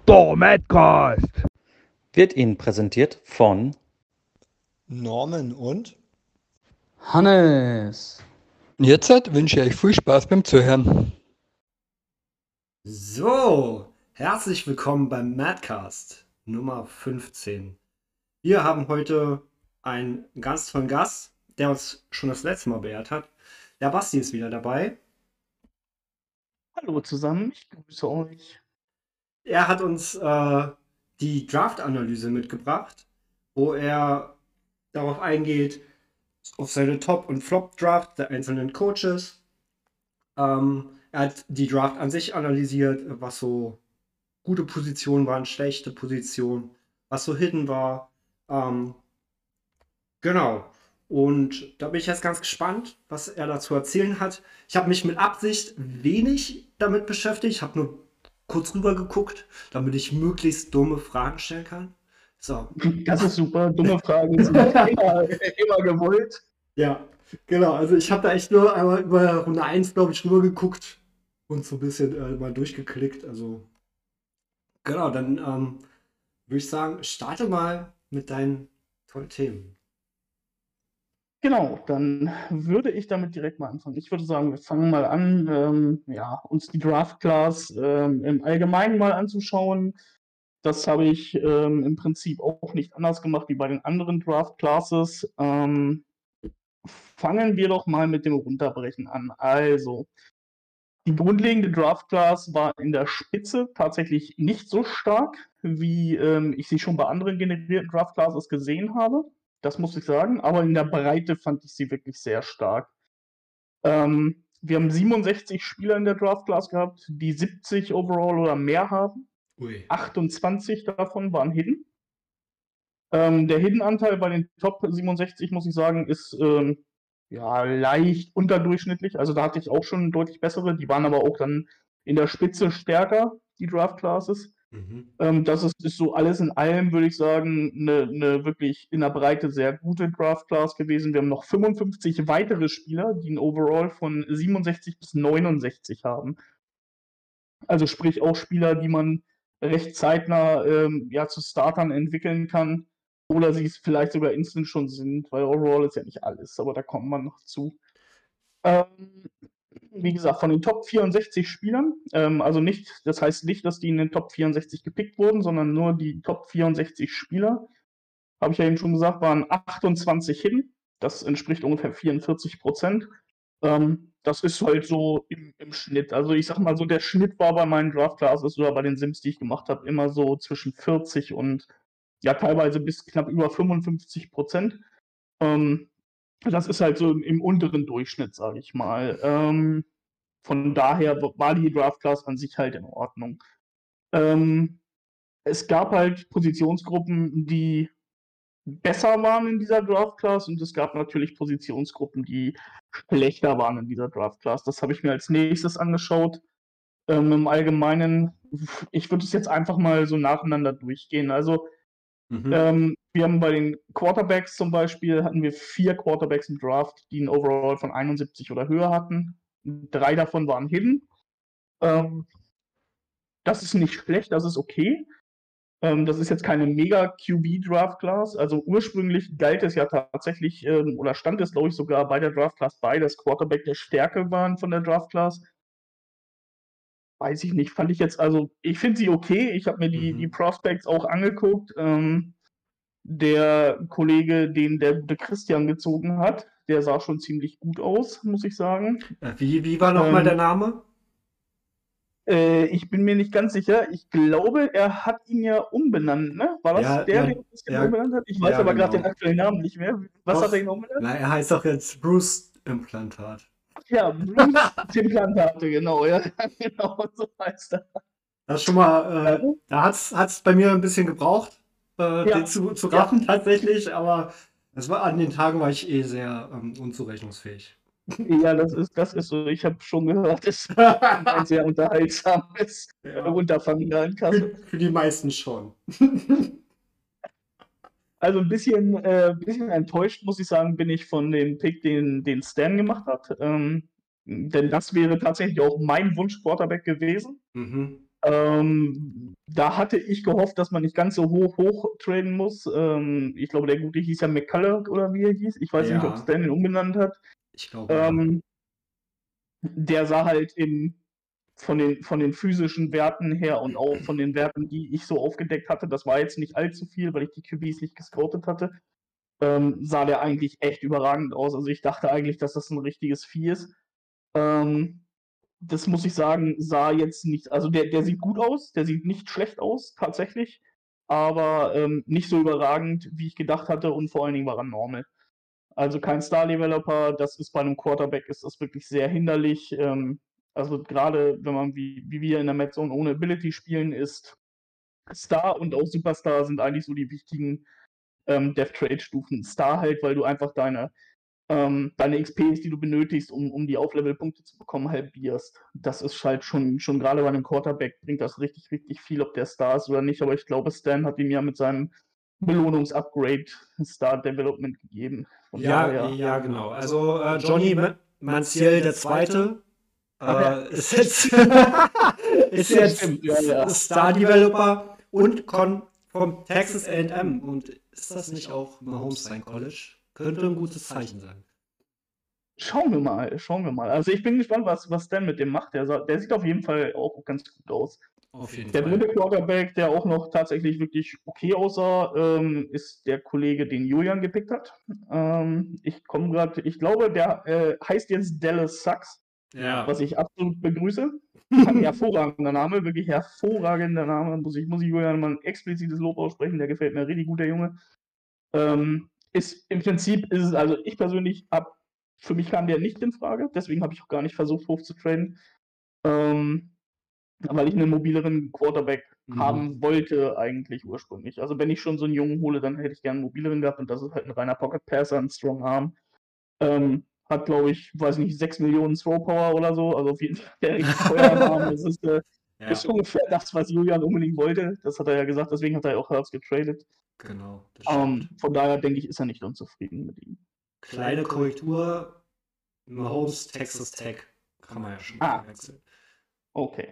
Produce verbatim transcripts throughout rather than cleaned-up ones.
Der Madcast wird Ihnen präsentiert von Norman und Hannes. Jetzt wünsche ich euch viel Spaß beim Zuhören. So, herzlich willkommen beim Madcast Nummer fünfzehn. Wir haben heute einen ganz tollen Gast, der uns schon das letzte Mal beehrt hat. Der Basti ist wieder dabei. Hallo zusammen, ich grüße euch. Er hat uns äh, die Draft-Analyse mitgebracht, wo er darauf eingeht, auf seine Top- und Flop-Draft der einzelnen Coaches. Ähm, er hat die Draft an sich analysiert, was so gute Positionen waren, schlechte Positionen, was so hidden war. Ähm, genau. Und da bin ich jetzt ganz gespannt, was er dazu erzählen hat. Ich habe mich mit Absicht wenig damit beschäftigt. Ich habe nur kurz rüber geguckt, damit ich möglichst dumme Fragen stellen kann. So. Das ist super, dumme Fragen sind immer, immer gewollt. Ja, genau. Also ich habe da echt nur einmal über Runde eins, glaube ich, rüber geguckt und so ein bisschen äh, mal durchgeklickt. Also genau, dann ähm, würde ich sagen, starte mal mit deinen tollen Themen. Genau, dann würde ich damit direkt mal anfangen. Ich würde sagen, wir fangen mal an, ähm, ja, uns die Draft Class ähm, im Allgemeinen mal anzuschauen. Das habe ich ähm, im Prinzip auch nicht anders gemacht wie bei den anderen Draft Classes. Ähm, fangen wir doch mal mit dem Runterbrechen an. Also, die grundlegende Draft Class war in der Spitze tatsächlich nicht so stark, wie ähm, ich sie schon bei anderen generierten Draft Classes gesehen habe. Das muss ich sagen, aber in der Breite fand ich sie wirklich sehr stark. Ähm, wir haben siebenundsechzig Spieler in der Draft Class gehabt, die siebzig overall oder mehr haben. Ui. achtundzwanzig davon waren Hidden. Ähm, der Hidden-Anteil bei den Top siebenundsechzig, muss ich sagen, ist ähm, ja, leicht unterdurchschnittlich. Also da hatte ich auch schon deutlich bessere. Die waren aber auch dann in der Spitze stärker, die Draft Classes. Mhm. Ähm, das ist, ist so alles in allem, würde ich sagen, eine ne wirklich in der Breite sehr gute Draft Class gewesen. Wir haben noch fünfundfünfzig weitere Spieler, die ein Overall von siebenundsechzig bis neunundsechzig haben. Also sprich auch Spieler, die man recht zeitnah ähm, ja, zu Startern entwickeln kann. Oder sie es vielleicht sogar instant schon sind, weil Overall ist ja nicht alles, aber da kommt man noch zu. Ähm, wie gesagt, von den Top vierundsechzig Spielern, ähm, also nicht, das heißt nicht, dass die in den Top vierundsechzig gepickt wurden, sondern nur die Top vierundsechzig Spieler, habe ich ja eben schon gesagt, waren achtundzwanzig Hidden. Das entspricht ungefähr vierundvierzig Prozent. Ähm, das ist halt so im, im Schnitt. Also ich sag mal so, der Schnitt war bei meinen Draft Classes oder bei den Sims, die ich gemacht habe, immer so zwischen vierzig und ja teilweise bis knapp über fünfundfünfzig Prozent. Ähm, das ist halt so im unteren Durchschnitt, sage ich mal. Ähm, von daher war die Draft Class an sich halt in Ordnung. Ähm, es gab halt Positionsgruppen, die besser waren in dieser Draft Class und es gab natürlich Positionsgruppen, die schlechter waren in dieser Draft Class. Das habe ich mir als nächstes angeschaut. Ähm, Im Allgemeinen, ich würde es jetzt einfach mal so nacheinander durchgehen. Also Mhm. ähm, wir haben bei den Quarterbacks zum Beispiel, hatten wir vier Quarterbacks im Draft, die einen Overall von einundsiebzig oder höher hatten. Drei davon waren Hidden. Ähm, das ist nicht schlecht, das ist okay. Ähm, das ist jetzt keine mega-Q B-Draft-Class. Also ursprünglich galt es ja tatsächlich, ähm, oder stand es, glaube ich, sogar bei der Draft-Class bei, dass Quarterback der Stärke waren von der Draft-Class. Weiß ich nicht, fand ich jetzt, also ich finde sie okay. Ich habe mir die, Mhm. die Prospects auch angeguckt. Ähm, der Kollege, den der gute Christian gezogen hat, der sah schon ziemlich gut aus, muss ich sagen. Äh, Wie, wie war nochmal Ähm, der Name? Äh, ich bin mir nicht ganz sicher. Ich glaube, er hat ihn ja umbenannt, ne? War das Ja, der, ja, der ihn ein bisschen ja, umbenannt hat? Ich weiß ja, aber gerade genau. den aktuellen Namen nicht mehr. Was Doch. hat er ihn umbenannt? Na, er heißt doch jetzt Bruce Implantat. Ja, Bruce Implantate, genau, ja. Genau, so heißt er. Das ist schon mal, äh, Ja. da hat es bei mir ein bisschen gebraucht, äh, Ja. den zu, zu Ja. raffen tatsächlich, aber es war, an den Tagen war ich eh sehr ähm, unzurechnungsfähig. Ja, das ist, das ist so. Ich habe schon gehört, es ist ein sehr unterhaltsames Ja. Unterfangen da in Kassel. Für, für die meisten schon. Also ein bisschen, äh, bisschen enttäuscht, muss ich sagen, bin ich von dem Pick, den, den Stan gemacht hat. Ähm, denn das wäre tatsächlich auch mein Wunsch-Quarterback gewesen. Mhm. Ähm, da hatte ich gehofft, dass man nicht ganz so hoch hoch traden muss. Ähm, ich glaube, der Gute hieß ja McCulloch oder wie er hieß. Ich weiß nicht, ob Ja. Stan ihn umbenannt hat. Ich glaube, ja. Ähm, der sah halt in, von, den, von den physischen Werten her und auch von den Werten, die ich so aufgedeckt hatte, das war jetzt nicht allzu viel, weil ich die Q Bs nicht gescoutet hatte, ähm, sah der eigentlich echt überragend aus. Also ich dachte eigentlich, dass das ein richtiges Vieh ist. Ähm, das muss ich sagen, sah jetzt nicht, also der, der sieht gut aus, der sieht nicht schlecht aus, tatsächlich, aber ähm, nicht so überragend, wie ich gedacht hatte und vor allen Dingen war er normal. Also kein Star-Developer, das ist bei einem Quarterback, ist das wirklich sehr hinderlich. Ähm, also gerade wenn man wie, wie wir in der Mad Zone ohne Ability spielen, ist Star und auch Superstar sind eigentlich so die wichtigen ähm, Death-Trade-Stufen. Star halt, weil du einfach deine ähm, deine X Ps, die du benötigst, um, um die Auflevel-Punkte zu bekommen, halbierst. Das ist halt schon, schon gerade bei einem Quarterback bringt das richtig, richtig viel, ob der Star ist oder nicht. Aber ich glaube, Stan hat ihm ja mit seinem Belohnungsupgrade Star Development gegeben. Von Ja, daher, ja, genau. Also äh, Johnny Ma- Manziel der Zweite Ach ja. äh, ist jetzt, ist Ja, jetzt stimmt, ja, ja. Star-Developer und Con vom Texas A and M. Und ist das nicht auch Mahomes sein College? Könnte ein gutes Zeichen sein. Schauen wir mal, schauen wir mal. Also ich bin gespannt, was, was Stan mit dem macht. Der, sa- der sieht auf jeden Fall auch ganz gut aus. Auf jeden Der Fall. dritte Quarterback, der auch noch tatsächlich wirklich okay aussah, ähm, ist der Kollege, den Julian gepickt hat. Ähm, ich komme gerade, ich glaube, der äh, heißt jetzt Dallas Sucks, Ja. was ich absolut begrüße. Ein hervorragender Name, wirklich hervorragender Name. Muss ich, muss ich Julian mal ein explizites Lob aussprechen, der gefällt mir richtig gut, der Junge. Ähm, ist im Prinzip ist es, also ich persönlich habe, für mich kam der nicht in Frage, deswegen habe ich auch gar nicht versucht, hoch zu traden. Ähm, weil ich einen mobileren Quarterback Mhm. haben wollte, eigentlich ursprünglich. Also wenn ich schon so einen Jungen hole, dann hätte ich gerne einen mobileren gehabt und das ist halt ein reiner Pocket Passer, ein Strong Arm. Ähm, hat, glaube ich, weiß nicht, sechs Millionen Throw Power oder so, also auf jeden Fall der richtig Feuer im Arm. Das ist, äh, Ja, ist ungefähr das, was Julian unbedingt wollte. Das hat er ja gesagt, deswegen hat er auch Herbst getradet. genau. Das Ähm, stimmt. von daher denke ich, ist er nicht unzufrieden mit ihm. Kleine Korrektur. Mahomes, Texas Tech. Kann man ja schon Ah. wechseln. Okay.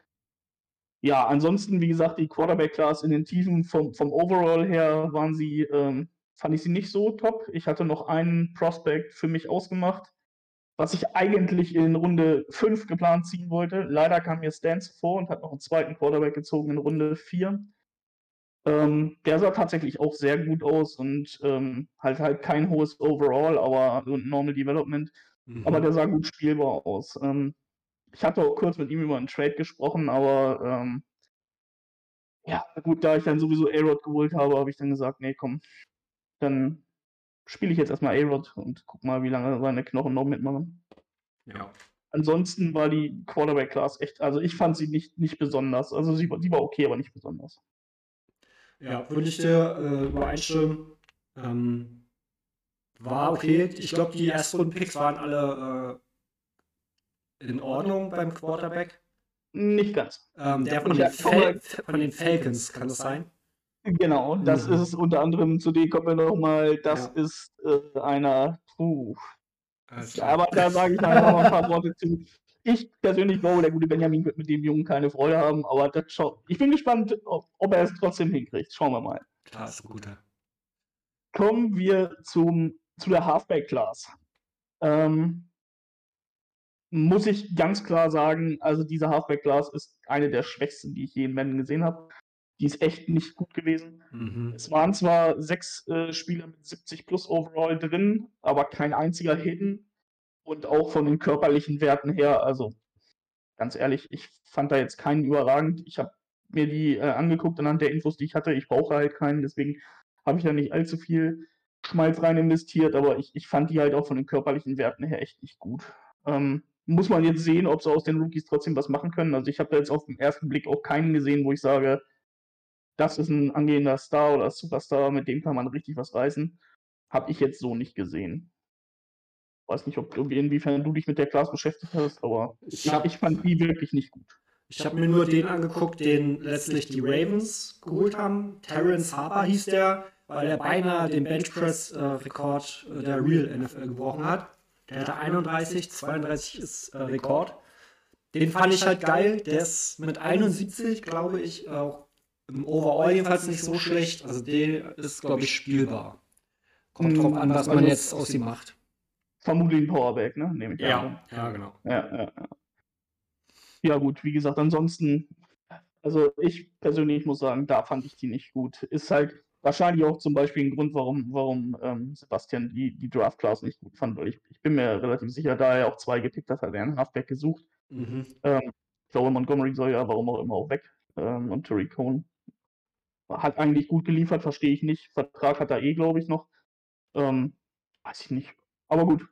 Ja, ansonsten, wie gesagt, die Quarterback-Class in den Tiefen vom, vom Overall her waren sie, ähm, fand ich sie nicht so top. Ich hatte noch einen Prospect für mich ausgemacht, was ich eigentlich in Runde fünf geplant ziehen wollte. Leider kam mir Stan zuvor und hat noch einen zweiten Quarterback gezogen in Runde vier. Ähm, der sah tatsächlich auch sehr gut aus und ähm, halt halt kein hohes Overall, aber und Normal Development. Mhm. Aber der sah gut spielbar aus. Ähm, ich hatte auch kurz mit ihm über einen Trade gesprochen, aber ähm, ja, gut, da ich dann sowieso A-Rod geholt habe, habe ich dann gesagt, nee, komm, dann spiele ich jetzt erstmal A-Rod und guck mal, wie lange seine Knochen noch mitmachen. Ja. Ansonsten war die Quarterback-Class echt, also ich fand sie nicht, nicht besonders. Also sie, war- sie war okay, aber nicht besonders. Ja, würde ich dir äh, übereinstimmen. Ähm, war okay. Ich glaube, die Erstrunden-Picks waren alle äh, in Ordnung beim Quarterback. Nicht ganz. Ähm, der von Ich den, hab schon mal- Fal von den Falcons, kann das sein? Genau, das Mhm. ist es unter anderem, zu dem kommen wir nochmal, das Ja. ist äh, einer, puh, Alles ja, klar. aber da sage ich nachher noch mal ein paar Worte zu. Ich persönlich glaube, der gute Benjamin wird mit dem Jungen keine Freude haben, aber das schau ich bin gespannt, ob, ob er es trotzdem hinkriegt. Schauen wir mal. Klar, ist ein guter. Kommen wir zum, zu der Halfback-Class. Ähm, muss ich ganz klar sagen, also diese Halfback-Class ist eine der schwächsten, die ich je in Madden gesehen habe. Die ist echt nicht gut gewesen. Mhm. Es waren zwar sechs äh, Spieler mit siebzig plus Overall drin, aber kein einziger Hidden. Und auch von den körperlichen Werten her, also ganz ehrlich, ich fand da jetzt keinen überragend. Ich habe mir die äh, angeguckt anhand der Infos, die ich hatte. Ich brauche halt keinen, deswegen habe ich da nicht allzu viel Schmalz rein investiert, aber ich, ich fand die halt auch von den körperlichen Werten her echt nicht gut. Ähm, muss man jetzt sehen, ob sie aus den Rookies trotzdem was machen können. Also ich habe da jetzt auf den ersten Blick auch keinen gesehen, wo ich sage, das ist ein angehender Star oder Superstar, mit dem kann man richtig was reißen. Habe ich jetzt so nicht gesehen. Weiß nicht, ob inwiefern du dich mit der Class beschäftigt hast, aber Ich ich, hab- ich fand die wirklich nicht gut. Ich habe mir nur den angeguckt, den letztlich die Ravens geholt haben. Terrence Harper hieß der, weil er beinahe den Benchpress-Rekord äh, der Real N F L gebrochen hat. Der hatte einunddreißig, zweiunddreißig ist äh, Rekord. den fand ich halt geil. Der ist mit einundsiebzig, glaube ich, auch im Overall jedenfalls nicht so schlecht. Also der ist, glaube ich, spielbar. Kommt drauf an, was man Also- jetzt aus ihm macht. Vermutlich ein Powerback, ne? Nehme ich an. Ja, ja, genau. Ja, ja, ja. Ja, gut, wie gesagt, ansonsten, also ich persönlich muss sagen, da fand ich die nicht gut. Ist halt wahrscheinlich auch zum Beispiel ein Grund, warum, warum ähm, Sebastian die, die Draft Class nicht gut fand, weil ich, ich bin mir relativ sicher, da er auch zwei gepickt hat, hat er einen Halfback gesucht. Mhm. Ähm, ich glaube, Montgomery soll ja, warum auch immer, auch weg. Ähm, und Tariq Cohen hat eigentlich gut geliefert, verstehe ich nicht. Vertrag hat er eh, glaube ich, noch. Ähm, weiß ich nicht. Aber gut.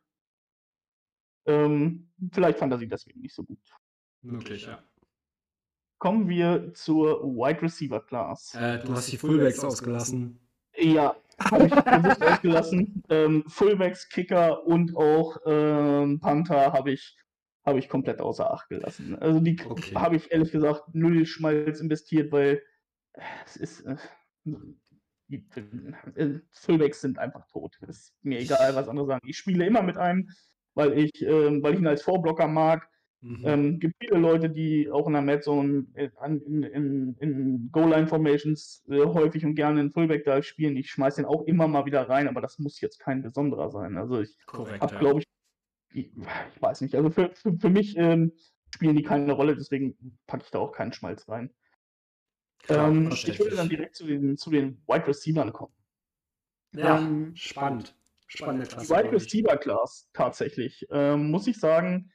Ähm, vielleicht fand er sie deswegen nicht so gut. Möglich, ja. Kommen wir zur Wide Receiver Class. Äh, du hast die Fullbacks ausgelassen. Ja, habe ich bewusst ausgelassen. Ähm, Fullbacks, Kicker und auch ähm, Panther habe ich, hab ich komplett außer Acht gelassen. Also die Okay. habe ich ehrlich gesagt null Schmalz investiert, weil äh, es ist. Äh, die, äh, Fullbacks sind einfach tot. Ist mir egal, was andere sagen. Ich spiele immer mit einem, weil ich, ähm, weil ich ihn als Vorblocker mag. Mhm. Ähm, gibt viele Leute, die auch in der Madzone äh, an- in, in, in Goal-Line-Formations äh, häufig und gerne in Fullback-Dive spielen. Ich schmeiß den auch immer mal wieder rein, aber das muss jetzt kein besonderer sein. Also ich Korrekt, habe, ja. glaube ich, ich, ich weiß nicht, also für, für, für mich ähm, spielen die keine Rolle, deswegen packe ich da auch keinen Schmalz rein. Klar, Ähm, ich verständlich. würde dann direkt zu den, zu den Wide Receivern kommen. Ja, ähm, spannend. Spannende Die Klasse. Wide glaub ich. Receiver Class tatsächlich, ähm, muss ich sagen,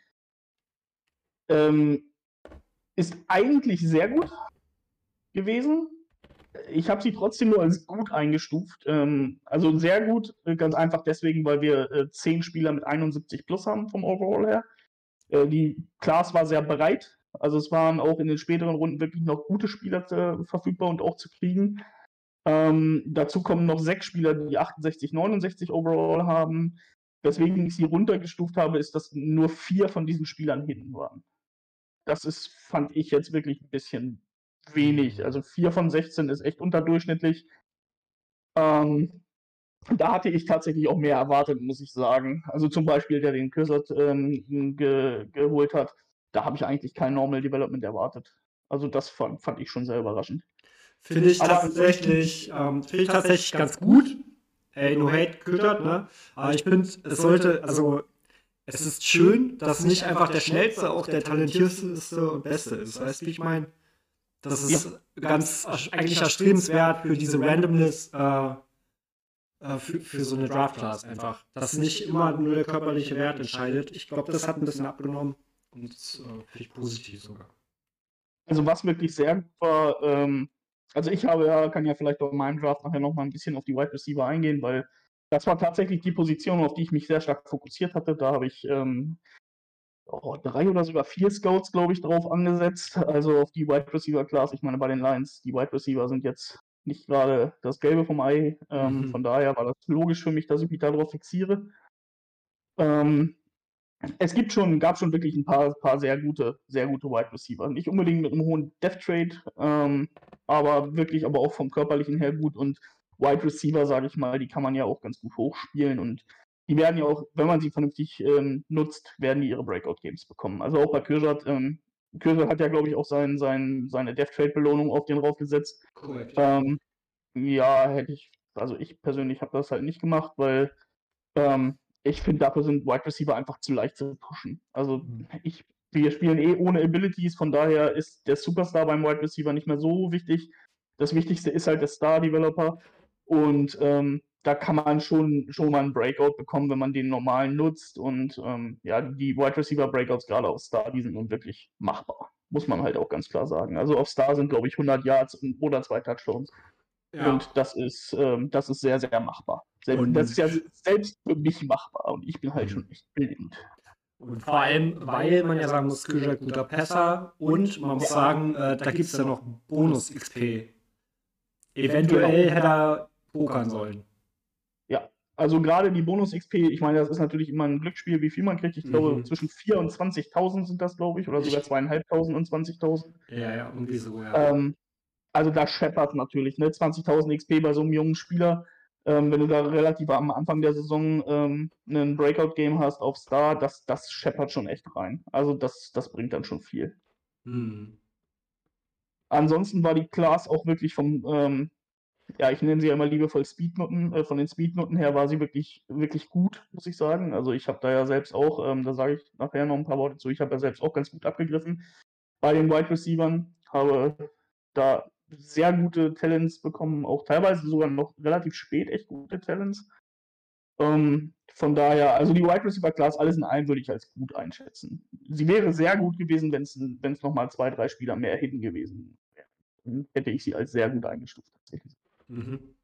ähm, ist eigentlich sehr gut gewesen. Ich habe sie trotzdem nur als gut eingestuft. Ähm, also sehr gut, äh, ganz einfach deswegen, weil wir äh, zehn Spieler mit einundsiebzig plus haben vom Overall her. Äh, die Class war sehr breit. Also es waren auch in den späteren Runden wirklich noch gute Spieler zu, verfügbar und auch zu kriegen. Ähm, dazu kommen noch sechs Spieler, die achtundsechzig, neunundsechzig Overall haben. Weswegen ich sie runtergestuft habe, ist, dass nur vier von diesen Spielern hinten waren. Das ist, fand ich jetzt wirklich ein bisschen wenig. Also vier von sechzehn ist echt unterdurchschnittlich. Ähm, da hatte ich tatsächlich auch mehr erwartet, muss ich sagen. Also zum Beispiel, der den Kürsert ähm, ge geholt hat, da habe ich eigentlich kein Normal Development erwartet. Also das fand, fand ich schon sehr überraschend. Finde ich Aber- tatsächlich, ähm, finde ich tatsächlich ganz gut. Ey, no hate, Küttert, ne? Aber ich finde, es sollte, also, es ist schön, dass nicht einfach der schnellste auch der talentierteste und beste ist. Weißt du, wie ich meine? Das ist ganz eigentlich erstrebenswert für diese Randomness, äh, äh, für, für so eine Draft-Class einfach. Dass nicht immer nur der körperliche Wert entscheidet. Ich glaube, das hat ein bisschen abgenommen und das äh, finde ich positiv sogar. Also was wirklich sehr gut war, ähm, also ich habe ja, kann ja vielleicht auch in meinem Draft nachher noch mal ein bisschen auf die Wide Receiver eingehen, weil das war tatsächlich die Position, auf die ich mich sehr stark fokussiert hatte. Da habe ich ähm, oh, drei oder sogar vier Scouts, glaube ich, drauf angesetzt. Also auf die Wide Receiver Class. Ich meine, bei den Lions, die Wide Receiver sind jetzt nicht gerade das Gelbe vom Ei. Ähm, Mhm. Von daher war das logisch für mich, dass ich mich darauf fixiere. Ähm, es gibt schon, gab schon wirklich ein paar, paar sehr gute, sehr gute Wide Receiver. Nicht unbedingt mit einem hohen Death Trade, ähm, aber wirklich aber auch vom körperlichen her gut. Und Wide Receiver, sage ich mal, die kann man ja auch ganz gut hochspielen. Und die werden ja auch, wenn man sie vernünftig ähm, nutzt, werden die ihre Breakout-Games bekommen. Also auch bei Kürsert. Ähm, Kürsert hat ja, glaube ich, auch sein, sein, seine Death Trade-Belohnung auf den raufgesetzt. Korrekt. Ähm, ja, hätte ich, also ich persönlich habe das halt nicht gemacht, weil ähm, ich finde, dafür sind Wide Receiver einfach zu leicht zu pushen. Also Mhm. ich, wir spielen eh ohne Abilities, von daher ist der Superstar beim Wide Receiver nicht mehr so wichtig. Das Wichtigste ist halt der Star-Developer und ähm, da kann man schon, schon mal einen Breakout bekommen, wenn man den normalen nutzt und ähm, ja, die Wide Receiver Breakouts gerade auf Star, die sind nun wirklich machbar. Muss man halt auch ganz klar sagen. Also auf Star sind, glaube ich, hundert Yards oder zwei Touchdowns. Ja. Und das ist, ähm, das ist sehr, sehr machbar. Selbst, Und- das ist ja selbst für mich machbar und ich bin halt Mhm. schon echt blind. Und vor allem, weil man ja sagen muss, Kürscher guter Passer und man muss sagen, äh, da gibt es ja noch Bonus-X P. Eventuell hätte er pokern sollen. Ja, also gerade die Bonus-X P, ich meine, das ist natürlich immer ein Glücksspiel, wie viel man kriegt. Ich glaube, Mhm. zwischen vier und zwanzigtausend sind das, glaube ich, oder sogar zweieinhalbtausend und zwanzigtausend. Ja, ja, irgendwie so, ja. Ähm, also da scheppert natürlich, ne? zwanzigtausend X P bei so einem jungen Spieler. Ähm, wenn du da relativ am Anfang der Saison ähm, ein Breakout-Game hast auf Star, das, das scheppert schon echt rein. Also das, das bringt dann schon viel. Hm. Ansonsten war die Class auch wirklich vom, ähm, ja, ich nenne sie ja immer liebevoll Speednoten, äh, von den Speednoten her war sie wirklich, wirklich gut, muss ich sagen. Also ich habe da ja selbst auch, ähm, da sage ich nachher noch ein paar Worte zu, ich habe ja selbst auch ganz gut abgegriffen bei den Wide Receivern, habe da sehr gute Talents bekommen, auch teilweise sogar noch relativ spät echt gute Talents. Ähm, von daher, also die Wide Receiver Class, alles in allem würde ich als gut einschätzen. Sie wäre sehr gut gewesen, wenn es wenn es nochmal zwei, drei Spieler mehr hinten gewesen wären. Dann hätte ich sie als sehr gut eingestuft tatsächlich. Mhm.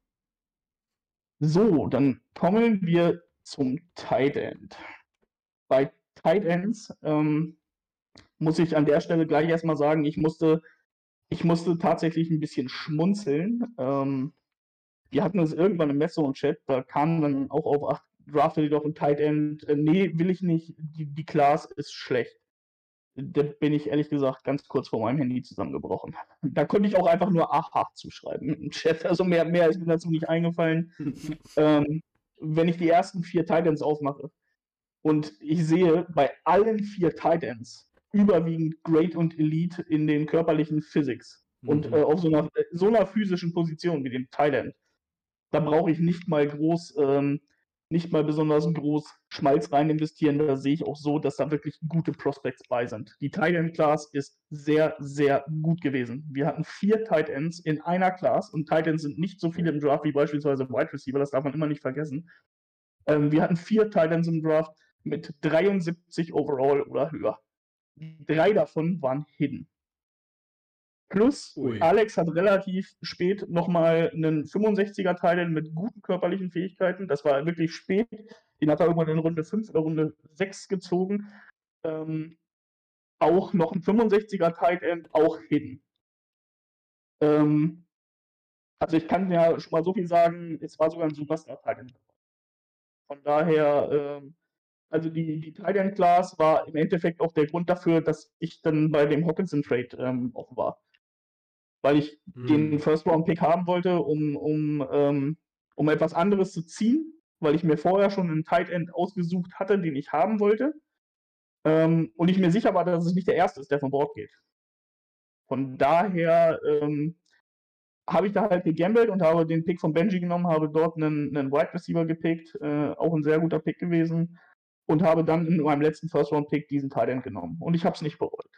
So, dann kommen wir zum Tight End. Bei Tight Ends ähm, muss ich an der Stelle gleich erstmal sagen, ich musste, ich musste tatsächlich ein bisschen schmunzeln. Ähm, wir hatten es irgendwann im Message-Chat, da kam dann auch auf, ach, draftet ihr doch ein Tight End. Äh, nee, will ich nicht, die, die Class ist schlecht. Da bin ich ehrlich gesagt ganz kurz vor meinem Handy zusammengebrochen. Da konnte ich auch einfach nur aha zuschreiben im Chat. Also mehr, mehr ist mir dazu nicht eingefallen. ähm, wenn ich die ersten vier Titans aufmache und ich sehe bei allen vier Titans überwiegend Great und Elite in den körperlichen Physics und Mhm. äh, auf so einer, so einer physischen Position wie dem Titan, da brauche ich nicht mal groß, ähm, nicht mal besonders groß Schmalz rein investieren. Da sehe ich auch so, dass da wirklich gute Prospects bei sind. Die Tight End Class ist sehr, sehr gut gewesen. Wir hatten vier Tight Ends in einer Class und Tight Ends sind nicht so viele im Draft wie beispielsweise Wide Receiver, das darf man immer nicht vergessen. Ähm, wir hatten vier Tight Ends im Draft mit dreiundsiebzig overall oder höher. Drei davon waren hidden. Plus, Ui. Alex hat relativ spät nochmal einen fünfundsechziger Teil mit guten körperlichen Fähigkeiten. Das war wirklich spät. Den hat er irgendwann in Runde fünf oder Runde sechs gezogen. Ähm, auch noch ein fünfundsechziger Tight End, auch hidden. Ähm, also ich kann ja schon mal so viel sagen, es war sogar ein Superstar Tight End. Von daher, ähm, also die, die Tight End Class war im Endeffekt auch der Grund dafür, dass ich dann bei dem Hawkinson Trade ähm, offen war. Weil ich Hm. den First-Round-Pick haben wollte, um, um, ähm, um etwas anderes zu ziehen, weil ich mir vorher schon einen Tight End ausgesucht hatte, den ich haben wollte. Ähm, und ich mir sicher war, dass es nicht der erste ist, der von Bord geht. Von daher ähm, habe ich da halt gegambelt und habe den Pick von Benji genommen, habe dort einen, einen Wide Receiver gepickt, äh, auch ein sehr guter Pick gewesen, und habe dann in meinem letzten First-Round-Pick diesen Tight End genommen. Und ich habe es nicht bereut.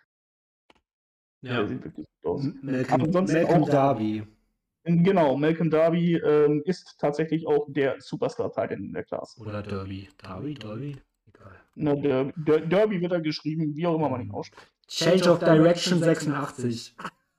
Ja. Der sieht wirklich gut aus. Malcolm, Ansonsten Malcolm auch- Darby. Genau, Malcolm Darby ähm, ist tatsächlich auch der Superstar-Tight End in der Class. Oder Derby. Darby? Derby? Egal. Ne, der, der Derby wird er geschrieben, wie auch immer man ihn ausspricht. Change of Direction sechsundachtzig.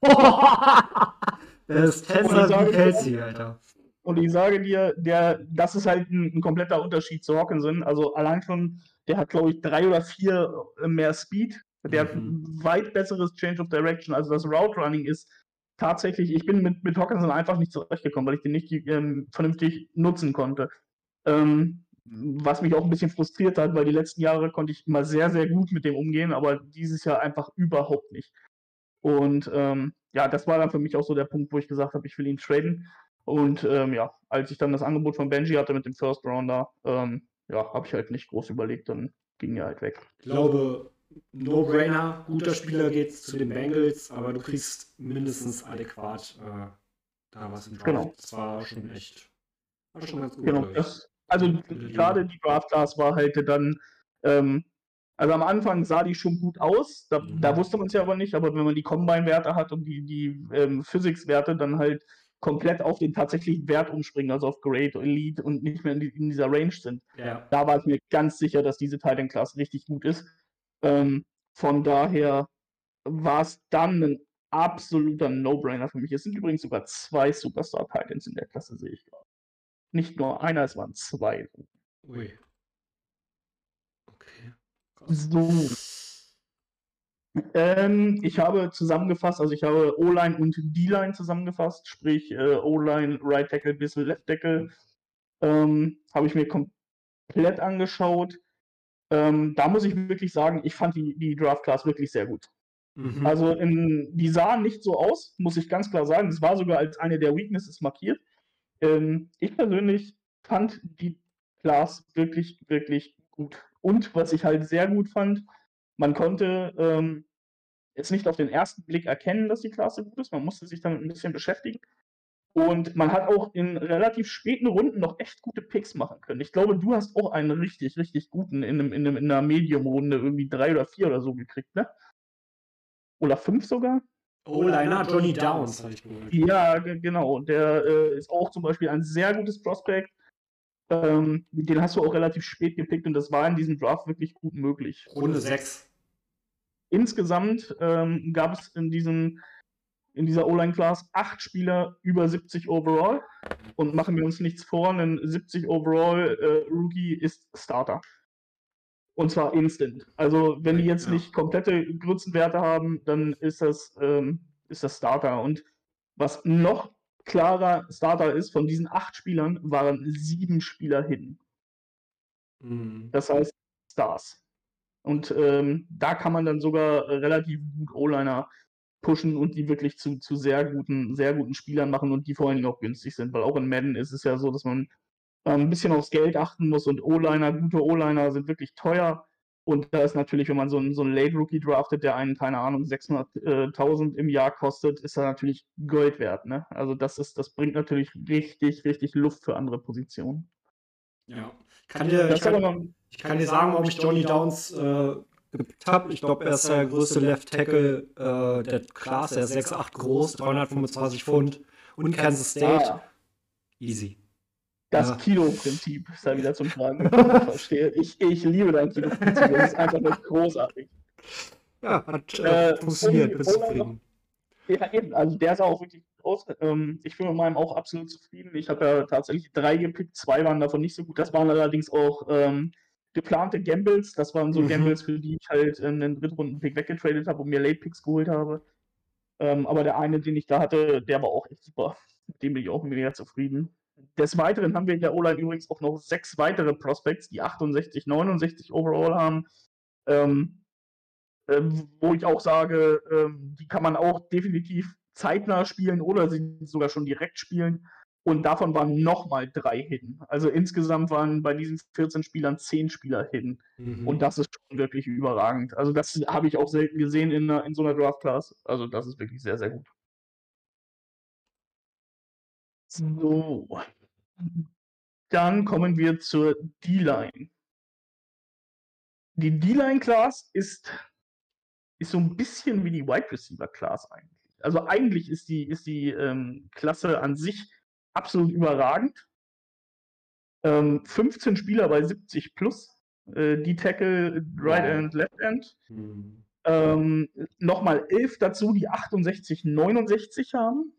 Der ist Und ich Tänzer sage wie dir- Kelsey, Alter. Und ich sage dir, der, das ist halt ein, ein kompletter Unterschied zu Hawkinson. Also allein schon, der hat, glaube ich, drei oder vier mehr Speed. Der hat Mhm. ein weit besseres Change of Direction. Also das Route Running ist tatsächlich, ich bin mit, mit Hawkinson einfach nicht zurechtgekommen, weil ich den nicht ähm, vernünftig nutzen konnte. Ähm, was mich auch ein bisschen frustriert hat, weil die letzten Jahre konnte ich immer sehr, sehr gut mit dem umgehen, aber dieses Jahr einfach überhaupt nicht. Und ähm, ja, das war dann für mich auch so der Punkt, wo ich gesagt habe, ich will ihn traden. Und ähm, ja, als ich dann das Angebot von Benji hatte mit dem First Rounder, ähm, ja, habe ich halt nicht groß überlegt, dann ging er halt weg. Ich glaube, No-Brainer, guter Spieler geht zu den Bengals, aber du kriegst mindestens adäquat äh, da was im Draft. Genau. Das war schon echt, war schon ganz gut, Genau, glaub ich. das, also gerade die Draft Class war halt dann, ähm, also am Anfang sah die schon gut aus, da, Mhm. da wusste man es ja aber nicht, aber wenn man die Combine-Werte hat und die, die ähm, Physics-Werte dann halt komplett auf den tatsächlichen Wert umspringen, also auf Great, Elite und nicht mehr in, die, in dieser Range sind, Ja. da war ich mir ganz sicher, dass diese Titan Class richtig gut ist. Ähm, von daher war es dann ein absoluter No-Brainer für mich. Es sind übrigens sogar zwei Superstar Titans in der Klasse, sehe ich gerade. Nicht nur einer, es waren zwei. Ui. Okay. Krass. So. Ähm, ich habe zusammengefasst, also ich habe O-Line und D-Line zusammengefasst, sprich äh, O-Line, Right Tackle bis Left Tackle. Ähm, habe ich mir komplett angeschaut. Ähm, da muss ich wirklich sagen, ich fand die, die Draft Class wirklich sehr gut. Mhm. Also in, die sahen nicht so aus, muss ich ganz klar sagen. Das war sogar als eine der Weaknesses markiert. Ähm, ich persönlich fand die Class wirklich, wirklich gut. Und was ich halt sehr gut fand, man konnte ähm, jetzt nicht auf den ersten Blick erkennen, dass die Class so gut ist. Man musste sich damit ein bisschen beschäftigen. Und man hat auch in relativ späten Runden noch echt gute Picks machen können. Ich glaube, du hast auch einen richtig, richtig guten in, einem, in, einem, in einer Medium-Runde irgendwie drei oder vier oder so gekriegt, ne? Oder fünf sogar? O-Liner Johnny Downs habe ich geholt. Ja, ge- genau. Der äh, ist auch zum Beispiel ein sehr gutes Prospect. Ähm, den hast du auch relativ spät gepickt und das war in diesem Draft wirklich gut möglich. Runde sechs. Insgesamt ähm, gab es in, diesem, in dieser O-Line-Class acht Spieler über siebzig overall. Und machen wir uns nichts vor, ein siebzig overall äh, Rookie ist Starter. Und zwar instant. Also wenn die jetzt Ja. nicht komplette Grützenwerte haben, dann ist das, ähm, ist das Starter. Und was noch klarer Starter ist, von diesen acht Spielern waren sieben Spieler hidden. Mhm. Das heißt Stars. Und ähm, da kann man dann sogar äh, relativ gut O-Liner pushen und die wirklich zu, zu sehr guten, sehr guten Spielern machen und die vor allen Dingen auch günstig sind. Weil auch in Madden ist es ja so, dass man ähm, ein bisschen aufs Geld achten muss und O-Liner, gute O-Liner sind wirklich teuer. Und da ist natürlich, wenn man so einen, so einen Late-Rookie draftet, der einen, keine Ahnung, sechshunderttausend im Jahr kostet, ist er natürlich Gold wert. Ne? Also das ist, das bringt natürlich richtig, richtig Luft für andere Positionen. Ja. Kann dir, Das ich, ist aber kann, noch, ich kann dir sagen, warum ich Johnny Downs äh, gepickt habe. Ich glaube, er ist der größte Left Tackle äh, der Class. Er ist sechs Komma acht groß, dreihundertfünfundzwanzig Pfund und Kansas State. ah, Easy. das Ja. Kilo-Prinzip ist da wieder zum Tragen gekommen. Ich verstehe. Ich, ich liebe dein Kilo-Prinzip. Das ist einfach nur großartig. Ja, hat äh, Äh, funktioniert. um- Bin um- zufrieden. Ja, eben. Also der sah auch wirklich gut aus. Ähm, ich bin mit meinem auch absolut zufrieden. Ich habe ja tatsächlich drei gepickt, zwei waren davon nicht so gut. Das waren allerdings auch ähm, geplante Gambles. Das waren so Mhm. Gambles, für die ich halt äh, einen Drittrunden-Pick weggetradet habe und mir Late-Picks geholt habe. Ähm, aber der eine, den ich da hatte, der war auch echt super. Mit dem bin ich auch mega zufrieden. Des Weiteren haben wir in der O-Line übrigens auch noch sechs weitere Prospects, die achtundsechzig, neunundsechzig overall haben. Ähm, äh, wo ich auch sage, ähm, die kann man auch definitiv zeitnah spielen oder sie sogar schon direkt spielen. Und davon waren nochmal drei hidden. Also insgesamt waren bei diesen vierzehn Spielern zehn Spieler hidden. Mhm. Und das ist schon wirklich überragend. Also das habe ich auch selten gesehen in, einer, in so einer Draft-Class. Also das ist wirklich sehr, sehr gut. So. Dann kommen wir zur D-Line. Die D-Line-Class ist, ist so ein bisschen wie die Wide Receiver-Class eigentlich. Also eigentlich ist die, ist die ähm, Klasse an sich absolut überragend. Ähm, fünfzehn Spieler bei siebzig plus. Äh, die Tackle, Right Wow. End, Left End. Mhm. Ähm, Nochmal elf dazu, die achtundsechzig, neunundsechzig haben.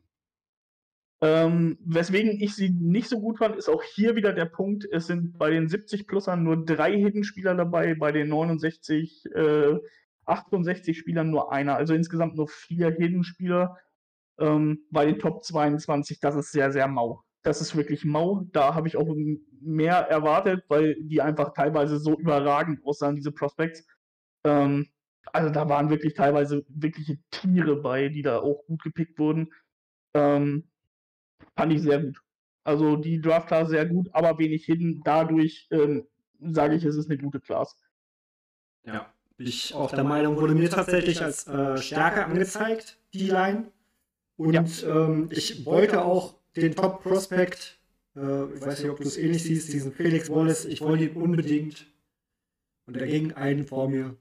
Ähm, weswegen ich sie nicht so gut fand, ist auch hier wieder der Punkt, es sind bei den siebzig-Plussern nur drei Hidden-Spieler dabei, bei den neunundsechzig, äh, achtundsechzig Spielern nur einer. Also insgesamt nur vier Hidden-Spieler. Ähm, bei den Top zweiundzwanzig, das ist sehr, sehr mau. Das ist wirklich mau. Da habe ich auch mehr erwartet, weil die einfach teilweise so überragend aussahen, diese Prospects. Ähm, also da waren wirklich teilweise wirkliche Tiere bei, die da auch gut gepickt wurden. Ähm, Fand ich sehr gut. Also die Draft-Class sehr gut, aber wenig Hidden. Dadurch ähm, sage ich, es ist eine gute Class. Ja, bin ich auch der Meinung, wurde mir tatsächlich als äh, Stärke angezeigt, die Line. Und ähm, ich wollte auch den Top-Prospect, äh, ich weiß nicht, ob du es ähnlich siehst, diesen Felix Wallace, ich wollte ihn unbedingt. Und er ging einen vor mir.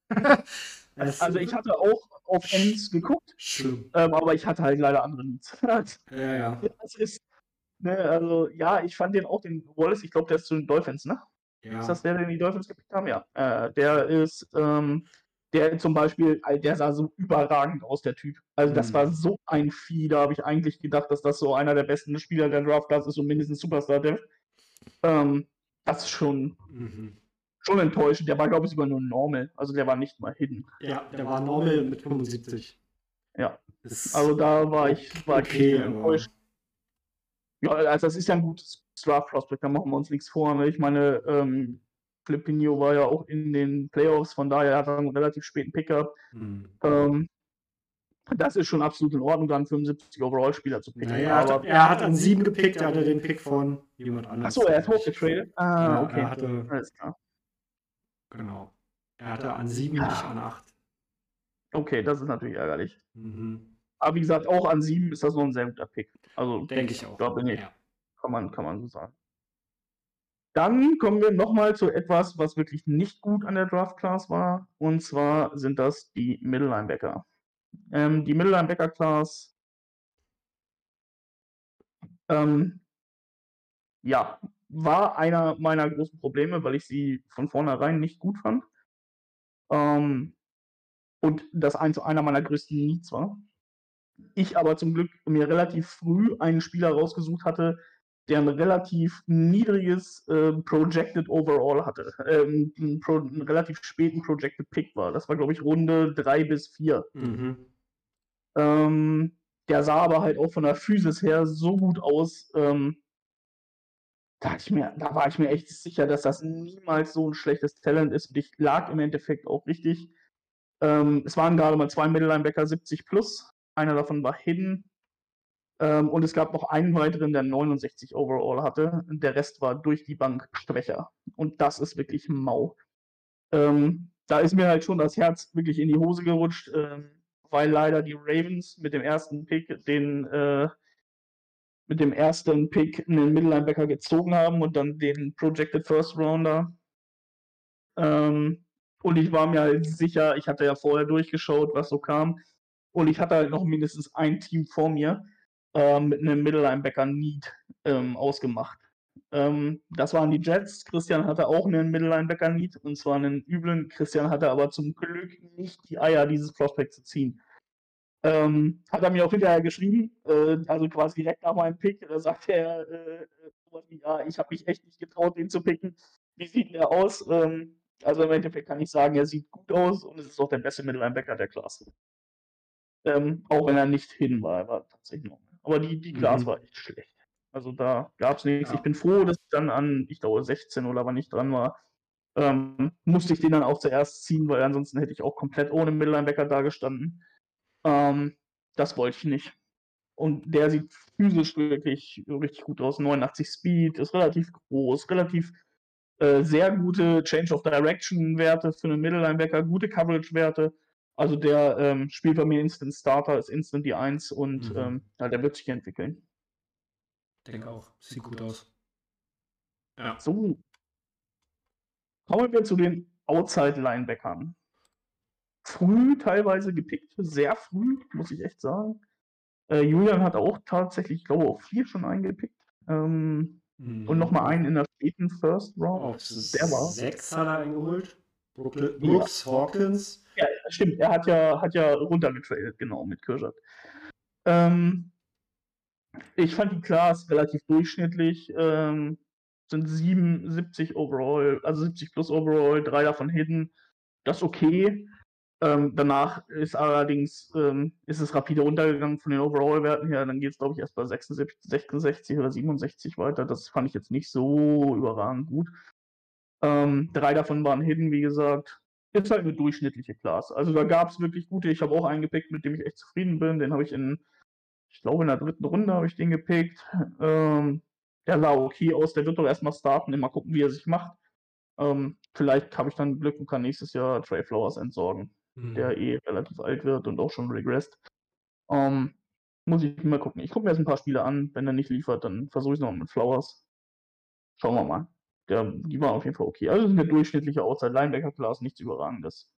Das Also ich hatte auch auf Ends geguckt, schlimm. ähm, aber ich hatte halt leider andere Needs. Ja, ja. Das ist, ne, also ja, ich fand den auch, den Wallace, ich glaube, der ist zu den Dolphins, ne? ja. Ist das der, den die Dolphins gepickt haben? Ja. Äh, der ist, ähm, der zum Beispiel, äh, der sah so überragend aus, der Typ. Also das Mhm. war so ein Vieh, da habe ich eigentlich gedacht, dass das so einer der besten Spieler der Draft-Class ist und mindestens Superstar-Dev. Ähm, das ist schon, Mhm. schon enttäuschend. Der war, glaube ich, sogar nur normal. Also der war nicht mal hidden. Ja, der war normal mit fünfundsiebzig. Ja. Ist Also da war ich, war ich okay, nicht aber enttäuscht. Ja, also das ist ja ein gutes Draft-Prospect, da machen wir uns nichts vor. Ne? Ich meine, ähm, Filipino war ja auch in den Playoffs, von daher hat er einen relativ späten Pick gehabt. Mhm. Ähm, Das ist schon absolut in Ordnung, dann fünfundsiebzig Overall-Spieler zu picken. Naja, er hat, aber er hat an sieben gepickt, er hatte den Pick von jemand anderem. achso, er ist hochgetradet. Ah, Ja, okay. er hatte, Alles klar. genau. Er hatte an sieben, ich an acht. Okay, das ist natürlich ärgerlich. Mhm. Aber wie gesagt, auch an sieben ist das noch ein sehr guter Pick. Also, Denke ich auch. da bin ich. Ja. Kann man, kann man so sagen. Dann kommen wir nochmal zu etwas, was wirklich nicht gut an der Draft Class war. Und zwar sind das die Middle Linebacker. Ähm, die Middle Linebacker Class, ähm, ja, war einer meiner großen Probleme, weil ich sie von vornherein nicht gut fand. Ähm, und das eins einer meiner größten Needs war. Ich aber zum Glück mir relativ früh einen Spieler rausgesucht hatte, der ein relativ niedriges äh, Projected Overall hatte. Ähm, ein, Pro, ein relativ späten Projected Pick war. Das war, glaube ich, Runde drei bis vier. Mhm. Ähm, der sah aber halt auch von der Physis her so gut aus. Ähm, da, ich mir, da war ich mir echt sicher, dass das niemals so ein schlechtes Talent ist. Und ich lag im Endeffekt auch richtig. Ähm, es waren gerade mal zwei Middle Linebacker siebzig plus. Einer davon war Hidden. Ähm, und es gab noch einen weiteren, der neunundsechzig Overall hatte. Der Rest war durch die Bank schwächer. Und das ist wirklich mau. Ähm, da ist mir halt schon das Herz wirklich in die Hose gerutscht, ähm, weil leider die Ravens mit dem ersten Pick den äh, mit dem ersten Pick einen Middle Linebacker gezogen haben und dann den Projected First Rounder. Ähm, und ich war mir halt sicher, ich hatte ja vorher durchgeschaut, was so kam. Und ich hatte halt noch mindestens ein Team vor mir äh, mit einem Middle Linebacker Need ähm, ausgemacht. Ähm, das waren die Jets. Christian hatte auch einen Middle Linebacker Need und zwar einen üblen. Christian hatte aber zum Glück nicht die Eier, dieses Prospect zu ziehen. Ähm, hat er mir auch hinterher geschrieben, äh, also quasi direkt nach meinem Pick, da sagte er, äh, sowas wie, ja, ich habe mich echt nicht getraut, den zu picken. Wie sieht der aus? Ähm, also im Endeffekt kann ich sagen, er sieht gut aus und es ist auch der beste Middle Linebacker der Klasse. Ähm, auch wenn er nicht hin war, er war tatsächlich noch. Aber die, die Class Mhm. war echt schlecht. Also da gab es nichts. Ja. Ich bin froh, dass ich dann an, ich glaube, sechzehn oder wann ich dran war, ähm, musste ich den dann auch zuerst ziehen, weil ansonsten hätte ich auch komplett ohne Middle Linebacker dagestanden. Ähm, das wollte ich nicht. Und der sieht physisch wirklich richtig gut aus. neunundachtzig Speed, ist relativ groß, relativ äh, sehr gute Change of Direction Werte für einen Middle Linebacker, gute Coverage Werte. Also der ähm, spielt bei mir Instant Starter, ist Instant die eins und Mhm. ähm, ja, der wird sich entwickeln. Denke auch. Sieht gut aus. Ja. So. Kommen wir zu den Outside Linebackern. Früh teilweise gepickt, sehr früh, muss ich echt sagen. Äh, Julian hat auch tatsächlich, ich glaube, auf vier schon eingepickt. Ähm, Mhm. und nochmal einen in der späten First Round. Auf Der war. sechs hat er eingeholt. Brooklyn, Brooks Hawkins. Ja, stimmt. Er hat ja, hat ja runtergetradet, genau, mit Kirschat. Ähm, ich fand die Class relativ durchschnittlich. Ähm, sind siebenundsiebzig overall, also siebzig plus overall, drei davon hidden. Das ist okay. Ähm, danach ist allerdings ähm, ist es rapide runtergegangen von den Overall-Werten her. Dann geht es, glaube ich, erst bei sechsundsiebzig, sechsundsechzig oder siebenundsechzig weiter. Das fand ich jetzt nicht so überragend gut. Ähm, drei davon waren hidden, wie gesagt. Ist halt eine durchschnittliche Class. Also da gab es wirklich gute. Ich habe auch einen gepickt, mit dem ich echt zufrieden bin. Den habe ich in, ich glaube, in der dritten Runde habe ich den gepickt. Ähm, der sah okay aus. Der wird doch erstmal starten. Immer gucken, wie er sich macht. Ähm, vielleicht habe ich dann Glück und kann nächstes Jahr Trey Flowers entsorgen, Mhm. der eh relativ alt wird und auch schon regressed. Ähm, muss ich mal gucken. Ich gucke mir jetzt ein paar Spiele an. Wenn er nicht liefert, dann versuche ich es nochmal mit Flowers. Schauen wir mal. Der, die war auf jeden Fall okay. Also es ist eine durchschnittliche Outside-Linebacker-Class, nichts Überragendes.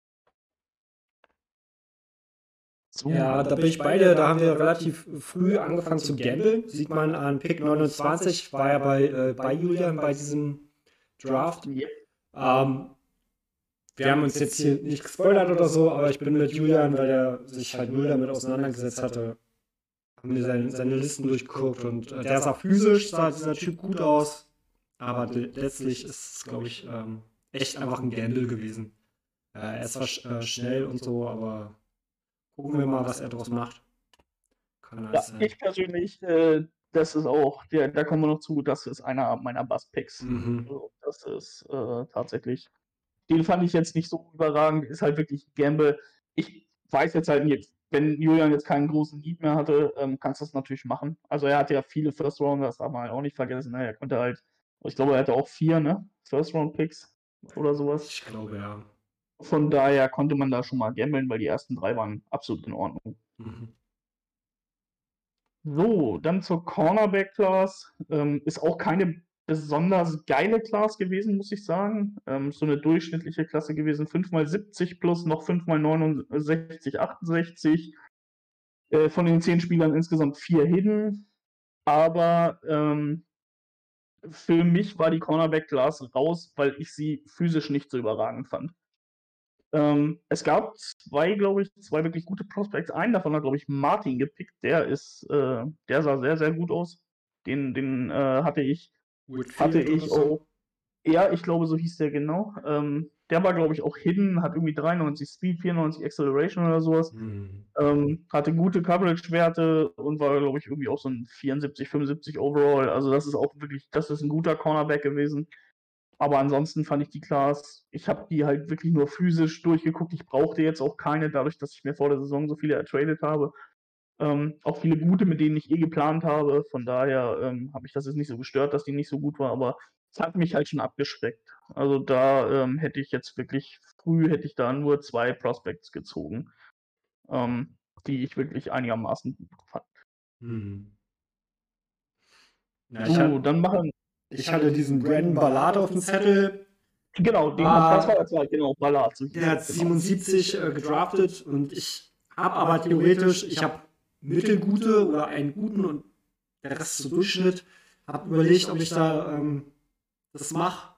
So. Ja, da bin ich bei dir. Da haben wir relativ früh angefangen zu gamblen. Sieht man an Pick neunundzwanzig, war ja bei, äh, bei Julian bei diesem Draft. Yep. Ähm, wir haben uns jetzt hier nicht gespoilert oder so, aber ich bin mit Julian, weil er sich halt null damit auseinandergesetzt hatte, haben wir seine, seine Listen durchgeguckt und äh, der sah physisch, sah dieser Typ gut aus, aber de- letztlich ist es, glaube ich, ähm, echt einfach ein Gamble gewesen. Äh, er ist zwar sch äh, schnell und so, aber gucken wir mal, was er daraus macht. Kann Ja, alles sein. ich persönlich, äh, das ist auch, der, da kommen wir noch zu, das ist einer meiner Bust-Picks. Mhm. Also, das ist äh, tatsächlich, den fand ich jetzt nicht so überragend, ist halt wirklich Gamble. Ich weiß jetzt halt jetzt wenn Julian jetzt keinen großen Need mehr hatte, ähm, kannst du das natürlich machen. Also er hatte ja viele First Rounder, das darf man halt auch nicht vergessen. Ne? Er konnte halt, ich glaube, er hatte auch vier, ne? First Round Picks oder sowas. Ich glaube, ja. Von daher konnte man da schon mal gamblen, weil die ersten drei waren absolut in Ordnung. Mhm. So, dann zur Cornerback-Class. Ähm, ist auch keine besonders geile Class gewesen, muss ich sagen. Ähm, so eine durchschnittliche Klasse gewesen. fünf mal siebzig plus noch fünf mal neunundsechzig, achtundsechzig. Äh, von den zehn Spielern insgesamt vier Hidden. Aber ähm, für mich war die Cornerback-Class raus, weil ich sie physisch nicht so überragend fand. Ähm, es gab zwei, glaube ich, zwei wirklich gute Prospects. Einen davon hat, glaube ich, Martin gepickt. Der ist, äh, der sah sehr, sehr gut aus. Den, den äh, hatte ich, Whitfield hatte oder ich so? auch. Ja, ich glaube, so hieß der genau. Ähm, der war, glaube ich, auch hidden, hat irgendwie dreiundneunzig Speed, vierundneunzig Acceleration oder sowas. Mhm. Ähm, hatte gute Coverage-Werte und war, glaube ich, irgendwie auch so ein vierundsiebzig, fünfundsiebzig Overall. Also das ist auch wirklich, das ist ein guter Cornerback gewesen. Aber ansonsten fand ich die Class, ich habe die halt wirklich nur physisch durchgeguckt. Ich brauchte jetzt auch keine, dadurch, dass ich mir vor der Saison so viele ertradet habe. Ähm, auch viele gute, mit denen ich eh geplant habe. Von daher ähm, habe ich das jetzt nicht so gestört, dass die nicht so gut war, aber es hat mich halt schon abgeschreckt. Also da ähm, hätte ich jetzt wirklich, früh hätte ich da nur zwei Prospects gezogen, ähm, die ich wirklich einigermaßen gut fand. Mhm. Ja, ich, So, hatte, dann machen, ich hatte diesen Brandon Ballard auf dem Zettel. genau, den Ah, hat, das war der zweite, genau, Ballard. So hieß Der hat er, genau. siebenundsiebzig äh, gedraftet und ich habe aber theoretisch, ich habe mittelgute oder einen guten und der Rest so Durchschnitt. Habe überlegt, ob ich da ähm, das mache.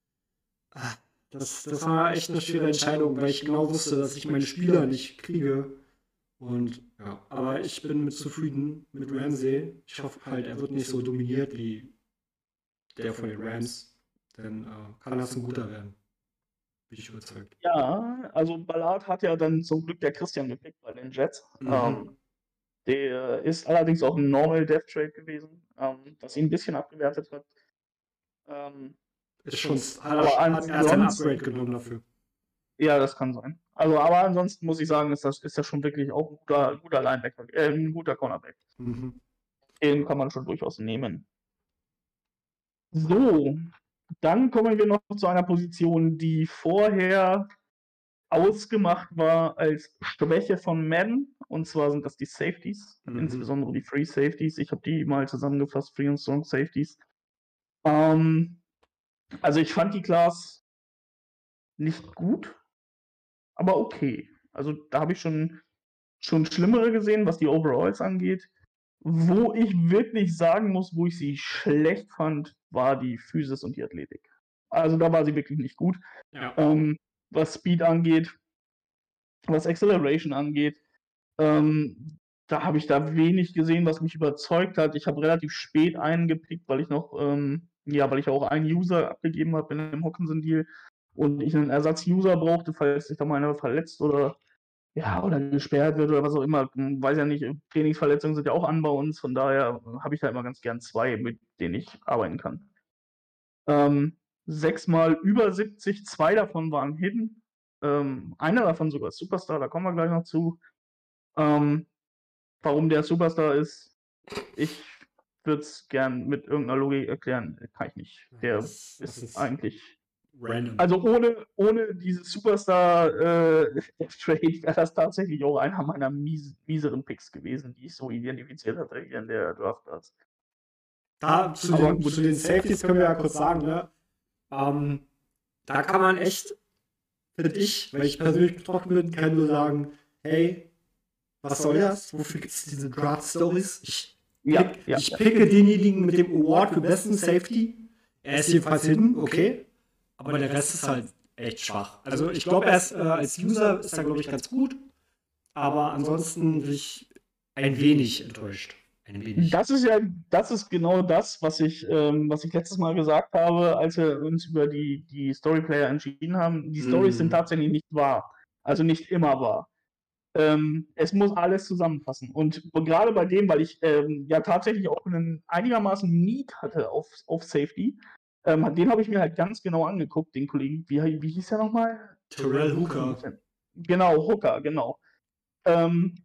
Das, das war echt eine schwere Entscheidung, weil ich genau wusste, dass ich meine Spieler nicht kriege. Und ja, aber ich bin mit zufrieden mit Ramsey. Ich hoffe halt, er wird nicht so dominiert wie der von den Rams. Dann äh, kann das ein guter werden. Bin ich überzeugt. Ja, also Ballard hat ja dann zum Glück der Christian gepickt bei den Jets. Mhm. Ähm, der ist allerdings auch ein Normal Death Trade gewesen, ähm, das ihn ein bisschen abgewertet hat. Ähm, Ist schon, hat aber er, hat er sein ansonsten- Upgrade genommen dafür. ja, das kann sein. Also, aber ansonsten muss ich sagen, ist das, ist das schon wirklich auch ein guter, guter Linebacker, äh, ein guter Cornerback. Mhm. Den kann man schon durchaus nehmen. So, dann kommen wir noch zu einer Position, die vorher ausgemacht war als Schwäche von Madden. Und zwar sind das die Safeties, Mhm. insbesondere die Free Safeties. Ich habe die mal zusammengefasst, Free und Strong Safeties. Ähm, also ich fand die Class nicht gut, aber okay. Also da habe ich schon, schon schlimmere gesehen, was die Overalls angeht. Wo ich wirklich sagen muss, wo ich sie schlecht fand, war die Physis und die Athletik. Also da war sie wirklich nicht gut. Ja. Ähm, was Speed angeht, was Acceleration angeht, ähm, da habe ich da wenig gesehen, was mich überzeugt hat. Ich habe relativ spät einen gepickt, weil ich noch, ähm, ja, weil ich auch einen User abgegeben habe in einem Hawkinson-Deal und ich einen Ersatz-User brauchte, falls sich da mal einer verletzt oder ja, oder gesperrt wird oder was auch immer. Hm, weiß ja nicht, Trainingsverletzungen sind ja auch an bei uns, von daher habe ich da immer ganz gern zwei, mit denen ich arbeiten kann. Ähm, sechsmal über siebzig, zwei davon waren Hidden. Ähm, einer davon sogar Superstar, da kommen wir gleich noch zu. Ähm, warum der Superstar ist, ich würde es gern mit irgendeiner Logik erklären, kann ich nicht. Der Das- das ist, ist eigentlich. Random. Also ohne, ohne dieses Superstar-Trade wäre das tatsächlich auch einer meiner mies, mieseren Picks gewesen, die ich so identifiziert hatte hier in der Draft Class. Da zu Aber den, gut. zu den Safeties können wir ja kurz sagen, ne? Ähm, da kann man echt, finde ich, weil ich persönlich betroffen bin, kann nur sagen, hey, was soll das? Wofür gibt es diese Draft-Stories? Ich, Ja, pick, ja, ich ja. picke denjenigen mit dem Award für besten Safety. Er ist jedenfalls hinten, okay. Aber der Rest ist halt echt schwach. Also ich glaube, er ist äh, als User ist er, glaube ich, ganz gut. Aber ansonsten bin ich ein wenig enttäuscht. Ein wenig. Das ist ja, das ist genau das, was ich, ähm, was ich letztes Mal gesagt habe, als wir uns über die, die Storyplayer entschieden haben. Die Storys Mhm. sind tatsächlich nicht wahr. Also nicht immer wahr. Ähm, es muss alles zusammenpassen. Und gerade bei dem, weil ich ähm, ja tatsächlich auch einen einigermaßen Need hatte auf, auf Safety, ähm, den habe ich mir halt ganz genau angeguckt, den Kollegen. Wie, wie hieß der nochmal? Terrell Hooker. Genau, Hooker, genau. Ähm,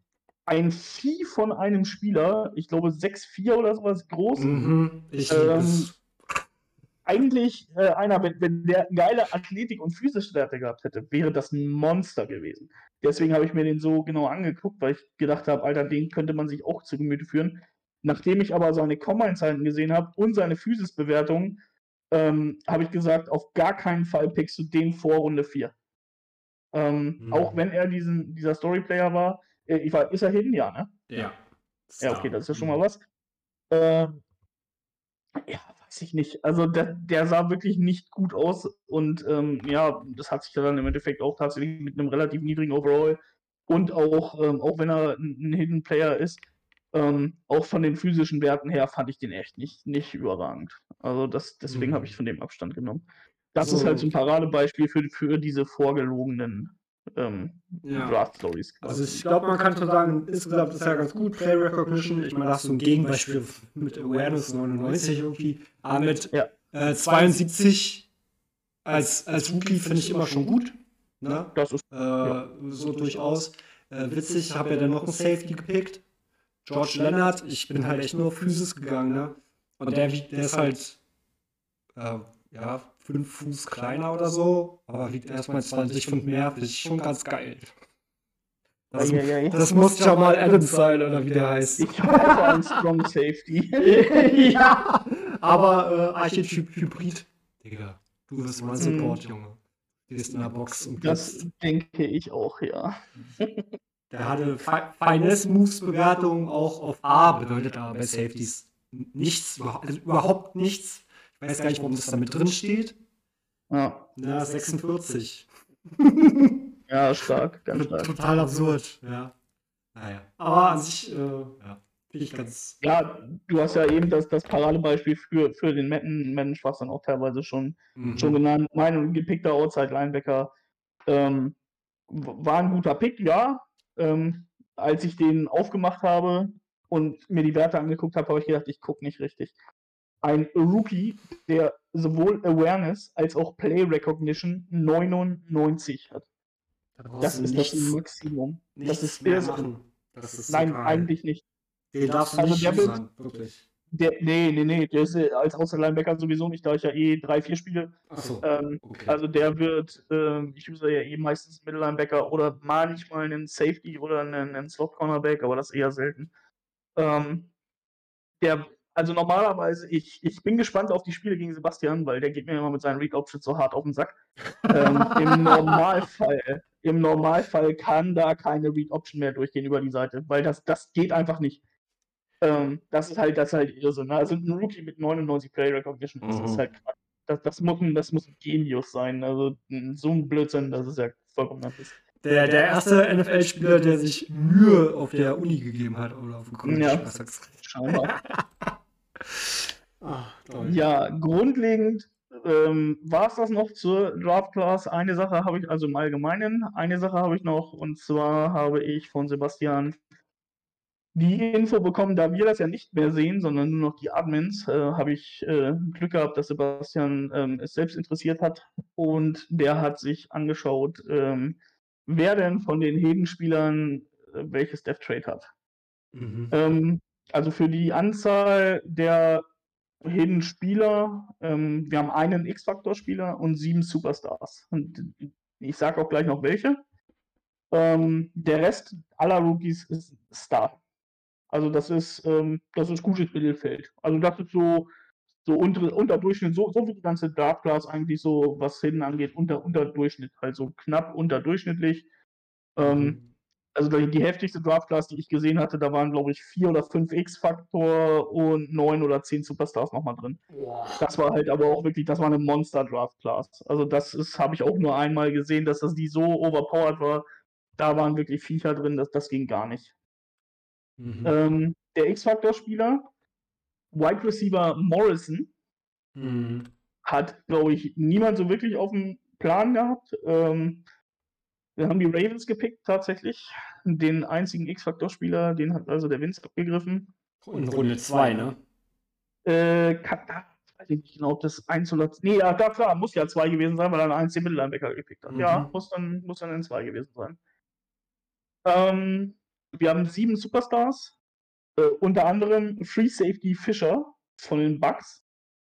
ein Vieh von einem Spieler, ich glaube sechs vier oder sowas groß. Mhm. Ich Ähm, liebe es. Eigentlich äh, einer, wenn, wenn der geile Athletik und physische Werte gehabt hätte, wäre das ein Monster gewesen. Deswegen habe ich mir den so genau angeguckt, weil ich gedacht habe, Alter, den könnte man sich auch zu Gemüte führen. Nachdem ich aber seine Combine-Zeiten gesehen habe und seine Physis-Bewertung, ähm, habe ich gesagt, auf gar keinen Fall pickst du den vor Runde vier. Ähm, Mhm. Auch wenn er diesen, dieser Storyplayer war. Äh, ich war ist er Hidden? Ja, ne? Ja. Ja, okay, das ist ja schon mal Mhm. was. Ähm, ja, weiß ich nicht. Also der, der sah wirklich nicht gut aus und ähm, ja, das hat sich ja dann im Endeffekt auch tatsächlich mit einem relativ niedrigen Overall und auch, ähm, auch wenn er ein, ein Hidden Player ist, ähm, auch von den physischen Werten her fand ich den echt nicht, nicht überragend. Also das, deswegen habe ich Mhm. von dem Abstand genommen. Das ist halt so So, ein Paradebeispiel für, für diese vorgelogenen ähm, ja. Draft-Stories. Also ich glaube, man kann schon sagen, insgesamt ist ja ganz gut, Play Recognition. Ich meine, da hast du ein Gegenbeispiel mit Awareness neunundneunzig irgendwie. Aber mit Ja. äh, zweiundsiebzig als, als Rookie finde ich immer schon gut. Ne? Das ist, Äh, ja. So durchaus. Äh, witzig, ich habe ja dann noch einen Safety gepickt. George Leonard. Ich bin halt echt nur auf Physis gegangen. Ne? Und der, wiegt- der ist halt äh, ja, fünf Fuß kleiner oder so. Aber wiegt erstmal zwanzig Pfund mehr. Das ist schon ganz geil. Das, Eieiei. das muss Jamal Adams sein, oder wie der heißt. Ich hoffe ein Strong Safety. Ja, aber äh, Archetyp Hybrid. Digga, du wirst Run Support, Mhm. Junge. Du bist in der Box und Das blitzt. denke ich auch, ja. Der hatte Fi- Finesse Moves Bewertung auch auf A, bedeutet aber bei Safeties nichts, überha- also überhaupt nichts. Ich weiß gar nicht, warum das da mit drin steht. Ja, Na, sechsundvierzig. ja stark, ganz stark. Total absurd, ja. Naja. Aber an sich, äh, ja, finde ich ganz. Ja, du hast ja eben das, das Paradebeispiel für, für den Madden, Madden Schwarz dann auch teilweise schon, Mhm. schon genannt. Mein gepickter Outside-Linebacker ähm, w- war ein guter Pick, ja. Ähm, als ich den aufgemacht habe und mir die Werte angeguckt habe, habe ich gedacht, ich gucke nicht richtig. Ein Rookie, der sowohl Awareness als auch Play Recognition neunundneunzig hat. Da Das brauchst du ist das nichts, Maximum. Das nichts ist mehr irre. machen. Das ist Nein, total. eigentlich nicht. Den darfst du Also nicht der wird- usern, wirklich. Der, nee, nee, nee, der ist äh, als Außer-Linebacker sowieso nicht, da ich ja eh drei, vier spiele. Achso, Ähm, okay. Also der wird, ähm, ich use ja eh meistens einen Middle-Linebacker oder manchmal einen Safety oder einen, einen Slot-Cornerback, aber das eher selten. Ähm, der, also normalerweise, ich, ich bin gespannt auf die Spiele gegen Sebastian, weil der geht mir immer mit seinen Read-Options so hart auf den Sack. ähm, Im Normalfall, im Normalfall kann da keine Read-Option mehr durchgehen über die Seite, weil das, das geht einfach nicht. Ähm, das ist halt, das ist halt Irrsinn. Ne? Also ein Rookie mit neunundneunzig Play Recognition, das Mhm. ist halt Quatsch. Das, das, muss ein, das muss ein Genius sein. Also so ein Blödsinn, das ist ja vollkommen anders. Der, der erste N F L-Spieler, der sich Mühe auf der Uni gegeben hat oder auf dem College. Ja. besser gesagt. Scheinbar. Ah, toll. Ja, grundlegend ähm, war es das noch zur Draft Class. Eine Sache habe ich, also im Allgemeinen, eine Sache habe ich noch, und zwar habe ich von Sebastian die Info bekommen, da wir das ja nicht mehr sehen, sondern nur noch die Admins, äh, habe ich äh, Glück gehabt, dass Sebastian ähm, es selbst interessiert hat, und der hat sich angeschaut, ähm, wer denn von den Heden-Spielern äh, welches Death Trade hat. Mhm. Ähm, also für die Anzahl der Heden-Spieler, ähm, wir haben einen X-Factor-Spieler und sieben Superstars. Und ich sage auch gleich noch welche. Ähm, der Rest aller Rookies ist Star. Also das ist, ähm, das ist gutes Mittelfeld. Also das ist so, so unter, unter Durchschnitt, so, so wie die ganze Draft Class eigentlich so, was Hidden angeht, unter, unter Durchschnitt, also knapp unterdurchschnittlich. Ähm, Mhm. Also die, die heftigste Draft Class, die ich gesehen hatte, da waren, glaube ich, vier oder fünf X-Faktor und neun oder zehn Superstars nochmal drin. Boah. Das war halt aber auch wirklich, das war eine Monster-Draft-Class. Also das ist, habe ich auch nur einmal gesehen, dass das die so overpowered war. Da waren wirklich Viecher drin, das, das ging gar nicht. Mhm. Ähm, der X-Factor-Spieler, Wide Receiver Morrison, Mhm. hat, glaube ich, niemand so wirklich auf dem Plan gehabt. Ähm, wir haben die Ravens gepickt tatsächlich. Den einzigen X-Factor-Spieler, den hat also der Vince abgegriffen. In Runde zwei, ne? Äh, kann, da weiß ich nicht genau, ob das eins oder. Nee, ja, da klar, muss ja zwei gewesen sein, weil er einen eins den Mittellinebacker gepickt hat. Mhm. Ja, muss dann, muss dann in zwei gewesen sein. Ähm, wir haben sieben Superstars, äh, unter anderem Free Safety Fischer von den Bucks.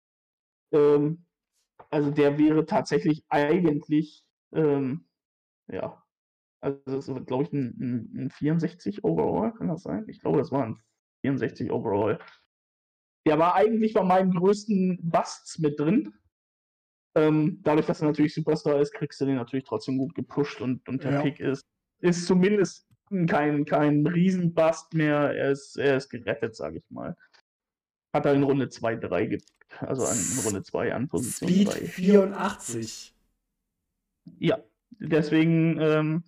Ähm, also der wäre tatsächlich eigentlich, ähm, ja, also das ist, glaube ich, ein, ein, ein vierundsechzig Overall, kann das sein? Ich glaube, das war ein vierundsechzig Overall. Der war eigentlich bei meinen größten Busts mit drin. Ähm, dadurch, dass er natürlich Superstar ist, kriegst du den natürlich trotzdem gut gepusht und, und der Ja. Pick ist, ist zumindest kein, kein Riesen-Bust mehr. Er ist, er ist gerettet, sage ich mal. Hat er in Runde zwei drei gepickt. Also an, in Runde zwei an Position Speed drei. vierundachtzig. Ja, deswegen, ähm,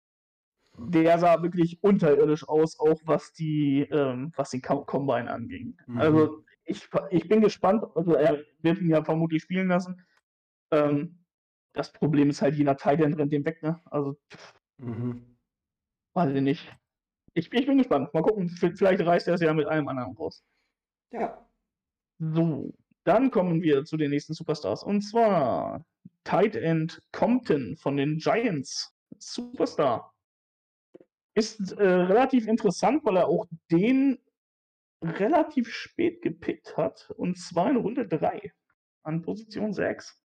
der sah wirklich unterirdisch aus, auch was die, ähm, was den Com- Combine anging. Mhm. Also ich, ich bin gespannt, also er wird ihn ja vermutlich spielen lassen. Ähm, das Problem ist halt, jeder Tight End rennt den weg, ne? Also, Mhm. weiß ich nicht. Ich, ich bin gespannt. Mal gucken, v- vielleicht reißt er es ja mit allem anderen raus. Ja. So, dann kommen wir zu den nächsten Superstars. Und zwar Tight End Compton von den Giants. Superstar. Ist äh, relativ interessant, weil er auch den relativ spät gepickt hat. Und zwar in Runde drei an Position sechs.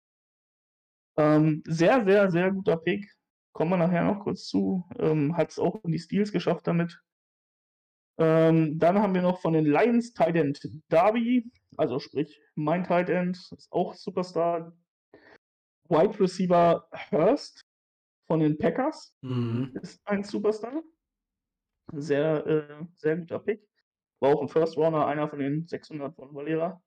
Ähm, sehr, sehr, sehr guter Pick. Kommen wir nachher noch kurz zu. Ähm, hat es auch in die Steals geschafft damit. Ähm, dann haben wir noch von den Lions Tight End Darby, also sprich mein Tight End, ist auch Superstar. Wide Receiver Hurst von den Packers Mhm. ist ein Superstar. Sehr, äh, sehr guter Pick. War auch ein First Runner, einer von den sechshundert von Valera.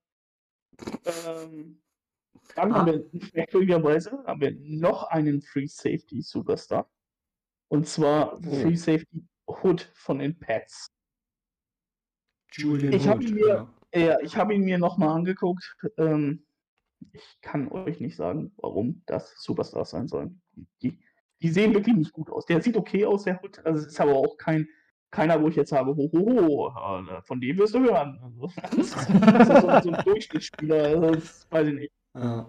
Ähm, dann Ah. haben wir merkwürdigerweise haben wir noch einen Free Safety Superstar. Und zwar Oh. Free Safety Hood von den Pats. Julian Ich habe Hood, ihn mir, ja. ja, ich habe ihn mir nochmal angeguckt. Ähm, ich kann euch nicht sagen, warum das Superstars sein sollen. Die, die sehen wirklich nicht gut aus. Der sieht okay aus, der Hood. Also es ist aber auch kein keiner, wo ich jetzt sage, ho, ho, ho, äh, von dem wirst du hören. Also, das ist, das ist so, so ein Durchschnittsspieler. Also, das weiß ich nicht. Ja.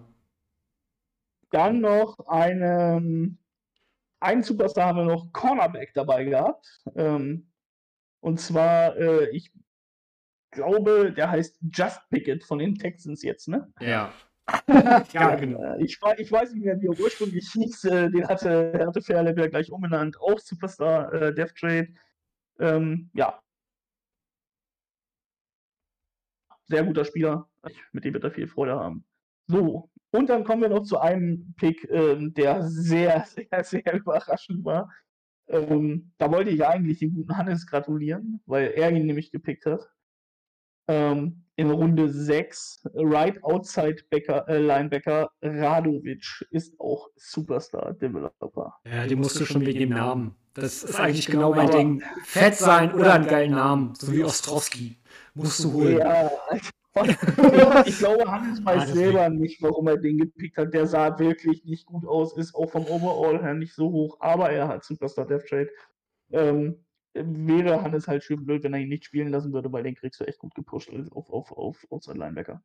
Dann noch einen, einen Superstar haben wir noch Cornerback dabei gehabt. Ähm, und zwar, äh, ich glaube, der heißt Just Pickett von den Texans jetzt, ne? Ja. Ja, genau. Äh, ich, wei- ich weiß nicht mehr, wie er ursprünglich hieß. Äh, den hatte, hatte Fairlab ja gleich umbenannt. Auch Superstar, äh, Death Trade. Ähm, ja. Sehr guter Spieler. Ich, mit dem wird er viel Freude haben. So. Und dann kommen wir noch zu einem Pick, ähm, der sehr, sehr, sehr überraschend war. Ähm, da wollte ich eigentlich den guten Hannes gratulieren, weil er ihn nämlich gepickt hat. Ähm, in Runde sechs, Right Outside Backer, äh, Linebacker Radovic ist auch Superstar Developer. Ja, den musst du schon wegen dem Namen. Das ist eigentlich genau mein Ding. Fett sein oder einen geilen Namen, so wie Ostrowski. Musst du holen. Ja, ich, ich glaube, Hannes Ah, weiß deswegen. selber nicht, warum er den gepickt hat. Der sah wirklich nicht gut aus, ist auch vom Overall her nicht so hoch, aber er hat Superstar Death Trade. Ähm, wäre Hannes halt schön blöd, wenn er ihn nicht spielen lassen würde, weil den kriegst du echt gut gepusht auf, auf, auf Outside Linebacker.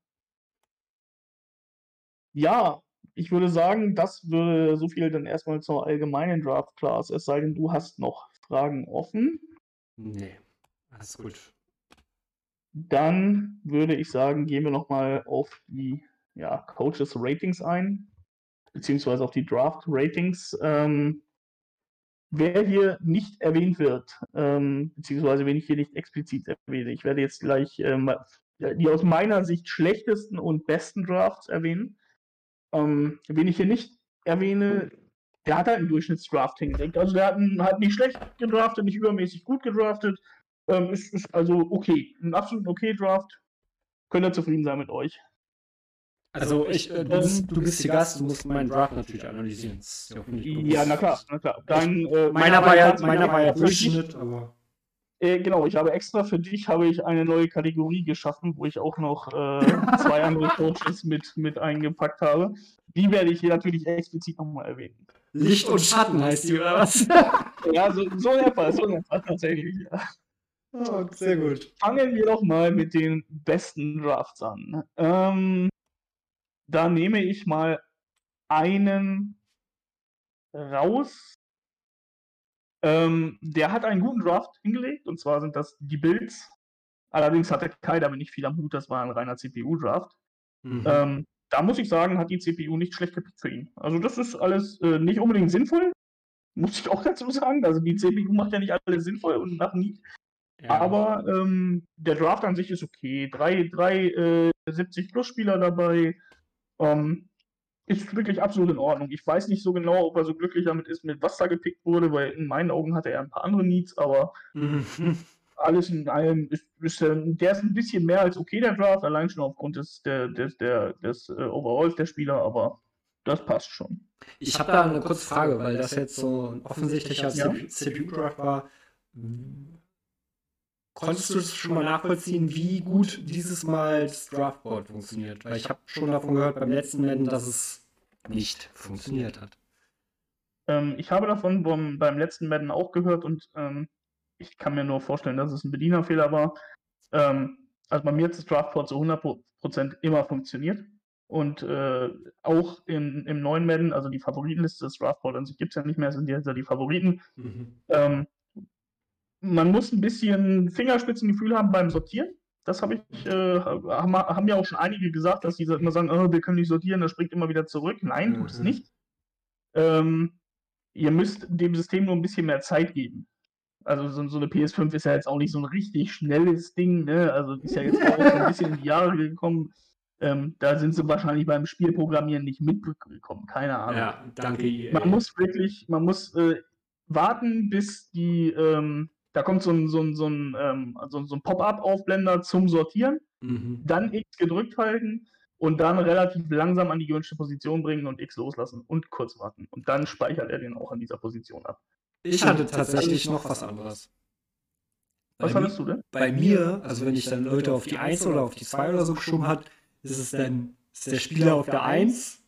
Ja, ich würde sagen, das würde so viel dann erstmal zur allgemeinen Draft Class, es sei denn, du hast noch Fragen offen. Nee, alles gut. Dann würde ich sagen, gehen wir nochmal auf die ja, Coaches Ratings ein, beziehungsweise auf die Draft Ratings. Ähm, wer hier nicht erwähnt wird, ähm, beziehungsweise wen ich hier nicht explizit erwähne, ich werde jetzt gleich ähm, die aus meiner Sicht schlechtesten und besten Drafts erwähnen. Ähm, wen ich hier nicht erwähne, der hat halt einen Durchschnittsdraft hingelegt. Also der hat, einen, hat nicht schlecht gedraftet, nicht übermäßig gut gedraftet. Ähm, ist, ist also okay. Ein absolut okay Draft. Könnt ihr zufrieden sein mit euch. Also, ich, äh, du, bist, du bist hier Gast, du musst meinen Draft natürlich analysieren. Das ist ja, auch nicht Ja, na klar, na klar. Dein, äh, Meiner war ja, kannst du meiner ja war ja für dich- Durchschnitt, aber. Äh, genau, ich habe extra für dich habe ich eine neue Kategorie geschaffen, wo ich auch noch äh, zwei andere Coaches mit, mit eingepackt habe. Die werde ich hier natürlich explizit nochmal erwähnen. Licht und Schatten heißt die, oder was? Ja, so, so in etwa, so in etwa tatsächlich. Ja. Oh, sehr gut. Fangen wir doch mal mit den besten Drafts an. Ähm, da nehme ich mal einen raus. Ähm, der hat einen guten Draft hingelegt, und zwar sind das die Bills. Allerdings hatte Kai damit nicht viel am Hut, das war ein reiner C P U-Draft. Mhm. Ähm, da muss ich sagen, hat die C P U nicht schlecht gepickt für ihn. Also das ist alles äh, nicht unbedingt sinnvoll, muss ich auch dazu sagen. Also die C P U macht ja nicht alles sinnvoll und nach Need. Ja. Aber ähm, der Draft an sich ist okay. Drei, drei äh, siebzig-Plus-Spieler dabei. Ähm, ist wirklich absolut in Ordnung. Ich weiß nicht so genau, ob er so glücklich damit ist, mit was da gepickt wurde, weil in meinen Augen hatte er ein paar andere Needs, aber Mhm. alles in allem ist, ist äh, der ist ein bisschen mehr als okay, der Draft, allein schon aufgrund des, der, des, der, des äh, Overalls der Spieler, aber das passt schon. Ich habe da eine kurze Frage, weil das jetzt so ein offensichtlicher Ja. C P U-Draft war. Konntest du das schon mal nachvollziehen, wie gut dieses Mal das Draftboard funktioniert? Weil ich habe schon davon gehört beim letzten Madden, dass es nicht funktioniert hat. Ähm, ich habe davon beim, beim letzten Madden auch gehört und ähm, ich kann mir nur vorstellen, dass es ein Bedienerfehler war. Ähm, also bei mir hat das Draftboard zu hundert Prozent immer funktioniert. Und äh, auch im, im neuen Madden, also die Favoritenliste des Draftboard an sich gibt es ja nicht mehr, sind jetzt ja die Favoriten. Mhm. Ähm, man muss ein bisschen Fingerspitzengefühl haben beim Sortieren. Das habe ich, äh, haben, haben ja auch schon einige gesagt, dass die immer sagen, oh, wir können nicht sortieren, das springt immer wieder zurück. Nein, tut es Mhm. nicht. Ähm, ihr müsst dem System nur ein bisschen mehr Zeit geben. Also so, so eine P S fünf ist ja jetzt auch nicht so ein richtig schnelles Ding, ne? Also ist ja jetzt auch schon ein bisschen in die Jahre gekommen. Ähm, da sind sie wahrscheinlich beim Spielprogrammieren nicht mitgekommen, keine Ahnung. Ja, danke E A. Man muss wirklich, man muss äh, warten, bis die, ähm, da kommt so ein, so ein, so ein, ähm, so, so ein Pop-up-Aufblender zum Sortieren, Mhm. dann X gedrückt halten und dann relativ langsam an die gewünschte Position bringen und X loslassen und kurz warten. Und dann speichert er den auch an dieser Position ab. Ich hatte tatsächlich noch was anderes. Was Bei hattest mi- du denn? Bei mir, also wenn ich dann Leute auf die eins oder auf die zwei oder so geschoben hat, ist es dann ist der Spieler auf der eins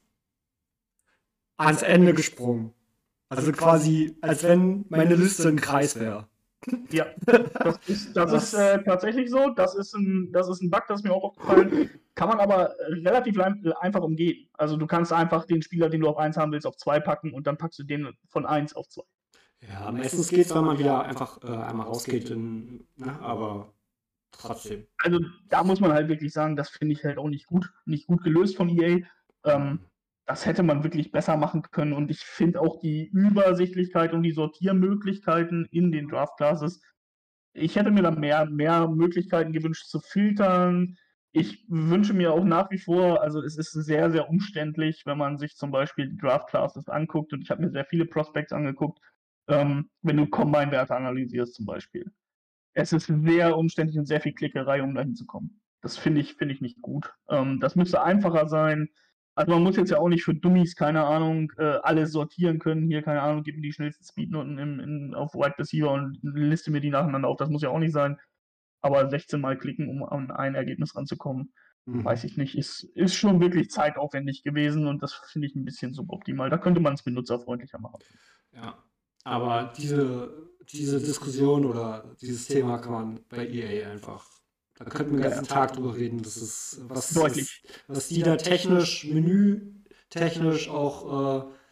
ans Ende gesprungen. Also quasi, als wenn meine Liste ein Kreis wäre. Ja, das ist, das ist äh, tatsächlich so. Das ist, ein, das ist ein Bug, das ist mir auch aufgefallen. Kann man aber relativ lein- äh, einfach umgehen. Also du kannst einfach den Spieler, den du auf eins haben willst, auf zwei packen und dann packst du den von eins auf zwei. Ja, meistens geht es, wenn man wieder einfach äh, einmal rausgeht, in, ne, aber trotzdem. Also da muss man halt wirklich sagen, das finde ich halt auch nicht gut, nicht gut gelöst von E A. Ähm, das hätte man wirklich besser machen können und ich finde auch die Übersichtlichkeit und die Sortiermöglichkeiten in den Draft Classes. Ich hätte mir da mehr, mehr Möglichkeiten gewünscht zu filtern. Ich wünsche mir auch nach wie vor, also es ist sehr, sehr umständlich, wenn man sich zum Beispiel die Draft Classes anguckt und ich habe mir sehr viele Prospects angeguckt, ähm, wenn du Combine-Werte analysierst zum Beispiel. Es ist sehr umständlich und sehr viel Klickerei, um dahin zu kommen. Das finde ich, finde ich nicht gut. Ähm, das müsste einfacher sein. Also man muss jetzt ja auch nicht für Dummies, keine Ahnung, äh, alles sortieren können. Hier, keine Ahnung, gib mir die schnellsten Speednoten im, in, auf Wide Receiver und liste mir die nacheinander auf. Das muss ja auch nicht sein. Aber sechzehn Mal klicken, um an ein Ergebnis ranzukommen, Mhm. weiß ich nicht. Ist, ist schon wirklich zeitaufwendig gewesen und das finde ich ein bisschen suboptimal. Da könnte man es benutzerfreundlicher machen. Ja, aber diese, diese Diskussion oder dieses Thema kann man bei E A einfach, da könnten wir den ganzen Tag drüber reden. Das ist, was, Deutlich. Ist, was die da technisch, menütechnisch auch äh,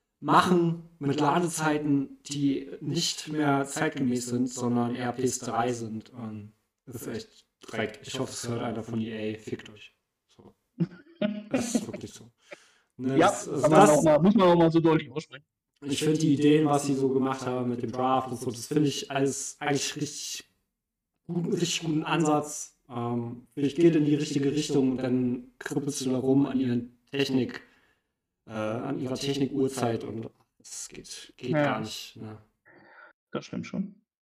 machen mit Ladezeiten, die nicht mehr zeitgemäß sind, sondern eher P S drei sind. Und das ist echt dreck. Ich hoffe, es hört einer von E A, fickt euch. So. Das ist wirklich so. Ne, Ja, das, also kann man das, auch mal, muss man auch mal so deutlich aussprechen. ich finde die Ideen, was sie so gemacht haben mit dem Draft und so, das finde ich alles eigentlich richtig guten, richtig guten Ansatz. Ähm, finde ich, geht in die richtige Richtung und dann kribbelst du da rum an ihren Technik, äh, an ihrer Technik-Uhrzeit und das geht, geht Ja. gar nicht. Ne? Das stimmt schon.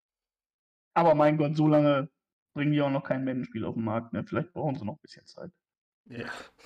Aber mein Gott, so lange bringen die auch noch kein Madden-Spiel auf den Markt. Ne? Vielleicht brauchen sie noch ein bisschen Zeit. Ja.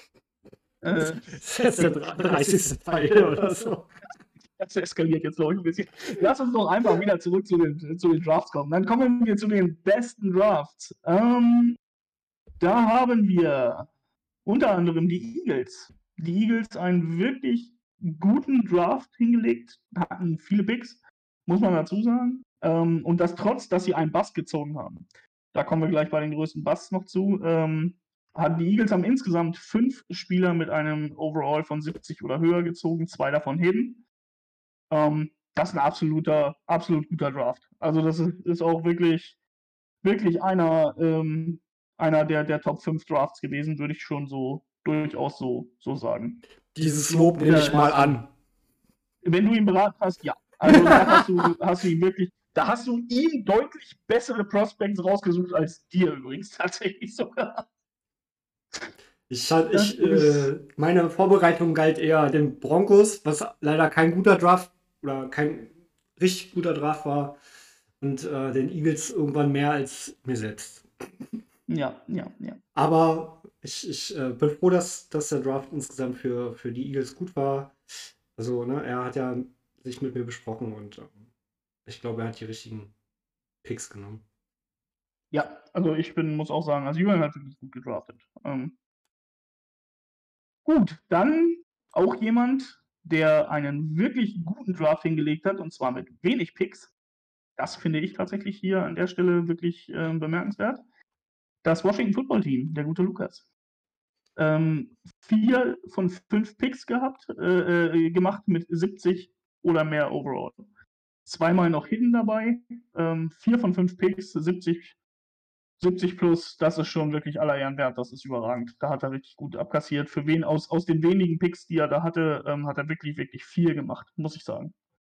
Äh, Das ist jetzt der dreißigste Teil oder so. Das eskaliert jetzt, glaube ich, ein bisschen. Lass uns doch einfach wieder zurück zu den, zu den Drafts kommen. Dann kommen wir zu den besten Drafts. Ähm, da haben wir unter anderem die Eagles. Die Eagles einen wirklich guten Draft hingelegt, hatten viele Picks, muss man dazu sagen. Ähm, und das trotz, dass sie einen Bass gezogen haben. Da kommen wir gleich bei den größten Bass noch zu. Ähm, hatten die Eagles haben insgesamt fünf Spieler mit einem Overall von siebzig oder höher gezogen, zwei davon Hidden. Ähm, das ist ein absoluter, absolut guter Draft. Also das ist, ist auch wirklich, wirklich einer, ähm, einer der, der Top fünf Drafts gewesen, würde ich schon so durchaus so, so sagen. Dieses Lob nehme ich mal an. Wenn du ihn beraten hast, ja. Also da hast du, hast du ihn wirklich, da hast du ihm deutlich bessere Prospects rausgesucht als dir übrigens tatsächlich sogar. Ich, hat, Das ich, ist- äh, meine Vorbereitung galt eher den Broncos, was leider kein guter Draft oder kein richtig guter Draft war. Und äh, den Eagles irgendwann mehr als mir selbst. Ja, ja, ja. Aber ich, ich äh, bin froh, dass, dass der Draft insgesamt für, für die Eagles gut war. Also, ne, er hat ja sich mit mir besprochen und ähm, ich glaube, er hat die richtigen Picks genommen. Ja, also ich bin, muss auch sagen, also Julian hat wirklich gut gedraftet. Ähm, gut, dann auch jemand, der einen wirklich guten Draft hingelegt hat, und zwar mit wenig Picks. Das finde ich tatsächlich hier an der Stelle wirklich äh, bemerkenswert. Das Washington Football Team, der gute Lukas. Ähm, vier von fünf Picks gehabt, äh, äh, gemacht mit siebzig oder mehr overall. Zweimal noch Hidden dabei. Ähm, vier von fünf Picks, siebzig, siebzig plus, das ist schon wirklich aller Ehren wert. Das ist überragend. Da hat er richtig gut abkassiert. Für wen aus, aus den wenigen Picks, die er da hatte, ähm, hat er wirklich, wirklich viel gemacht, muss ich sagen.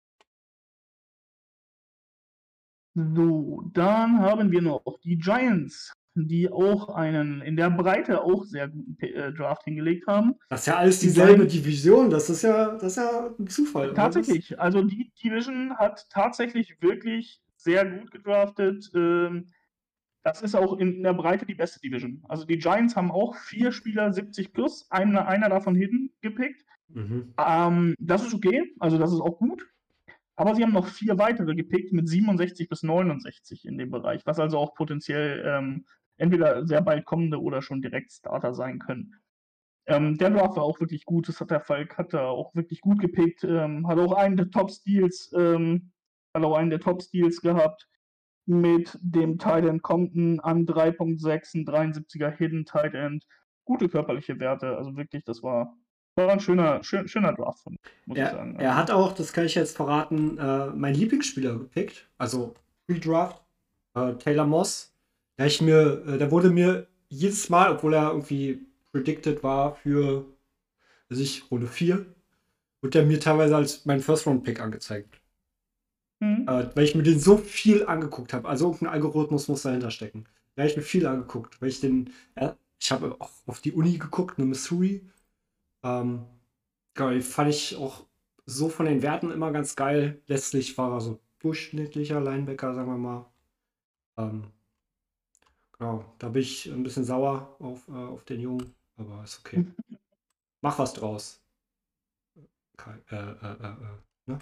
So, dann haben wir noch die Giants, die auch einen in der Breite auch sehr guten äh, Draft hingelegt haben. Das ist ja alles Die dieselbe Giants- Division, das ist ja, das ist ja ein Zufall. oder was? Tatsächlich, also die Division hat tatsächlich wirklich sehr gut gedraftet. Ähm, das ist auch in, in der Breite die beste Division. Also die Giants haben auch vier Spieler siebzig plus, einer, einer davon Hidden gepickt. Mhm. Ähm, das ist okay, also das ist auch gut. Aber sie haben noch vier weitere gepickt mit siebenundsechzig bis neunundsechzig in dem Bereich, was also auch potenziell ähm, entweder sehr bald kommende oder schon direkt Starter sein können. Ähm, der Draft war auch wirklich gut, das hat der Falk hat da auch wirklich gut gepickt, ähm, hat auch einen der Top-Steals, ähm, hat auch einen der Top-Steals gehabt mit dem Tight End Compton an drei Komma sechs, ein dreiundsiebziger Hidden Tight End, gute körperliche Werte, also wirklich, das war, war ein schöner, schön, schöner Draft, von, muss ich Er, sagen. er Also, hat auch, das kann ich jetzt verraten, äh, meinen Lieblingsspieler gepickt, also Pre-Draft, äh, Taylor Moss. Da ich mir, äh, der wurde mir jedes Mal, obwohl er irgendwie predicted war für, also ich, Runde vier, wurde er mir teilweise als mein First-Round-Pick angezeigt. mhm. Äh, weil ich mir den so viel angeguckt habe. Also irgendein Algorithmus muss dahinter stecken. Da habe ich mir viel angeguckt, weil ich den, äh, ich habe auch auf die Uni geguckt, eine Missouri. Ähm, genau, die fand ich auch so von den Werten immer ganz geil. Letztlich war er so durchschnittlicher Linebacker, sagen wir mal. Ähm, genau, da bin ich ein bisschen sauer auf, äh, auf den Jungen, aber ist okay. Mach was draus. Kai, äh, äh, äh, äh, ne?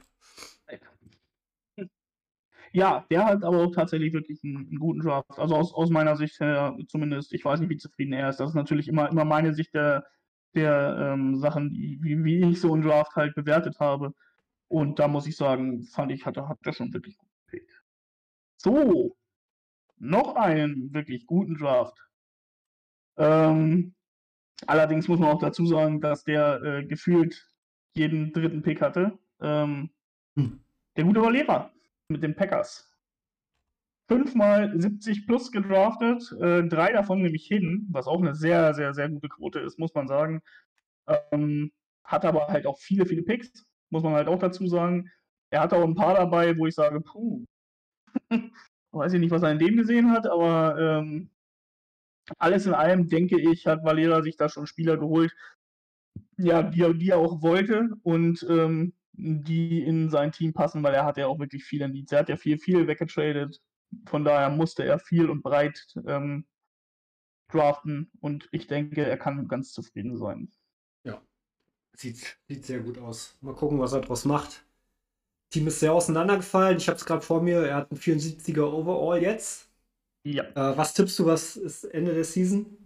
Ja, der hat aber auch tatsächlich wirklich einen, einen guten Draft. Also aus, aus meiner Sicht her zumindest, ich weiß nicht, wie zufrieden er ist. Das ist natürlich immer, immer meine Sicht der, der ähm, Sachen, die, wie, wie ich so einen Draft halt bewertet habe. Und da muss ich sagen, fand ich, hat er, hat er schon wirklich gut gepickt. So, noch einen wirklich guten Draft. Ähm, allerdings muss man auch dazu sagen, dass der äh, gefühlt jeden dritten Pick hatte. Ähm, Hm. Der gute Valera mit den Packers. Fünfmal siebzig plus gedraftet, äh, drei davon nämlich Hidden, was auch eine sehr, sehr, sehr gute Quote ist, muss man sagen. Ähm, hat aber halt auch viele, viele Picks, muss man halt auch dazu sagen. Er hat auch ein paar dabei, wo ich sage, puh, weiß ich nicht, was er in dem gesehen hat, aber ähm, alles in allem, denke ich, hat Valera sich da schon Spieler geholt, ja, die, er- die er auch wollte und ähm, die in sein Team passen, weil er hat ja auch wirklich viele Needs. Er hat ja viel, viel weggetradet. Von daher musste er viel und breit ähm, draften und ich denke, er kann ganz zufrieden sein. Ja, sieht, sieht sehr gut aus. Mal gucken, was er draus macht. Team ist sehr auseinandergefallen. Ich habe es gerade vor mir. Er hat einen vierundsiebziger Overall jetzt. Ja. Äh, was tippst du, was ist Ende der Season?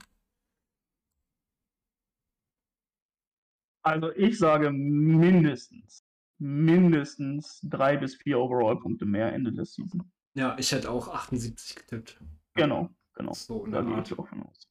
Also ich sage mindestens, mindestens drei bis vier Overall-Punkte mehr Ende der Season. Ja, ich hätte auch achtundsiebzig getippt. Genau, genau. So in Da der gehe Art. ich auch von aus.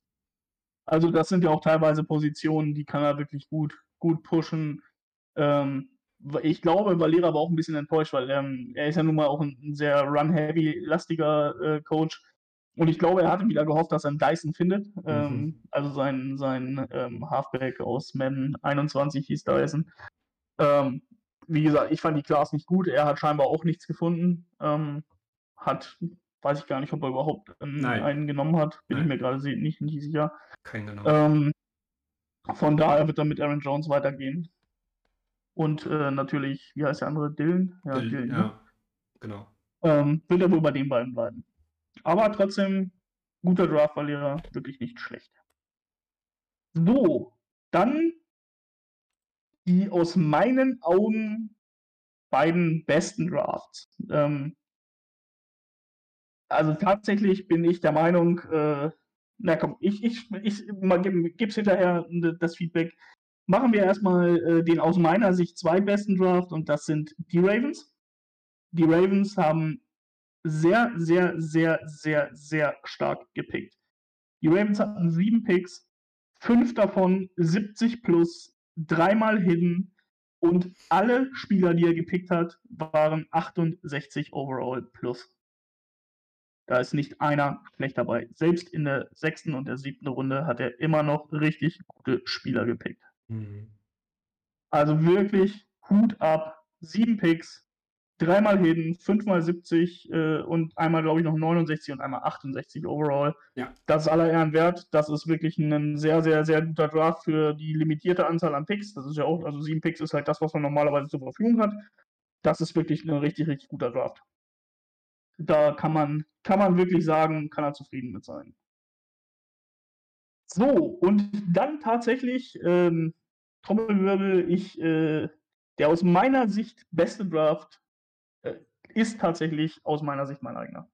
Also das sind ja auch teilweise Positionen, die kann er wirklich gut, gut pushen. Ähm, ich glaube, Valera war auch ein bisschen enttäuscht, weil ähm, er ist ja nun mal auch ein, ein sehr run-heavy-lastiger äh, Coach. Und ich glaube, er hatte wieder gehofft, dass er einen Dyson findet. Ähm, Mhm. also sein, sein ähm, Halfback aus Madden einundzwanzig hieß Dyson. Ähm, wie gesagt, ich fand die Class nicht gut. Er hat scheinbar auch nichts gefunden. Ähm, hat, weiß ich gar nicht, ob er überhaupt einen, Nein. einen genommen hat. Bin Nein. ich mir gerade se- nicht, nicht sicher. Kein genau. Ähm, von daher wird er mit Aaron Jones weitergehen. Und äh, natürlich, wie heißt der andere? Dylan? Ja, Dill- Dylan. Ne? ja, genau. Ähm, wird er wohl bei den beiden bleiben. Aber trotzdem, guter Draft-Verlierer, wirklich nicht schlecht. So, dann die aus meinen Augen beiden besten Drafts. Ähm, also tatsächlich bin ich der Meinung, äh, na komm, ich, ich, ich mal, gib, gib's hinterher n- das Feedback. Machen wir erstmal äh, den aus meiner Sicht zweitbesten Draft und das sind die Ravens. Die Ravens haben sehr, sehr, sehr, sehr, sehr stark gepickt. Die Ravens hatten sieben Picks, fünf davon siebzig plus, dreimal hidden und alle Spieler, die er gepickt hat, waren achtundsechzig overall plus. Da ist nicht einer schlecht dabei. Selbst in der sechsten und der siebten Runde hat er immer noch richtig gute Spieler gepickt. Mhm. Also wirklich Hut ab, sieben Picks, dreimal Hidden, fünfmal siebzig äh, und einmal, glaube ich, noch neunundsechzig und einmal achtundsechzig overall. Ja. Das ist aller Ehren wert. Das ist wirklich ein sehr, sehr, sehr guter Draft für die limitierte Anzahl an Picks. Das ist ja auch, also sieben Picks ist halt das, was man normalerweise zur Verfügung hat. Das ist wirklich ein richtig, richtig guter Draft. Da kann man, kann man wirklich sagen, kann er zufrieden mit sein. So, und dann tatsächlich, ähm, Trommelwirbel, ich, äh, der aus meiner Sicht beste Draft äh, ist tatsächlich aus meiner Sicht mein eigener.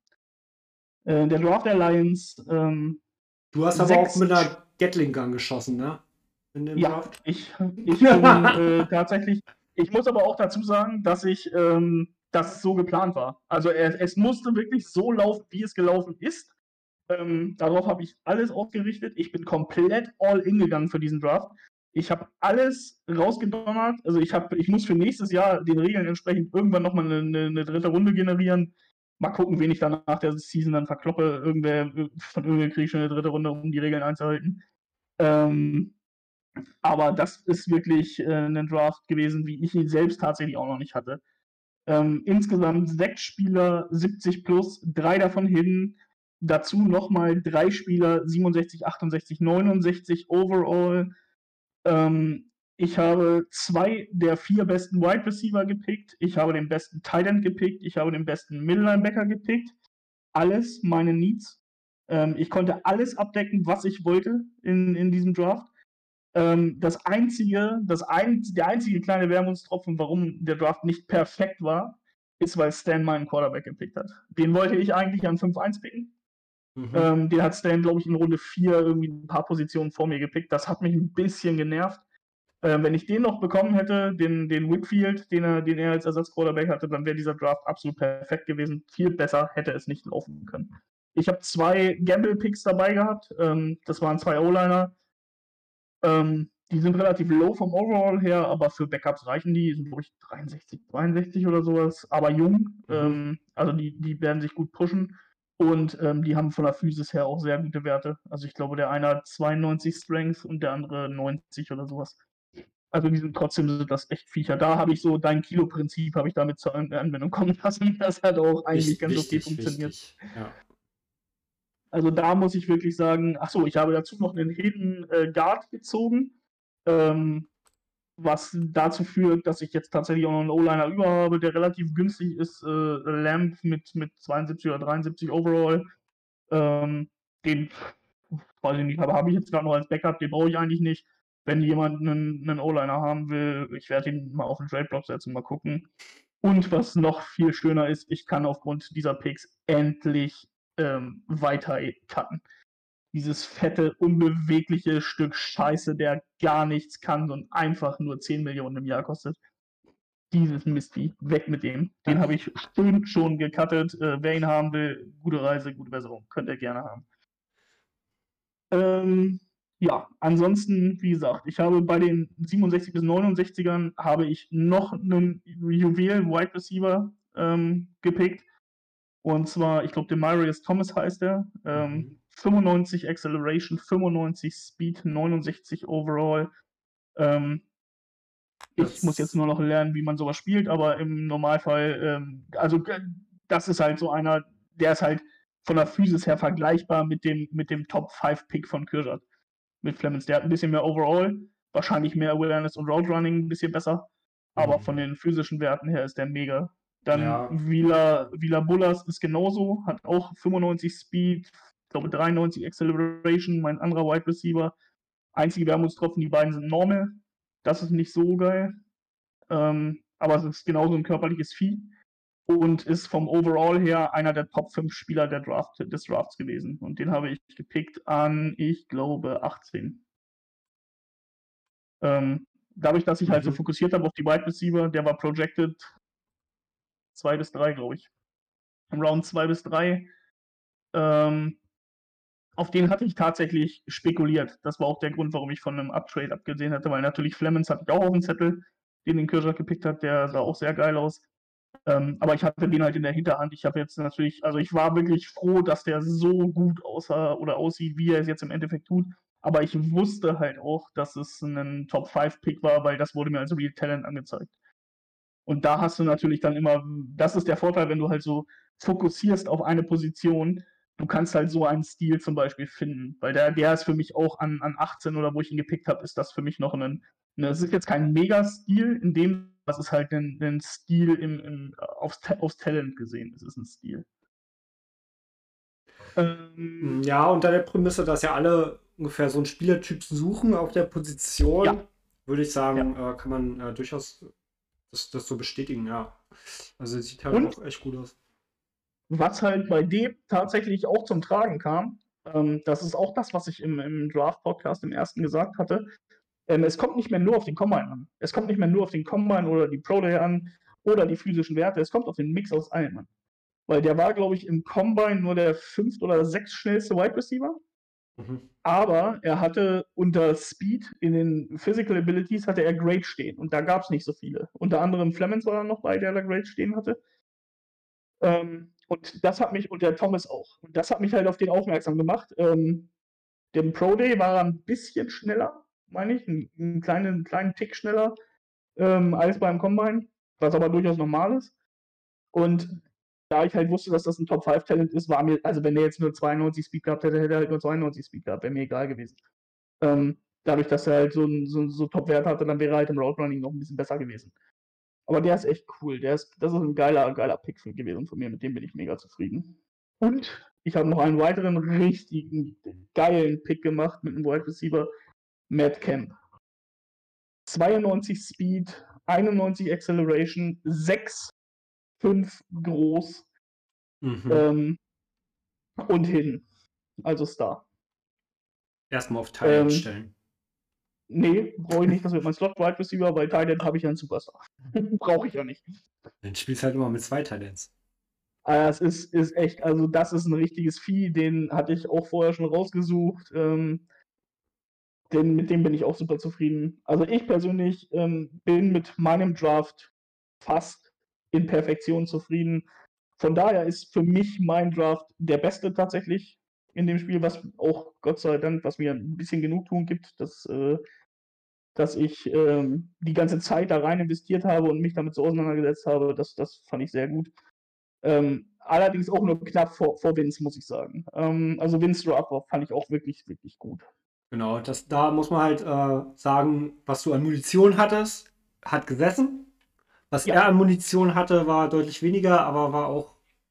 Äh, der Draft der Lions. Ähm, Du hast aber sechs auch mit einer Gatling Gun geschossen, ne? In dem ja, Draft? ich, ich bin äh, tatsächlich. Ich muss aber auch dazu sagen, dass ich, ähm, dass es so geplant war. Also er, es musste wirklich so laufen, wie es gelaufen ist. Ähm, darauf habe ich alles ausgerichtet. Ich bin komplett all in gegangen für diesen Draft. Ich habe alles rausgedonnert. Also ich, hab, ich muss für nächstes Jahr den Regeln entsprechend irgendwann nochmal eine, eine, eine dritte Runde generieren. Mal gucken, wen ich dann nach der Season dann verkloppe. Irgendwer, von irgendwer kriege ich schon eine dritte Runde, um die Regeln einzuhalten. Ähm, aber das ist wirklich äh, ein Draft gewesen, wie ich ihn selbst tatsächlich auch noch nicht hatte. Ähm, insgesamt sechs Spieler, siebzig plus, drei davon hidden. Dazu nochmal drei Spieler, siebenundsechzig, achtundsechzig, neunundsechzig overall. Ähm, ich habe zwei der vier besten Wide Receiver gepickt. Ich habe den besten Tight End gepickt. Ich habe den besten Middle Linebacker gepickt. Alles meine Needs. Ähm, ich konnte alles abdecken, was ich wollte in, in diesem Draft. Ähm, das einzige, das ein, der einzige kleine Wermutstropfen, warum der Draft nicht perfekt war, ist, weil Stan meinen Quarterback gepickt hat. Den wollte ich eigentlich an fünf eins picken. Mhm. Ähm, den hat Stan, glaube ich, in Runde vier irgendwie ein paar Positionen vor mir gepickt. Das hat mich ein bisschen genervt. Ähm, wenn ich den noch bekommen hätte, den, den Whitfield, den er, den er als Ersatz-Quarterback hatte, dann wäre dieser Draft absolut perfekt gewesen. Viel besser hätte es nicht laufen können. Ich habe zwei Gamble-Picks dabei gehabt. Ähm, das waren zwei O-Liner. Ähm, die sind relativ low vom Overall her, aber für Backups reichen die. Die sind, glaube ich, dreiundsechzig, zweiundsechzig oder sowas, aber jung. Mhm. Ähm, also die, die werden sich gut pushen. Und ähm, die haben von der Physis her auch sehr gute Werte. Also ich glaube, der eine hat zweiundneunzig Strength und der andere neunzig oder sowas. Also die sind trotzdem sind das echt Viecher. Da habe ich so dein Kilo-Prinzip habe ich damit zur An- Anwendung kommen lassen. Das hat auch eigentlich Wichtig, ganz okay wichtig, funktioniert. wichtig. Ja. Also da muss ich wirklich sagen, ach so, ich habe dazu noch einen Hidden äh, Guard gezogen, ähm, was dazu führt, dass ich jetzt tatsächlich auch noch einen O-Liner über habe, der relativ günstig ist, äh, Lamb mit, mit zweiundsiebzig oder dreiundsiebzig Overall. Ähm, den, weiß ich nicht, aber habe ich jetzt gerade noch als Backup, den brauche ich eigentlich nicht. Wenn jemand einen, einen O-Liner haben will, ich werde ihn mal auf den Trade-Block setzen, mal gucken. Und was noch viel schöner ist, ich kann aufgrund dieser Picks endlich ähm, weiter cutten. Dieses fette, unbewegliche Stück Scheiße, der gar nichts kann und einfach nur zehn Millionen im Jahr kostet. Dieses Mistvieh, weg mit dem. Den Ja. habe ich schön schon gecuttet. Äh, wer ihn haben will, gute Reise, gute Besserung. Könnt ihr gerne haben. Ähm, Ja, ansonsten, wie gesagt, ich habe bei den siebenundsechzig bis neunundsechzigern habe ich noch einen Juwel Wide Receiver ähm, gepickt. Und zwar, ich glaube, Demarius Thomas heißt er. Ähm, Mhm. fünfundneunzig Acceleration, fünfundneunzig Speed, neunundsechzig Overall. Ähm, ich muss jetzt Das, nur noch lernen, wie man sowas spielt, aber im Normalfall, ähm, also g- das ist halt so einer, der ist halt von der Physis her vergleichbar mit dem, mit dem Top fünf Pick von Kürschat. Mit Clemens. Der hat ein bisschen mehr Overall, wahrscheinlich mehr Awareness und Route Running ein bisschen besser. Aber Mhm. von den physischen Werten her ist der mega. Dann ja, Vila, Vila Bullas ist genauso, hat auch fünfundneunzig Speed, ich glaube dreiundneunzig Acceleration, mein anderer Wide Receiver. Einzige Wermutstropfen, die beiden sind normal. Das ist nicht so geil. Ähm, aber es ist genauso ein körperliches Vieh und ist vom Overall her einer der Top fünf Spieler der Draft, des Drafts gewesen. Und den habe ich gepickt an, ich glaube, achtzehn. Ähm, dadurch, dass ich halt so Mhm. fokussiert habe auf die Wide Receiver, der war projected zwei bis drei, glaube ich. Im Round zwei bis drei. Ähm, auf den hatte ich tatsächlich spekuliert. Das war auch der Grund, warum ich von einem Uptrade abgesehen hatte, weil natürlich Flemons hatte ich auch auf dem Zettel, den den Kirschach gepickt hat, der sah auch sehr geil aus. Ähm, aber ich hatte den halt in der Hinterhand. Ich habe jetzt natürlich, also ich war wirklich froh, dass der so gut aussah oder aussieht, wie er es jetzt im Endeffekt tut. Aber ich wusste halt auch, dass es ein Top fünf Pick war, weil das wurde mir als Real Talent angezeigt. Und da hast du natürlich dann immer, das ist der Vorteil, wenn du halt so fokussierst auf eine Position, du kannst halt so einen Stil zum Beispiel finden. Weil der, der ist für mich auch an, an achtzehn oder wo ich ihn gepickt habe, ist das für mich noch ein, ne, es ist jetzt kein Mega-Stil, in dem, das ist halt ein, ein Stil im, im, aufs, aufs Talent gesehen, es ist ein Stil. Ähm, ja, unter der Prämisse, dass ja alle ungefähr so einen Spielertyp suchen auf der Position, Ja. würde ich sagen, äh, kann man äh, durchaus das, das so bestätigen, ja. Also sieht halt Und auch echt gut aus. was halt bei dem tatsächlich auch zum Tragen kam, ähm, das ist auch das, was ich im, im Draft-Podcast im ersten gesagt hatte. Ähm, es kommt nicht mehr nur auf den Combine an. Es kommt nicht mehr nur auf den Combine oder die Pro Day an oder die physischen Werte. Es kommt auf den Mix aus allem an. Weil der war, glaube ich, im Combine nur der fünft oder sechst schnellste Wide Receiver. Mhm. Aber er hatte unter Speed in den Physical Abilities hatte er Great stehen. Und da gab es nicht so viele. Unter anderem Flemons war da noch bei, der da Great stehen hatte. Ähm, und das hat mich, und der Thomas auch. Und das hat mich halt auf den aufmerksam gemacht. Ähm, dem Pro Day war er ein bisschen schneller, meine ich, einen, einen, kleinen, einen kleinen Tick schneller ähm, als beim Combine, was aber durchaus normal ist. Und da ich halt wusste, dass das ein Top fünf Talent ist, war mir, also wenn der jetzt nur zweiundneunzig Speed gehabt hätte, hätte er halt nur zweiundneunzig Speed gehabt, wäre mir egal gewesen. Ähm, dadurch, dass er halt so einen so, so Top-Wert hatte, dann wäre er halt im Route Running noch ein bisschen besser gewesen. Aber der ist echt cool. Der ist, das ist ein geiler, geiler Pick gewesen von mir. Mit dem bin ich mega zufrieden. Und ich habe noch einen weiteren richtigen geilen Pick gemacht mit einem Wide Receiver, Matt Kemp. zweiundneunzig Speed, einundneunzig Acceleration, sechs fünf groß Mhm. ähm, und hin. Also Star. Erstmal auf Tight End Ähm, stellen. Nee, brauche ich nicht. Das wird mein Slot Wide Receiver. Bei Tight End habe ich ja einen Superstar. Brauche ich ja nicht. Dann spielst halt immer mit zwei Tight Ends. Aber es ist, ist echt, also das ist ein richtiges Vieh, den hatte ich auch vorher schon rausgesucht. Ähm, den, mit dem bin ich auch super zufrieden. Also ich persönlich ähm, bin mit meinem Draft fast in Perfektion zufrieden. Von daher ist für mich mein Draft der beste tatsächlich in dem Spiel, was auch Gott sei Dank, was mir ein bisschen Genugtuung gibt, dass, äh, dass ich ähm, die ganze Zeit da rein investiert habe und mich damit so auseinandergesetzt habe. Das, das fand ich sehr gut. Ähm, allerdings auch nur knapp vor, vor Vince, muss ich sagen. Ähm, also Vince Draft fand ich auch wirklich, wirklich gut. Genau, das, da muss man halt äh, sagen, was du an Munition hattest, hat gesessen. Was Ja. er an Munition hatte, war deutlich weniger, aber war auch.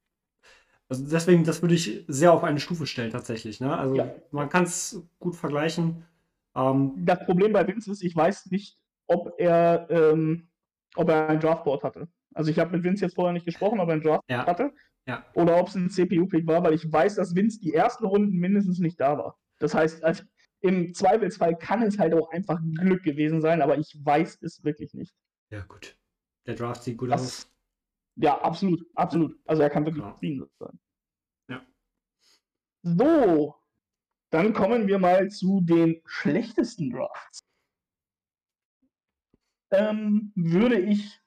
Also deswegen, das würde ich sehr auf eine Stufe stellen tatsächlich. Ne? Also Ja. man kann es gut vergleichen. Ähm, Das Problem bei Vince ist, ich weiß nicht, ob er, ähm, ob er ein Draftboard hatte. Also ich habe mit Vince jetzt vorher nicht gesprochen, ob er ein Draftboard Ja. hatte. Ja. Oder ob es ein C P U-Pick war, weil ich weiß, dass Vince die ersten Runden mindestens nicht da war. Das heißt, also im Zweifelsfall kann es halt auch einfach Glück gewesen sein, aber ich weiß es wirklich nicht. Ja, gut. Der Draft sieht gut Das, aus. Ja, absolut, absolut. Also er kann wirklich Ja. zufrieden sein. Ja. So, Dann kommen wir mal zu den schlechtesten Drafts. Ähm, würde ich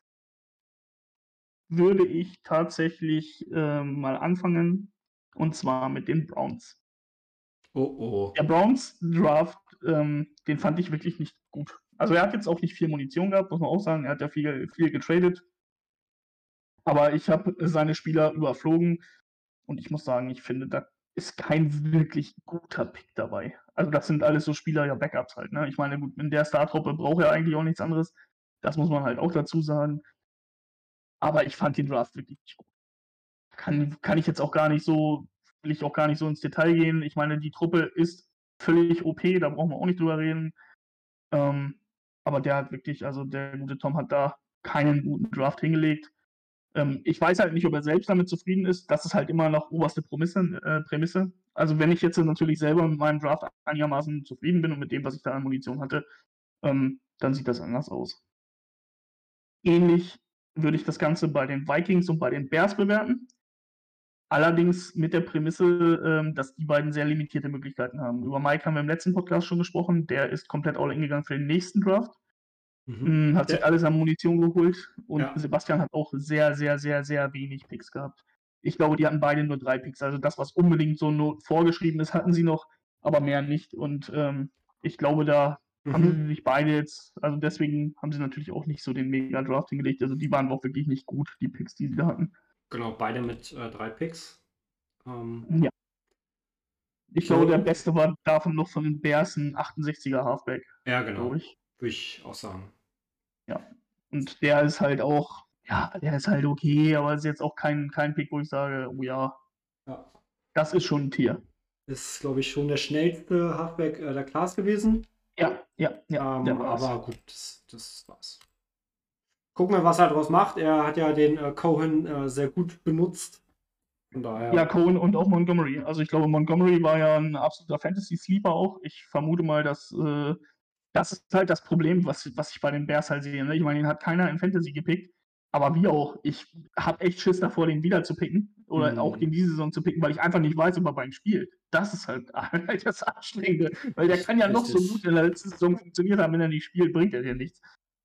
würde ich tatsächlich ähm, mal anfangen, und zwar mit den Browns. Oh oh. Der Browns Draft, ähm, den fand ich wirklich nicht gut. Also er hat jetzt auch nicht viel Munition gehabt, muss man auch sagen. Er hat ja viel, viel getradet. Aber ich habe seine Spieler überflogen und ich muss sagen, ich finde, da ist kein wirklich guter Pick dabei. Also das sind alles so Spieler, ja Backups halt. Ne? Ich meine, gut, in der Startruppe braucht er eigentlich auch nichts anderes. Das muss man halt auch dazu sagen. Aber ich fand den Draft wirklich nicht gut. Kann, kann ich jetzt auch gar nicht so, will ich auch gar nicht so ins Detail gehen. Ich meine, die Truppe ist völlig O P, da brauchen wir auch nicht drüber reden. Ähm, aber der hat wirklich, also der gute Tom hat da keinen guten Draft hingelegt. Ähm, ich weiß halt nicht, ob er selbst damit zufrieden ist. Das ist halt immer noch oberste Prämisse. Äh, Prämisse. Also wenn ich jetzt natürlich selber mit meinem Draft einigermaßen zufrieden bin und mit dem, was ich da an Munition hatte, ähm, dann sieht das anders aus. Ähnlich würde ich das Ganze bei den Vikings und bei den Bears bewerten. Allerdings mit der Prämisse, ähm, dass die beiden sehr limitierte Möglichkeiten haben. Über Mike haben wir im letzten Podcast schon gesprochen. Der ist komplett all in gegangen für den nächsten Draft. Mhm. Mm, Hat sich Ja. alles an Munition geholt. Und Ja. Sebastian hat auch sehr, sehr, sehr, sehr wenig Picks gehabt. Ich glaube, die hatten beide nur drei Picks. Also das, was unbedingt so nur vorgeschrieben ist, hatten sie noch, aber mehr nicht. Und ähm, ich glaube, da haben Mhm. sie sich beide jetzt, also deswegen haben sie natürlich auch nicht so den Mega-Draft hingelegt. Also die waren auch wirklich nicht gut, die Picks, die sie da hatten. Genau, beide mit äh, drei Picks. Ähm, Ja. Ich So. glaube, der beste war davon noch von den Bears ein achtundsechziger Halfback, ja, genau. glaube ich. Würde ich auch sagen. Ja. Und der ist halt auch, ja, der ist halt okay, aber ist jetzt auch kein, kein Pick, wo ich sage, oh ja, Ja. das ist schon ein Tier. Ist, glaube ich, schon der schnellste Halfback äh, der Class gewesen. Ja, ja, ja. Ähm, der war's. aber gut, das, das war's. Gucken wir, was er daraus macht. Er hat ja den äh, Cohen äh, sehr gut benutzt. Von daher. Ja, Cohen und auch Montgomery. Also ich glaube, Montgomery war ja ein absoluter Fantasy-Sleeper auch. Ich vermute mal, dass äh, das ist halt das Problem, was, was ich bei den Bears halt sehe. Ne? Ich meine, den hat keiner in Fantasy gepickt, aber wie auch. Ich habe echt Schiss davor, den wieder zu picken oder Mhm. auch den diese Saison zu picken, weil ich einfach nicht weiß, ob er beim spielt. Das ist halt das Anstrengende, weil der kann ja noch so Richtig. gut in der letzten Saison funktioniert haben, wenn er nicht spielt, bringt er dir nichts.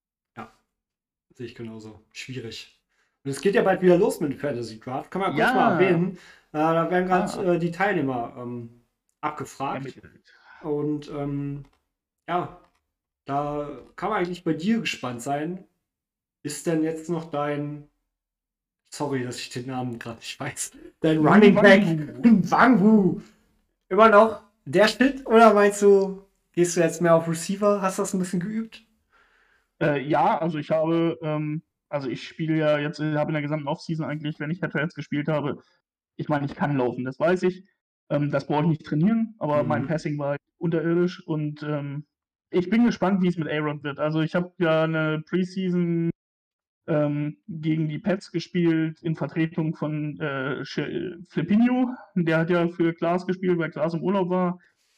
Sehe ich genauso. Schwierig. Und es geht ja bald wieder los mit dem Fantasy Draft. Kann man kurz Ja. mal erwähnen. Äh, da werden gerade Ah. äh, die Teilnehmer ähm, abgefragt. Ermittelt. Und ähm, ja, da kann man eigentlich bei dir gespannt sein. Ist denn jetzt noch dein, sorry, dass ich den Namen gerade nicht weiß, dein Running Back Wangwu immer noch der Shit? Oder meinst du, gehst du jetzt mehr auf Receiver? Hast du das ein bisschen geübt? Äh, ja, also ich habe, ähm, also ich spiele ja jetzt, ich habe in der gesamten Offseason eigentlich, wenn ich Head-to-Heads gespielt habe, ich meine, ich kann laufen, das weiß ich. Ähm, das brauche ich nicht trainieren, aber Mhm. mein Passing war unterirdisch und ähm, ich bin gespannt, wie es mit A-Rod wird. Also ich habe ja eine Preseason ähm, gegen die Pets gespielt in Vertretung von äh, Flipinho. Der hat ja für Klaas gespielt, weil Klaas im Urlaub war.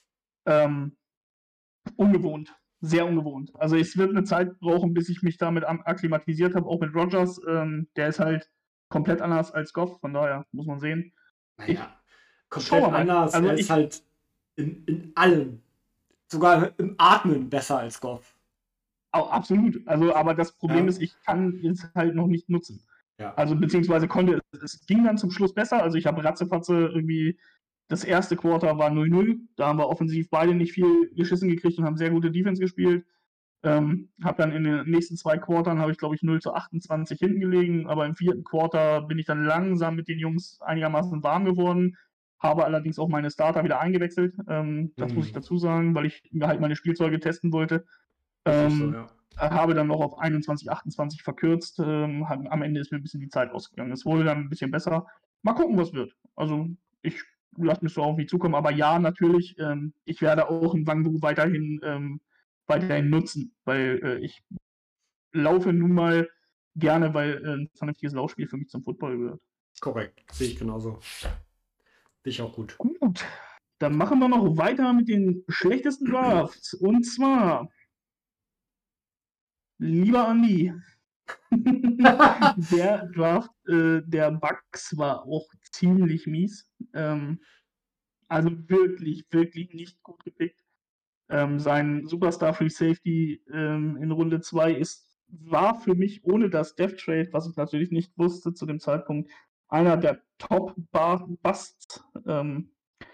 Ähm, ungewohnt. Sehr ungewohnt. Also es wird eine Zeit brauchen, bis ich mich damit akklimatisiert habe, auch mit Rodgers. Ähm, der ist halt komplett anders als Goff, von daher muss man sehen. Naja, komplett Schauen wir mal. anders. Also er ist ich- halt in, in allem, sogar im Atmen besser als Goff. Auch absolut. Also, aber das Problem Ja. ist, ich kann es halt noch nicht nutzen. Ja. Also beziehungsweise konnte es, es ging dann zum Schluss besser. Also ich habe ratzefatze irgendwie, das erste Quarter war null null. Da haben wir offensiv beide nicht viel geschissen gekriegt und haben sehr gute Defense gespielt. Ähm, habe dann in den nächsten zwei Quartern, habe ich glaube ich null zu achtundzwanzig hinten gelegen, aber im vierten Quarter bin ich dann langsam mit den Jungs einigermaßen warm geworden, habe allerdings auch meine Starter wieder eingewechselt. Ähm, das Mhm. muss ich dazu sagen, weil ich mir halt meine Spielzeuge testen wollte. Das ist Ähm, so, ja. habe dann noch auf einundzwanzig, achtundzwanzig verkürzt. Ähm, hat, am Ende ist mir ein bisschen die Zeit ausgegangen. Es wurde dann ein bisschen besser. Mal gucken, was wird. Also ich lasse mich so auf mich zukommen. Aber ja, natürlich, ähm, ich werde auch einen Wangwu weiterhin, ähm, weiterhin nutzen, weil äh, ich laufe nun mal gerne, weil äh, ein vernünftiges Laufspiel für mich zum Football gehört. Korrekt, sehe ich genauso. Sehe ich auch gut. Gut, dann machen wir noch weiter mit den schlechtesten Drafts. Und zwar, lieber Andi, der Draft äh, der Bucks war auch ziemlich mies. Ähm, Also wirklich, wirklich nicht gut gepickt. Ähm, sein Superstar Free Safety ähm, in Runde zwei ist, war für mich ohne das Death Trade, was ich natürlich nicht wusste zu dem Zeitpunkt, einer der Top-Busts. Ähm,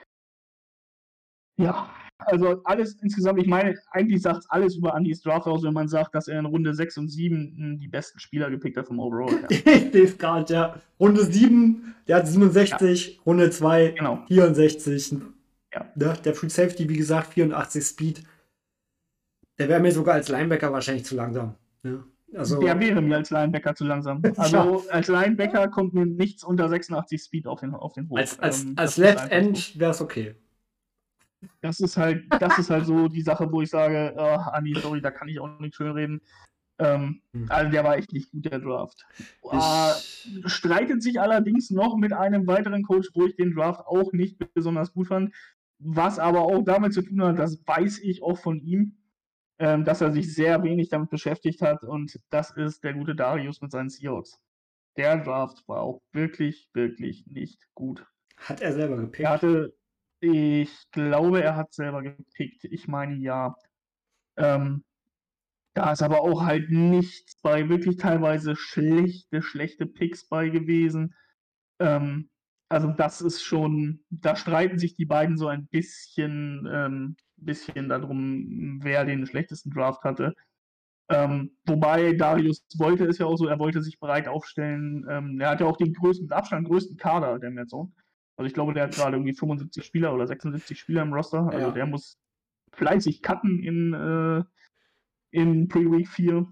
ja, also alles insgesamt, ich meine, eigentlich sagt alles über Andys Draft aus, wenn man sagt, dass er in Runde sechs und sieben die besten Spieler gepickt hat vom Overall her. Ich sehe es gerade, ja. Runde sieben, der hat siebenundsechzig, ja. Runde zwei, genau. vierundsechzig. Ja. Ne? Der Free Safety, wie gesagt, vierundachtzig Speed. Der wäre mir sogar als Linebacker wahrscheinlich zu langsam. Ne? Also, der wäre mir als Linebacker zu langsam. Also ja. Als Linebacker kommt mir nichts unter sechsundachtzig Speed auf den, auf den Hof. Als, als, ähm, als Left End wäre es okay. Das ist halt, das ist halt so die Sache, wo ich sage, oh, Andi, sorry, da kann ich auch nicht schön reden. Ähm, hm. Also der war echt nicht gut, der Draft. Äh, streitet sich allerdings noch mit einem weiteren Coach, wo ich den Draft auch nicht besonders gut fand. Was aber auch damit zu tun hat, das weiß ich auch von ihm, ähm, dass er sich sehr wenig damit beschäftigt hat. Und das ist der gute Darius mit seinen Seahawks. Der Draft war auch wirklich, wirklich nicht gut. Hat er selber gepickt? Er hatte Ich glaube, er hat selber gepickt. Ich meine, ja. Ähm, da ist aber auch halt nichts bei, wirklich teilweise schlechte, schlechte Picks bei gewesen. Ähm, also das ist schon, da streiten sich die beiden so ein bisschen, ähm, bisschen darum, wer den schlechtesten Draft hatte. Ähm, wobei Darius wollte es ja auch so, er wollte sich breit aufstellen. Ähm, er hat ja auch den größten, mit Abstand größten Kader der Netzone. Also ich glaube, der hat gerade irgendwie fünfundsiebzig Spieler oder sechsundsiebzig Spieler im Roster. Also ja. der muss fleißig cutten in, äh, in Pre-Week vier.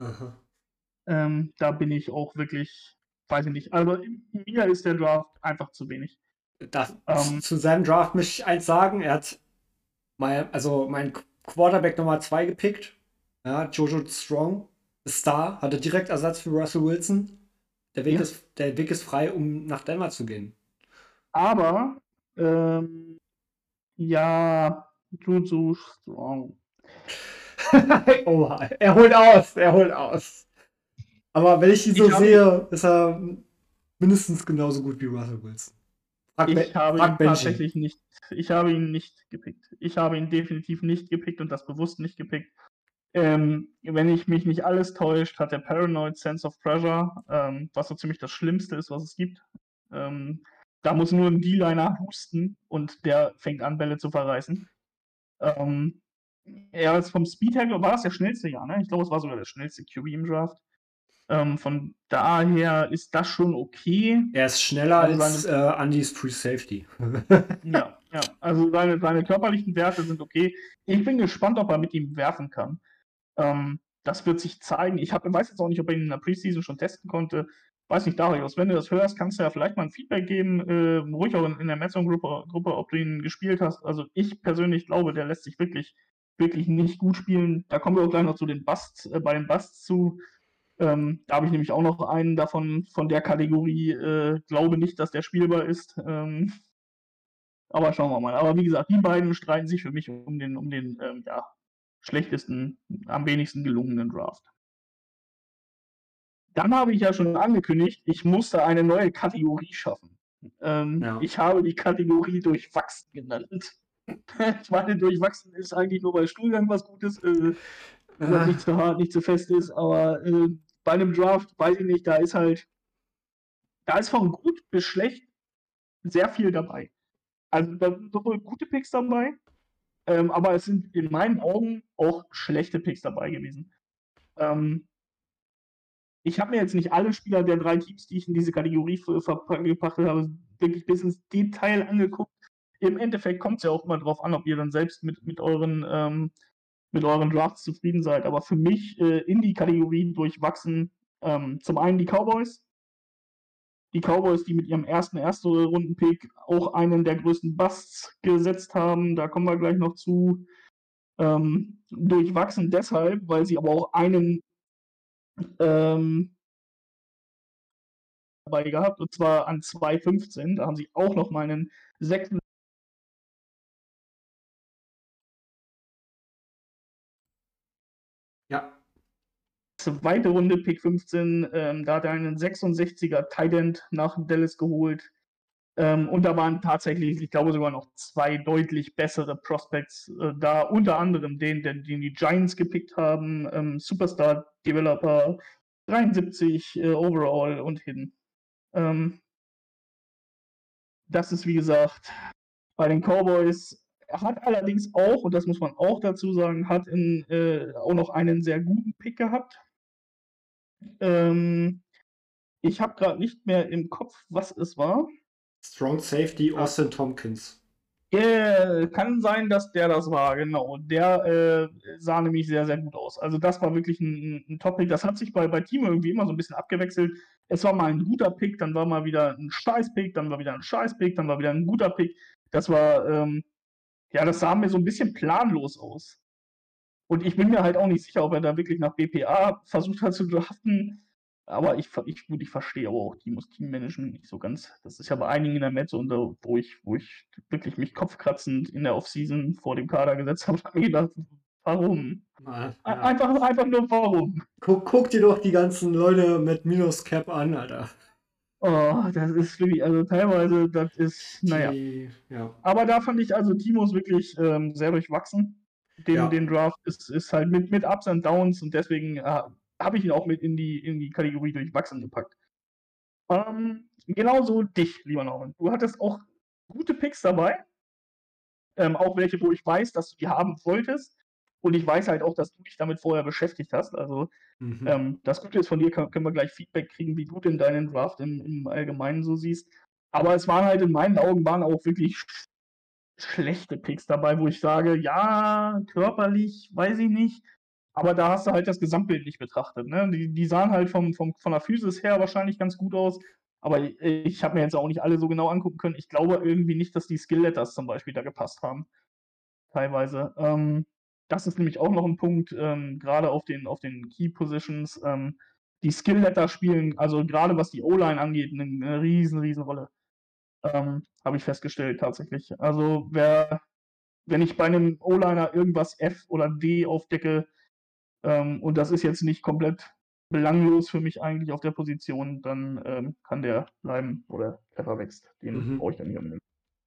Ähm, da bin ich auch wirklich, weiß ich nicht. Also mir ist der Draft einfach zu wenig. Das, ähm, zu seinem Draft möchte ich eins sagen. Er hat mein, also mein Quarterback Nummer zwei gepickt. Ja, Jojo Strong, Star, hatte direkt Ersatz für Russell Wilson. Der Weg, ja. ist, der Weg ist frei, um nach Denver zu gehen. Aber, ähm, ja, Jojo Strong. Oh, er holt aus, er holt aus. Aber wenn ich ihn so ich sehe, ist er mindestens genauso gut wie Russell Wilson. Frag ich habe ihn Benji. tatsächlich nicht, ich habe ihn nicht gepickt. Ich habe ihn definitiv nicht gepickt und das bewusst nicht gepickt. Ähm, wenn ich mich nicht alles täuscht, hat der Paranoid Sense of Pressure, ähm, was so ziemlich das Schlimmste ist, was es gibt. Ähm, da muss nur ein D-Liner husten und der fängt an, Bälle zu verreißen. Ähm, er ist vom Speed her, war das der schnellste Jahr, ne? Ich glaube, es war sogar der schnellste Q B im Draft. Ähm, von daher ist das schon okay. Er ist schneller also als seine, äh, Andys Free Safety. ja, ja, also seine, seine körperlichen Werte sind okay. Ich bin gespannt, ob er mit ihm werfen kann. Ähm, das wird sich zeigen. Ich hab, weiß jetzt auch nicht, ob er ihn in der Preseason schon testen konnte. Weiß nicht, Darius, wenn du das hörst, kannst du ja vielleicht mal ein Feedback geben, äh, ruhig auch in, in der Metzung-Gruppe, Gruppe, ob du ihn gespielt hast. Also ich persönlich glaube, der lässt sich wirklich, wirklich nicht gut spielen. Da kommen wir auch gleich noch zu den Busts, äh, bei den Busts zu. Ähm, da habe ich nämlich auch noch einen davon, von der Kategorie, äh, glaube nicht, dass der spielbar ist. Ähm, aber schauen wir mal. Aber wie gesagt, die beiden streiten sich für mich um den, um den ähm, ja, schlechtesten, am wenigsten gelungenen Draft. Dann habe ich ja schon angekündigt, ich musste eine neue Kategorie schaffen. Ähm, ja. Ich habe die Kategorie durchwachsen genannt. Ich meine, durchwachsen ist eigentlich nur bei Stuhlgang was Gutes, äh, was nicht zu hart, nicht zu fest ist, aber äh, bei einem Draft, weiß ich nicht, da ist halt, da ist von gut bis schlecht sehr viel dabei. Also da sind sowohl gute Picks dabei, ähm, aber es sind in meinen Augen auch schlechte Picks dabei gewesen. Ähm, ich habe mir jetzt nicht alle Spieler der drei Teams, die ich in diese Kategorie verpackt habe, wirklich bis ins Detail angeguckt. Im Endeffekt kommt es ja auch immer drauf an, ob ihr dann selbst mit, mit, euren, ähm, mit euren Drafts zufrieden seid. Aber für mich äh, in die Kategorie durchwachsen ähm, zum einen die Cowboys. Die Cowboys, die mit ihrem ersten Erste-Runden-Pick auch einen der größten Busts gesetzt haben. Da kommen wir gleich noch zu. Ähm, durchwachsen deshalb, weil sie aber auch einen ähm, dabei gehabt, und zwar an zwei fünfzehn. Da haben sie auch noch mal einen sechsten. Ja. Zweite Runde, Pick fünfzehn, ähm, da hat er einen sechsundsechziger Tight End nach Dallas geholt. Ähm, und da waren tatsächlich, ich glaube, sogar noch zwei deutlich bessere Prospects äh, da, unter anderem den, den, den die Giants gepickt haben, ähm, Superstar Developer, dreiundsiebzig äh, overall und hin. Ähm, das ist, wie gesagt, bei den Cowboys. Er hat allerdings auch, und das muss man auch dazu sagen, hat in, äh, auch noch einen sehr guten Pick gehabt. Ähm, ich habe gerade nicht mehr im Kopf, was es war. Strong Safety Ah. Austin Tompkins. Yeah, kann sein, dass der das war, genau. Der äh, sah nämlich sehr, sehr gut aus. Also das war wirklich ein, ein Top-Pick. Das hat sich bei, bei Timo irgendwie immer so ein bisschen abgewechselt. Es war mal ein guter Pick, dann war mal wieder ein Scheiß-Pick, dann war wieder ein Scheiß-Pick, dann war wieder ein guter Pick. Das war, ähm, ja, das sah mir so ein bisschen planlos aus. Und ich bin mir halt auch nicht sicher, ob er da wirklich nach B P A versucht hat zu draften. Aber ich, ver- ich, gut, ich verstehe aber auch Timos Teammanagement nicht so ganz. Das ist ja bei einigen in der Mette, und da, wo ich, wo ich wirklich mich kopfkratzend in der Offseason vor dem Kader gesetzt habe, habe ich gedacht, warum? Ah, Ein- ja. Einfach, einfach nur warum. Guck, guck dir doch die ganzen Leute mit Minus-Cap an, Alter. Oh, das ist wirklich, also teilweise, das ist, naja. Die, ja. Aber da fand ich also Timos wirklich ähm, sehr durchwachsen. Den, Ja. den Draft ist, ist halt mit, mit Ups und Downs, und deswegen äh, habe ich ihn auch mit in die, in die Kategorie durchwachsen gepackt. Ähm, genauso dich, lieber Norman. Du hattest auch gute Picks dabei. Ähm, auch welche, wo ich weiß, dass du die haben wolltest. Und ich weiß halt auch, dass du dich damit vorher beschäftigt hast. Also Mhm. ähm, das Gute ist, von dir kann, können wir gleich Feedback kriegen, wie du denn deinen Draft im, im Allgemeinen so siehst. Aber es waren halt in meinen Augen waren auch wirklich sch- schlechte Picks dabei, wo ich sage, ja, körperlich, weiß ich nicht. Aber da hast du halt das Gesamtbild nicht betrachtet. Ne? Die, die sahen halt vom, vom, von der Physis her wahrscheinlich ganz gut aus. Aber ich, ich habe mir jetzt auch nicht alle so genau angucken können. Ich glaube irgendwie nicht, dass die Skill-Letters zum Beispiel da gepasst haben. Teilweise. Ähm, das ist nämlich auch noch ein Punkt, ähm, gerade auf den, auf den Key-Positions. Ähm, die Skill-Letter spielen, also gerade was die O-Line angeht, eine, eine riesen, riesen Rolle. Ähm, habe ich festgestellt tatsächlich. Also wer, wenn ich bei einem O-Liner irgendwas F oder D aufdecke, ähm, und das ist jetzt nicht komplett belanglos für mich eigentlich auf der Position, dann ähm, kann der bleiben oder Treffer wächst. Den Mhm. brauche ich dann nicht unbedingt.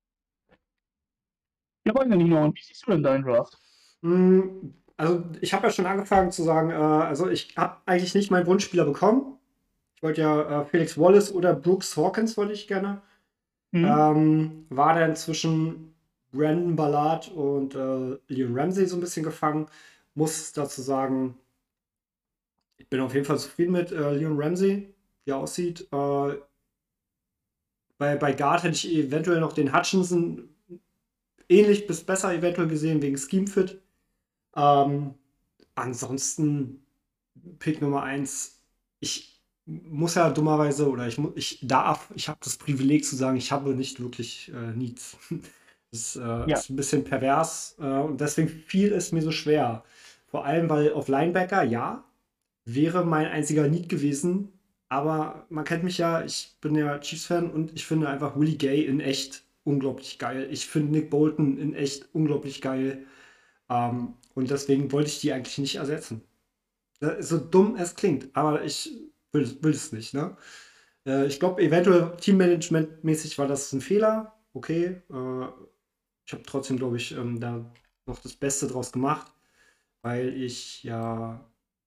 Ja, Nino, und wie siehst du denn deinen Draft? Mm, Also, ich habe ja schon angefangen zu sagen, äh, also ich habe eigentlich nicht meinen Wunschspieler bekommen. Ich wollte ja äh, Felix Wallace oder Brooks Hawkins wollte ich gerne. Hm? Ähm, war dann zwischen Brandon Ballard und äh, Leon Ramsey so ein bisschen gefangen. Muss dazu sagen, ich bin auf jeden Fall zufrieden mit äh, Leon Ramsey, wie er aussieht. Äh, bei, bei Guard hätte ich eventuell noch den Hutchinson ähnlich bis besser eventuell gesehen, wegen Scheme Fit. Ähm, ansonsten Pick Nummer eins. Ich muss ja dummerweise, oder ich, mu- ich darf, ich habe das Privileg zu sagen, ich habe nicht wirklich äh, Needs. Das äh, Ja. ist ein bisschen pervers äh, und deswegen fiel es mir so schwer. Vor allem, weil auf Linebacker, ja, wäre mein einziger Need gewesen. Aber man kennt mich ja, ich bin ja Chiefs-Fan und ich finde einfach Willie Gay in echt unglaublich geil. Ich finde Nick Bolton in echt unglaublich geil. Ähm, und deswegen wollte ich die eigentlich nicht ersetzen. Äh, So dumm es klingt, aber ich will, will es nicht. Ne? Äh, ich glaube, eventuell Teammanagement-mäßig war das ein Fehler. Okay. Äh, ich habe trotzdem, glaube ich, ähm, da noch das Beste draus gemacht, weil ich ja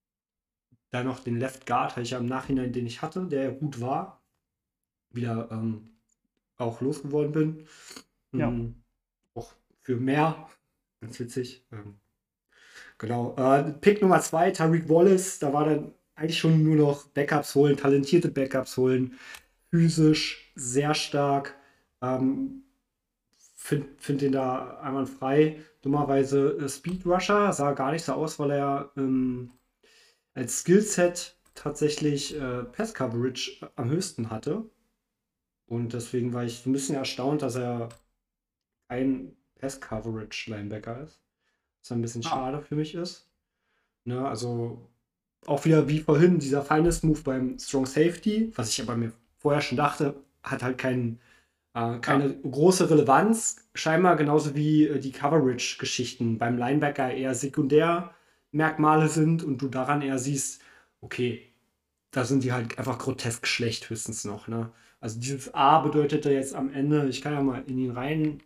da noch den Left Guard, hatte ich ja im Nachhinein, den ich hatte, der ja gut war, wieder ähm, auch losgeworden bin. Ja. Mhm. Auch für mehr. Ganz witzig. Ähm, genau. Äh, Pick Nummer zwei, Tariq Wallace. Da war dann eigentlich schon nur noch Backups holen, talentierte Backups holen. Physisch sehr stark. Ähm, Finde find den da einwandfrei. Dummerweise äh, Speed Rusher sah gar nicht so aus, weil er ähm, als Skillset tatsächlich äh, Pass Coverage am höchsten hatte. Und deswegen war ich ein bisschen erstaunt, dass er ein Pass Coverage Linebacker ist. Was ein bisschen Ah. schade für mich ist. Ne, also auch wieder wie vorhin dieser Finest Move beim Strong Safety, was ich aber mir vorher schon dachte, hat halt kein, äh, keine große Relevanz. Scheinbar genauso wie äh, die Coverage-Geschichten beim Linebacker eher Sekundärmerkmale sind und du daran eher siehst, okay, da sind die halt einfach grotesk schlecht höchstens noch. Ne? Also dieses A bedeutete jetzt am Ende, ich kann ja mal in ihn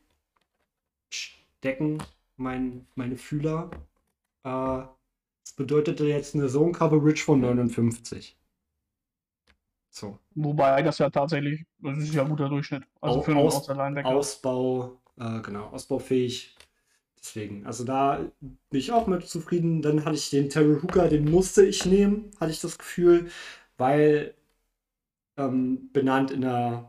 reinstecken, mein, meine Fühler. Äh, das bedeutete jetzt eine Zone Coverage von neunundfünfzig. So. Wobei das ja tatsächlich, das ist ja ein guter Durchschnitt. Also Au- für einen Aus- Outside Linebacker. Ausbau, äh, genau, ausbaufähig. Deswegen, also da bin ich auch mit zufrieden. Dann hatte ich den Terry Hooker, den musste ich nehmen, hatte ich das Gefühl, weil ähm, benannt in der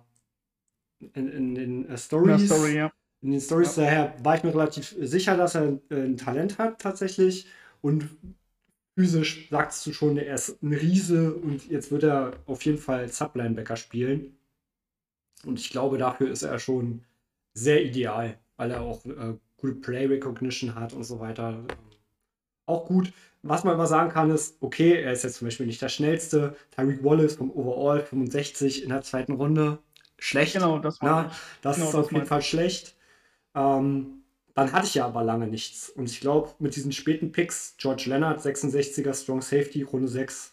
in, in den äh, In der Stories. Story, ja. In den Stories daher war ich mir relativ sicher, dass er äh, ein Talent hat tatsächlich. Und physisch sagst du schon, er ist ein Riese und jetzt wird er auf jeden Fall Sub-Linebacker spielen. Und ich glaube, dafür ist er schon sehr ideal, weil er auch äh, gute Play-Recognition hat und so weiter. Auch gut. Was man immer sagen kann, ist, okay, er ist jetzt zum Beispiel nicht der schnellste. Tyreek Wallace vom Overall fünfundsechzig in der zweiten Runde. Schlecht. Genau, das Na, war das Genau, ist das auf jeden meinte Fall schlecht. Ähm, dann hatte ich ja aber lange nichts. Und ich glaube, mit diesen späten Picks, George Leonard, sechsundsechziger Strong Safety, Runde sechs,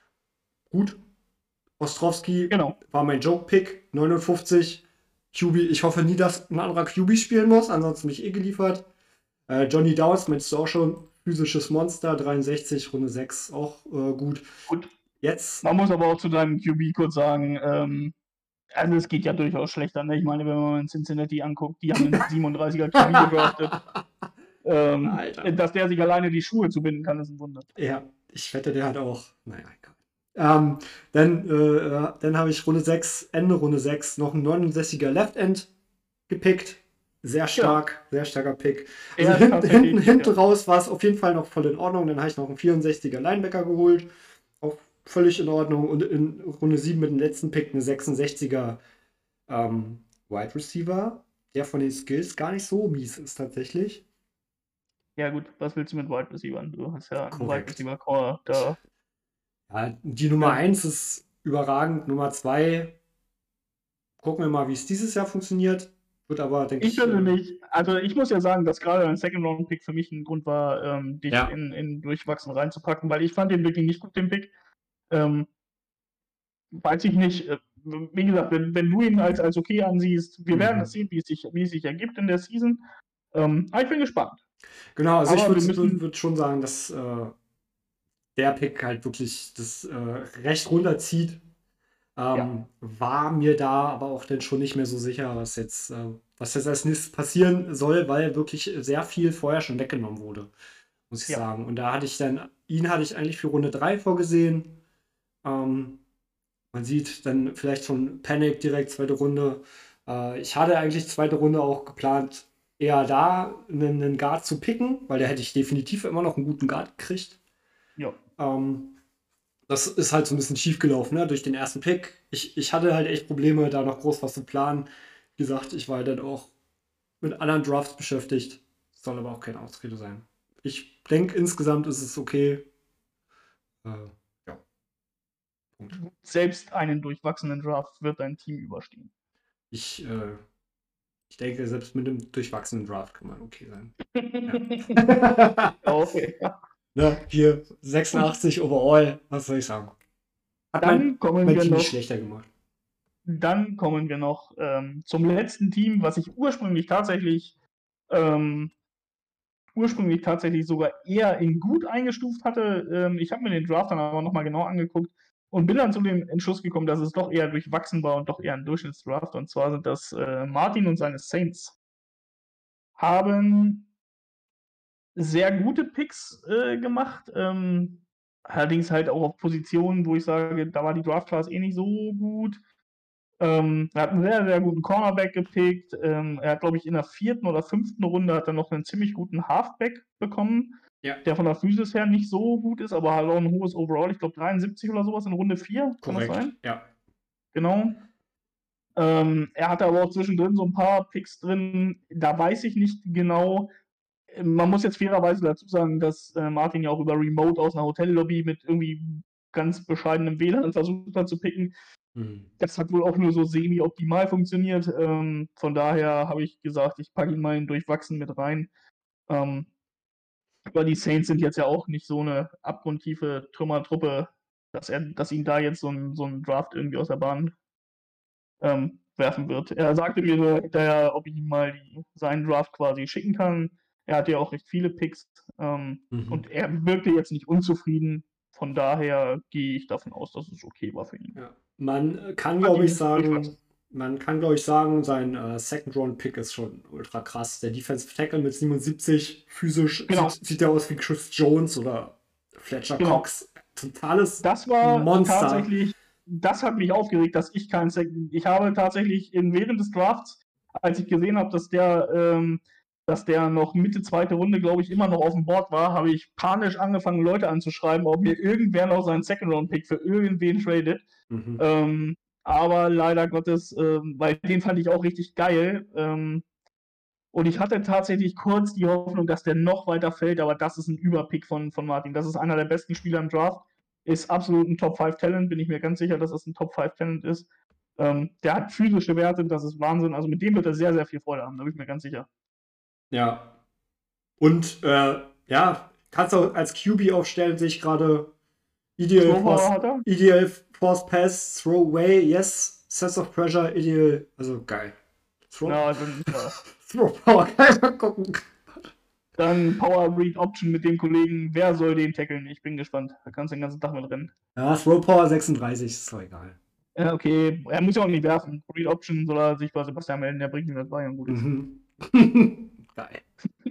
gut. Ostrowski Genau. war mein Joke-Pick, neunundfünfzig. Q B, ich hoffe nie, dass ein anderer Q B spielen muss, ansonsten bin ich eh geliefert. Äh, Johnny Downs, meinst du auch schon, physisches Monster, dreiundsechzig, Runde sechs, auch äh, gut. Gut. Jetzt, Man muss aber auch zu deinem Q B kurz sagen, ähm, also es geht ja durchaus schlechter. Ne? Ich meine, wenn man in Cincinnati anguckt, die haben einen siebenunddreißiger Q B gedraftet. Ähm, Alter. dass der sich alleine die Schuhe zubinden kann, ist ein Wunder. Ja, ich wette, der hat auch, naja, egal. Ähm, dann äh, dann habe ich Runde sechs, Ende Runde sechs, noch ein neunundsechziger Left End gepickt. Sehr stark, sehr starker Pick. Also Ja, hinten, tatsächlich, hinten, hinten ja. raus war es auf jeden Fall noch voll in Ordnung. Dann habe ich noch einen vierundsechziger Linebacker geholt. Auch völlig in Ordnung. Und in Runde sieben mit dem letzten Pick eine sechsundsechziger ähm, Wide Receiver, der von den Skills gar nicht so mies ist tatsächlich. Ja gut, was willst du mit Wide Receivern? Du hast ja einen Wide Korrekt. Receiver Core da. Ja, die Nummer Ja. eins ist überragend. Nummer zwei gucken wir mal, wie es dieses Jahr funktioniert. Wird aber, denke Ich ich. äh, persönlich, also ich muss ja sagen, dass gerade ein Second Round Pick für mich ein Grund war, ähm, dich Ja. in, in Durchwachsen reinzupacken, weil ich fand den wirklich nicht gut, den Pick. Ähm, weiß ich nicht, äh, wie gesagt, wenn, wenn du ihn als, als okay ansiehst, wir Mhm. werden das sehen, wie es sich, wie es sich ergibt in der Season. Ähm, aber ich bin gespannt. Genau, also ich Aber würde wir müssen- würd schon sagen, dass äh, der Pick halt wirklich das äh, recht runterzieht. Ähm, Ja. War mir da aber auch dann schon nicht mehr so sicher, was jetzt, äh, was jetzt als nächstes passieren soll, weil wirklich sehr viel vorher schon weggenommen wurde, muss ich Ja. sagen. Und da hatte ich dann, ihn hatte ich eigentlich für Runde drei vorgesehen. Ähm, man sieht dann vielleicht schon Panic direkt, zweite Runde. Äh, ich hatte eigentlich zweite Runde auch geplant, eher da einen, einen Guard zu picken, weil da hätte ich definitiv immer noch einen guten Guard gekriegt. Ja. Ähm, das ist halt so ein bisschen schief gelaufen, ne? Durch den ersten Pick. Ich, ich hatte halt echt Probleme, da noch groß was zu planen. Wie gesagt, ich war dann auch mit anderen Drafts beschäftigt. Soll aber auch keine Ausrede sein. Ich denke, insgesamt ist es okay. Äh, ja. Punkt. Selbst einen durchwachsenen Draft wird dein Team überstehen. Ich, äh, ich denke, selbst mit einem durchwachsenen Draft kann man okay sein. Okay. Ne, hier sechsundachtzig overall, was soll ich sagen? Hat mein, Dann kommen mein wir Team noch, nicht schlechter gemacht. dann kommen wir noch ähm, zum letzten Team, was ich ursprünglich tatsächlich ähm, ursprünglich tatsächlich sogar eher in gut eingestuft hatte. Ähm, ich habe mir den Draft dann aber nochmal genau angeguckt und bin dann zu dem Entschluss gekommen, dass es doch eher durchwachsen war und doch eher ein Durchschnittsdraft. Und zwar sind das äh, Martin und seine Saints. Haben sehr gute Picks äh, gemacht. Ähm, allerdings halt auch auf Positionen, wo ich sage, da war die Draft Class eh nicht so gut. Ähm, er hat einen sehr, sehr guten Cornerback gepickt. Ähm, er hat, glaube ich, in der vierten oder fünften Runde hat er noch einen ziemlich guten Halfback bekommen, Ja, der von der Physis her nicht so gut ist, aber halt auch ein hohes Overall. Ich glaube dreiundsiebzig oder sowas in Runde vier. Kann das korrekt. sein? Ja. Genau. Ähm, er hatte aber auch zwischendrin so ein paar Picks drin. Da weiß ich nicht genau. Man muss jetzt fairerweise dazu sagen, dass äh, Martin ja auch über Remote aus einer Hotellobby mit irgendwie ganz bescheidenem W L A N versucht hat zu picken. Hm. Das hat wohl auch nur so semi-optimal funktioniert. Ähm, von daher habe ich gesagt, ich packe ihn mal in Durchwachsen mit rein. Ähm, aber die Saints sind jetzt ja auch nicht so eine abgrundtiefe Trümmertruppe, dass er, dass ihn da jetzt so ein, so ein Draft irgendwie aus der Bahn ähm, werfen wird. Er sagte mir nur hinterher, ob ich ihm mal die, seinen Draft quasi schicken kann. Er hatte ja auch recht viele Picks ähm, Mhm. und er wirkte jetzt nicht unzufrieden. Von daher gehe ich davon aus, dass es okay war für ihn. Ja. Man kann, Hat glaube ihn ich, sagen, durchwachsen. man kann, glaube ich, sagen, sein äh, Second-Round-Pick ist schon ultra krass. Der Defensive Tackle mit siebenundsiebzig, physisch Genau. sieht, sieht er aus wie Chris Jones oder Fletcher Genau. Cox. Totales Das war Monster. tatsächlich, das hat mich aufgeregt, dass ich keinen Second. Ich habe tatsächlich in, während des Drafts, als ich gesehen habe, dass der, ähm, dass der noch Mitte zweite Runde, glaube ich, immer noch auf dem Board war, habe ich panisch angefangen, Leute anzuschreiben, ob mir irgendwer noch seinen Second-Round-Pick für irgendwen tradet. Mhm. Ähm, aber leider Gottes, ähm, weil den fand ich auch richtig geil. Ähm, und ich hatte tatsächlich kurz die Hoffnung, dass der noch weiter fällt, aber das ist ein Überpick von, von Martin. Das ist einer der besten Spieler im Draft. Ist absolut ein Top fünf Talent, bin ich mir ganz sicher, dass das ein Top fünf Talent ist. Ähm, der hat physische Werte, das ist Wahnsinn. Also mit dem wird er sehr, sehr viel Freude haben, da bin ich mir ganz sicher. Ja. Und äh, ja, kannst du auch als Q B aufstellen, sehe ich gerade. Ideal Throw Power Force, hat er? Ideal Force Pass, Throw Away, yes, Sense of Pressure, Ideal, also geil. Throw, Ja, dann, ja. Throw Power, kann ich mal gucken. Dann Power Read Option mit den Kollegen. Wer soll den tackeln? Ich bin gespannt. Da kannst du den ganzen Tag mit rennen. Ja, Throw Power sechsunddreißig, ist doch egal. Ja, okay. Er muss ja auch nicht werfen. Read Option soll er sich bei Sebastian melden, der bringt ihm das bei und gut ist. Mhm. Geil.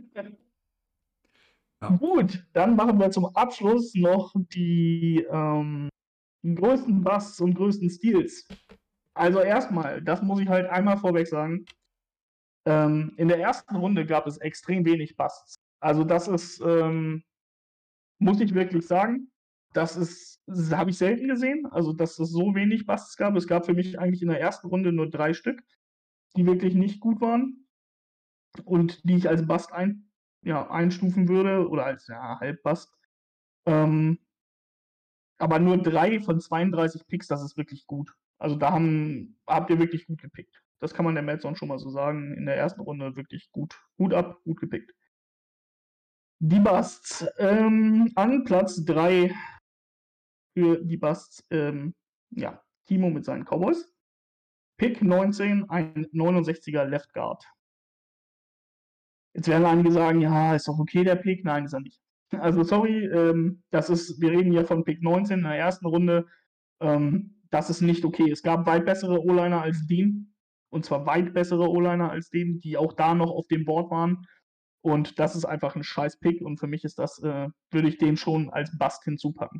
Ja. Gut, dann machen wir zum Abschluss noch die ähm, größten Busts und größten Steals. Also erstmal, das muss ich halt einmal vorweg sagen. Ähm, in der ersten Runde gab es extrem wenig Busts. Also das ist, ähm, muss ich wirklich sagen, das ist, das habe ich selten gesehen. Also dass es so wenig Busts gab. Es gab für mich eigentlich in der ersten Runde nur drei Stück, die wirklich nicht gut waren und die ich als Bust ein, ja, einstufen würde oder als ja, Halbbust. Ähm, aber nur drei von zweiunddreißig Picks, das ist wirklich gut. Also da haben, habt ihr wirklich gut gepickt. Das kann man der Madson schon mal so sagen. In der ersten Runde wirklich gut. Gut ab, gut gepickt. Die Busts. Ähm, an Platz drei für die Busts, ähm, ja, Timo mit seinen Cowboys. Pick neunzehn, ein neunundsechziger Left Guard. Jetzt werden einige sagen, ja, ist doch okay der Pick. Nein, ist er nicht. Also sorry, ähm, das ist, wir reden hier von Pick neunzehn in der ersten Runde. Ähm, das ist nicht okay. Es gab weit bessere O-Liner als den. Und zwar weit bessere O-Liner als den, die auch da noch auf dem Board waren. Und das ist einfach ein scheiß Pick. Und für mich ist das, äh, würde ich den schon als Bust hinzupacken.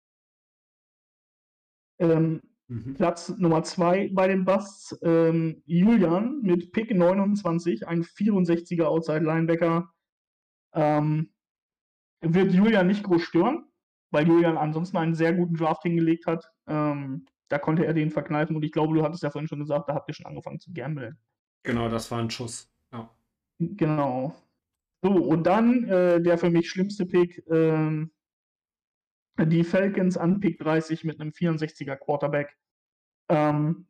Ähm, Mhm. Platz Nummer zwei bei den Busts. Ähm, Julian mit Pick neunundzwanzig, ein vierundsechziger Outside Linebacker. Ähm, wird Julian nicht groß stören, weil Julian ansonsten einen sehr guten Draft hingelegt hat. Ähm, da konnte er den verkneifen und ich glaube, du hattest ja vorhin schon gesagt, da habt ihr schon angefangen zu gambeln. Genau, das war ein Schuss. Ja. Genau. So, und dann äh, der für mich schlimmste Pick, ähm, die Falcons an Pick dreißig mit einem vierundsechziger Quarterback. Ähm,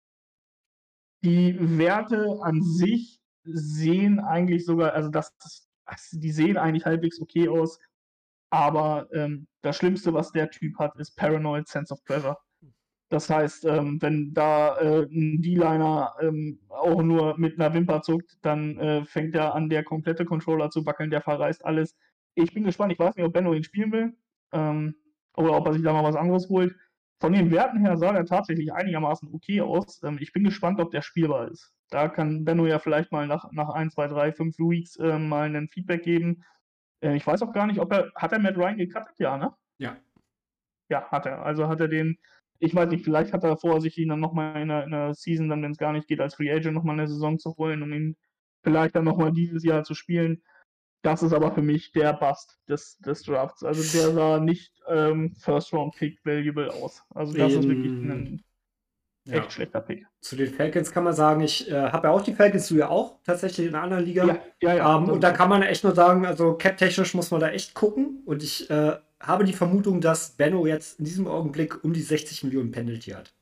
die Werte an sich sehen eigentlich sogar, also das, das, die sehen eigentlich halbwegs okay aus. Aber ähm, das Schlimmste, was der Typ hat, ist Paranoid Sense of Pressure. Das heißt, ähm, wenn da äh, ein D-Liner ähm, auch nur mit einer Wimper zuckt, dann äh, fängt er an, der komplette Controller zu wackeln, der verreißt alles. Ich bin gespannt, ich weiß nicht, ob Benno ihn spielen will ähm, oder ob er sich da mal was anderes holt. Von den Werten her sah er tatsächlich einigermaßen okay aus. Ähm, ich bin gespannt, ob der spielbar ist. Da kann Benno ja vielleicht mal nach, nach ein, zwei, drei, fünf Weeks äh, mal einen Feedback geben. Äh, ich weiß auch gar nicht, ob er, hat er Matt Ryan gecuttet? Ja, ne? Ja. Ja, hat er. Also hat er den, ich weiß nicht, vielleicht hat er vor, sich ihn dann nochmal in der, in der Season, dann wenn es gar nicht geht, als Free Agent nochmal eine Saison zu holen, um ihn vielleicht dann nochmal dieses Jahr zu spielen. Das ist aber für mich der Bust des, des Drafts. Also der sah nicht ähm, First-Round-Pick valuable aus. Also das ist wirklich ein Ja. echt schlechter Pick. Zu den Falcons kann man sagen, ich äh, habe ja auch die Falcons, du ja auch, tatsächlich in einer anderen Liga. Ja, ja, ja. Ähm, und da kann man echt nur sagen, also cap-technisch muss man da echt gucken. Und ich äh, habe die Vermutung, dass Benno jetzt in diesem Augenblick um die sechzig Millionen Penalty hat.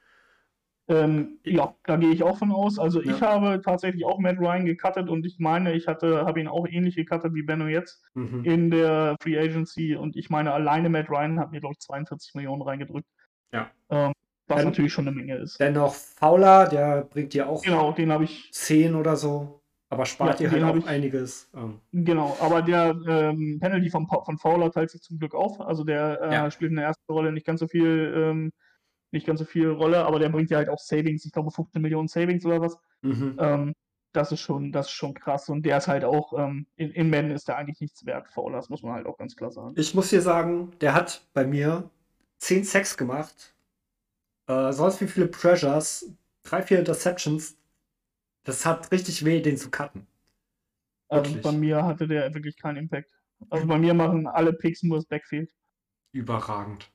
Ähm, ja, da gehe ich auch von aus. Also Ja. ich habe tatsächlich auch Matt Ryan gecuttet und ich meine, ich hatte, habe ihn auch ähnlich gecuttet wie Benno jetzt Mhm. in der Free Agency und ich meine, alleine Matt Ryan hat mir, glaube ich, zweiundvierzig Millionen reingedrückt. Ja. Ähm, was Dann- natürlich schon eine Menge ist. Dennoch Fowler, der bringt dir auch Genau, den habe ich, zehn oder so, aber spart Ja, dir halt den hab auch ich- einiges. Ähm, genau, aber der ähm, Penalty von, Pa- von Fowler teilt sich zum Glück auf. Also der äh, Ja. spielt in der ersten Rolle nicht ganz so viel, ähm, nicht ganz so viel Rolle, aber der bringt ja halt auch Savings, ich glaube fünfzehn Millionen Savings oder was. mhm. Ähm, das ist schon, das ist schon krass. Und der ist halt auch, ähm, in, in Madden ist der eigentlich nichts wert, Fowler, das muss man halt auch ganz klar sagen. Ich muss dir sagen, der hat bei mir zehn Sacks gemacht, äh, sonst wie viele Pressures, drei, vier Interceptions. Das hat richtig weh, den zu cutten. Also Wirklich. bei mir hatte der wirklich keinen Impact. Also bei mir machen alle Picks nur das Backfield. Überragend.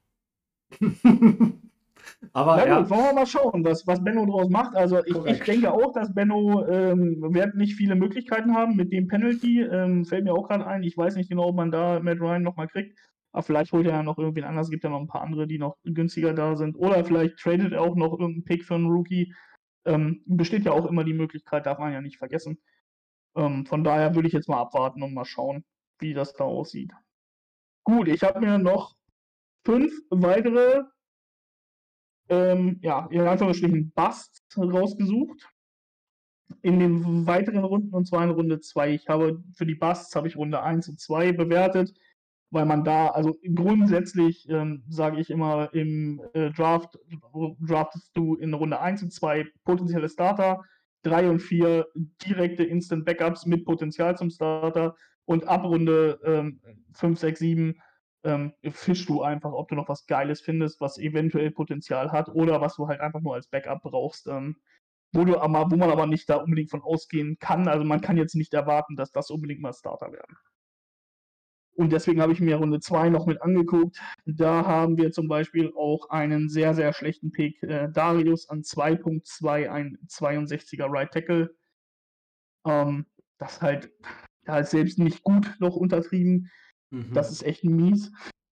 Aber Na ja, gut, wollen wir mal schauen, was, was Benno draus macht. Also ich, ich Korrekt. denke auch, dass Benno ähm, wird nicht viele Möglichkeiten haben mit dem Penalty. Ähm, fällt mir auch gerade ein. Ich weiß nicht genau, ob man da Matt Ryan nochmal kriegt. Aber vielleicht holt er ja noch irgendwen anders. Es gibt ja noch ein paar andere, die noch günstiger da sind. Oder vielleicht tradet er auch noch irgendeinen Pick für einen Rookie. Ähm, besteht ja auch immer die Möglichkeit, darf man ja nicht vergessen. Ähm, von daher würde ich jetzt mal abwarten und mal schauen, wie das da aussieht. Gut, ich habe mir noch fünf weitere ähm, ja, in Anführungsstrichen Busts rausgesucht. In den weiteren Runden, und zwar in Runde zwei. Ich habe für die Busts habe ich Runde eins und zwei bewertet, weil man da, also grundsätzlich ähm, sage ich immer, im äh, Draft draftest du in Runde eins und zwei potenzielle Starter, drei und vier direkte Instant Backups mit Potenzial zum Starter und ab Runde ähm, fünf, sechs, sieben ähm, fischst du einfach, ob du noch was Geiles findest, was eventuell Potenzial hat oder was du halt einfach nur als Backup brauchst, ähm, wo, du aber, wo man aber nicht da unbedingt von ausgehen kann. Also man kann jetzt nicht erwarten, dass das unbedingt mal Starter werden. Und deswegen habe ich mir Runde zwei noch mit angeguckt. Da haben wir zum Beispiel auch einen sehr, sehr schlechten Pick. Äh, Darius an zwei Punkt zwei, ein zweiundsechziger Right Tackle. Ähm, das halt, da ist selbst nicht gut noch untertrieben. mhm. Das ist echt mies.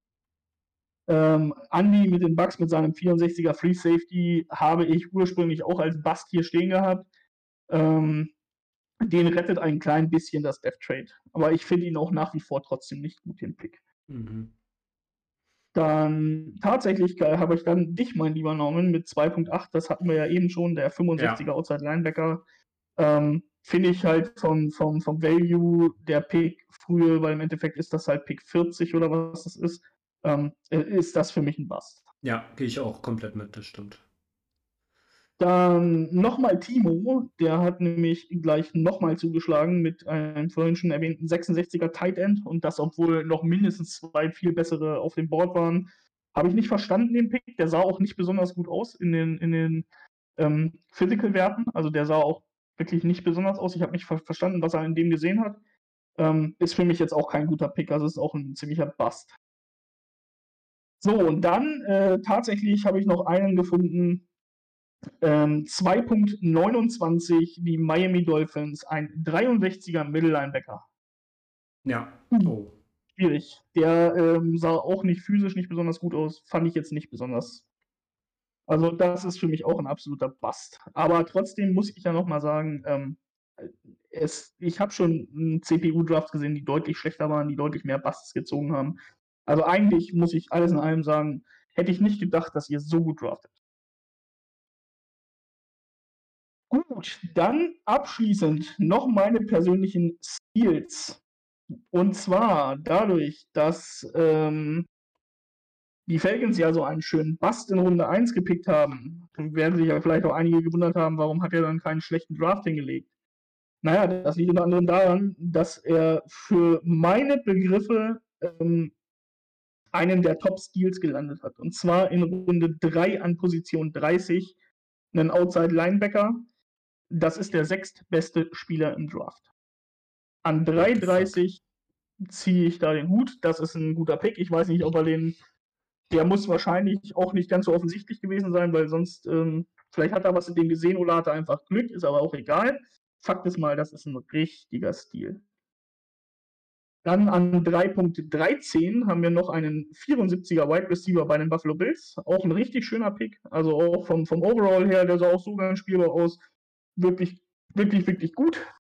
Ähm, Andy mit den Bucks mit seinem vierundsechziger Free Safety habe ich ursprünglich auch als Bust hier stehen gehabt. Ähm, den rettet ein klein bisschen das Death Trade. Aber ich finde ihn auch nach wie vor trotzdem nicht gut, den Pick. Mhm. Dann tatsächlich äh, habe ich dann dich, mein lieber Norman, mit zwei Punkt acht, das hatten wir ja eben schon, der fünfundsechziger Ja. Outside Linebacker. Ähm, finde ich halt vom, vom, vom Value der Pick früher, weil im Endeffekt ist das halt Pick vierzig oder was das ist, ähm, ist das für mich ein Bust. Ja, gehe ich auch komplett mit, das stimmt. Dann nochmal Timo, der hat nämlich gleich nochmal zugeschlagen mit einem vorhin schon erwähnten sechsundsechziger Tight End und das, obwohl noch mindestens zwei viel bessere auf dem Board waren. Habe ich nicht verstanden, den Pick. Der sah auch nicht besonders gut aus in den, in den ähm, Physical-Werten. Also der sah auch wirklich nicht besonders aus. Ich habe nicht ver verstanden, was er in dem gesehen hat. Ähm, ist für mich jetzt auch kein guter Pick, also ist auch ein ziemlicher Bust. So, und dann äh, tatsächlich habe ich noch einen gefunden, ähm, zwei Punkt neunundzwanzig, die Miami Dolphins, ein dreiundsechziger Middle Linebacker. Ja. Hm. Oh. Schwierig. Der ähm, sah auch nicht physisch nicht besonders gut aus, fand ich jetzt nicht besonders. Also das ist für mich auch ein absoluter Bust. Aber trotzdem muss ich ja nochmal sagen, ähm, es, ich habe schon C P U-Drafts gesehen, die deutlich schlechter waren, die deutlich mehr Busts gezogen haben. Also eigentlich muss ich alles in allem sagen, hätte ich nicht gedacht, dass ihr so gut draftet. Gut, dann abschließend noch meine persönlichen Steals. Und zwar dadurch, dass ähm, die Falcons ja so einen schönen Bust in Runde eins gepickt haben, werden sich ja vielleicht auch einige gewundert haben, warum hat er dann keinen schlechten Draft hingelegt. Naja, das liegt unter anderem daran, dass er für meine Begriffe ähm, einen der Top-Steals gelandet hat. Und zwar in Runde drei an Position dreißig, einen Outside-Linebacker. Das ist der sechstbeste Spieler im Draft. An drei dreißig ziehe ich da den Hut. Das ist ein guter Pick. Ich weiß nicht, ob er den. Der muss wahrscheinlich auch nicht ganz so offensichtlich gewesen sein, weil sonst. Ähm, vielleicht hat er was in dem gesehen oder hat er einfach Glück, ist aber auch egal. Fakt ist mal, das ist ein richtiger Stil. Dann an drei Punkt dreizehn haben wir noch einen vierundsiebziger Wide Receiver bei den Buffalo Bills. Auch ein richtig schöner Pick. Also auch vom, vom Overall her, der sah auch so ganz spielbar aus. Wirklich, wirklich, wirklich gut.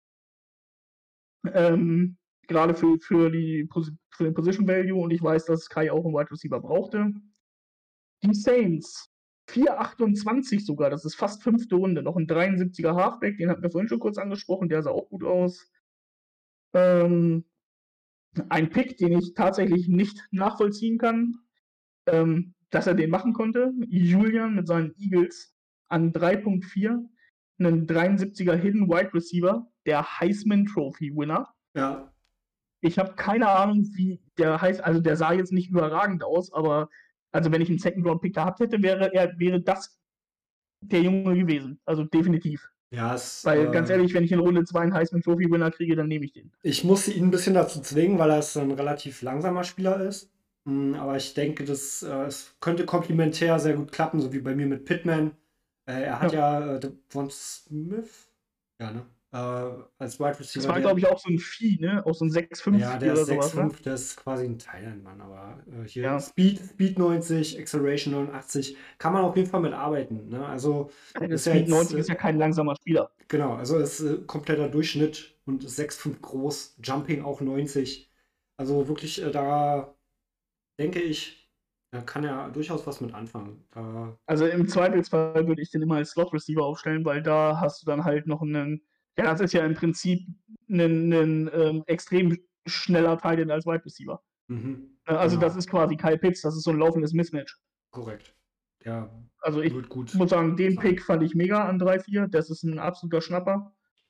Ähm, gerade für, für, die, für den Position Value und ich weiß, dass Kai auch einen Wide Receiver brauchte. Die Saints vier achtundzwanzig sogar, das ist fast fünfte Runde. Noch ein dreiundsiebziger Halfback, den hatten wir vorhin schon kurz angesprochen, der sah auch gut aus. Ähm, ein Pick, den ich tatsächlich nicht nachvollziehen kann, ähm, dass er den machen konnte. Julian mit seinen Eagles an drei Punkt vier, einen dreiundsiebziger Hidden Wide Receiver, der Heisman Trophy Winner. Ja, Ich habe keine Ahnung, wie der heißt, also der sah jetzt nicht überragend aus, aber also wenn ich einen Second Round Pick gehabt hätte, wäre er wäre das der Junge gewesen. Also definitiv. ja, es, Weil äh, ganz ehrlich, wenn ich in Runde zwei einen Heisman Trophy Winner kriege, dann nehme ich den. ich musste ihn ein bisschen dazu zwingen, weil er so ein relativ langsamer Spieler ist. Mm, Aber ich denke, das, äh, es könnte komplementär sehr gut klappen, so wie bei mir mit Pittman. Äh, er hat ja, äh, Devon Smith, ja, ne? Äh, als Wide Receiver. Das war, der- glaube ich, auch so ein Vieh, ne? Auch so ein sechs fünfzig Ja, der oder ist sechs sowas, ne? fünf, der ist quasi ein Thailand-Mann, aber äh, hier Ja. Speed, Speed neunzig, Acceleration neunundachtzig, kann man auf jeden Fall mitarbeiten. Ne? Also, Der ist ja Speed jetzt, neunzig äh, ist ja kein langsamer Spieler. genau, also ist äh, kompletter Durchschnitt und ist sechs fünf groß, Jumping auch neunzig. Also wirklich, äh, da denke ich, da kann er durchaus was mit anfangen. Da, Also im Zweifelsfall würde ich den immer als Slot Receiver aufstellen, weil da hast du dann halt noch einen, ja, das ist ja im Prinzip ein, ein ähm, extrem schneller Teil als Wide Receiver. mhm, Äh, Also genau, das ist quasi Kyle Pitts, das ist so ein laufendes Mismatch. korrekt. Ja, Also ich wird gut. muss sagen, den sein. Pick fand ich mega an drei vier, das ist ein absoluter Schnapper.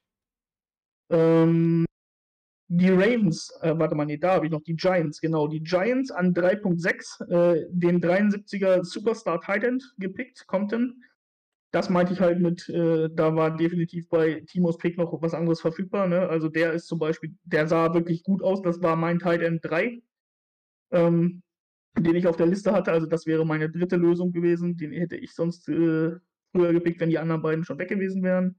Ähm, die Ravens, äh, warte mal, nee, da habe ich noch die Giants, genau, die Giants an drei Punkt sechs, äh, den dreiundsiebziger Superstar Tight End gepickt, Compton. Das meinte ich halt mit, äh, da war definitiv bei Timos Pick noch was anderes verfügbar, ne? Also der ist zum Beispiel, der sah wirklich gut aus, das war mein Tight End drei, ähm, den ich auf der Liste hatte, also das wäre meine dritte Lösung gewesen, den hätte ich sonst äh, früher gepickt, wenn die anderen beiden schon weg gewesen wären.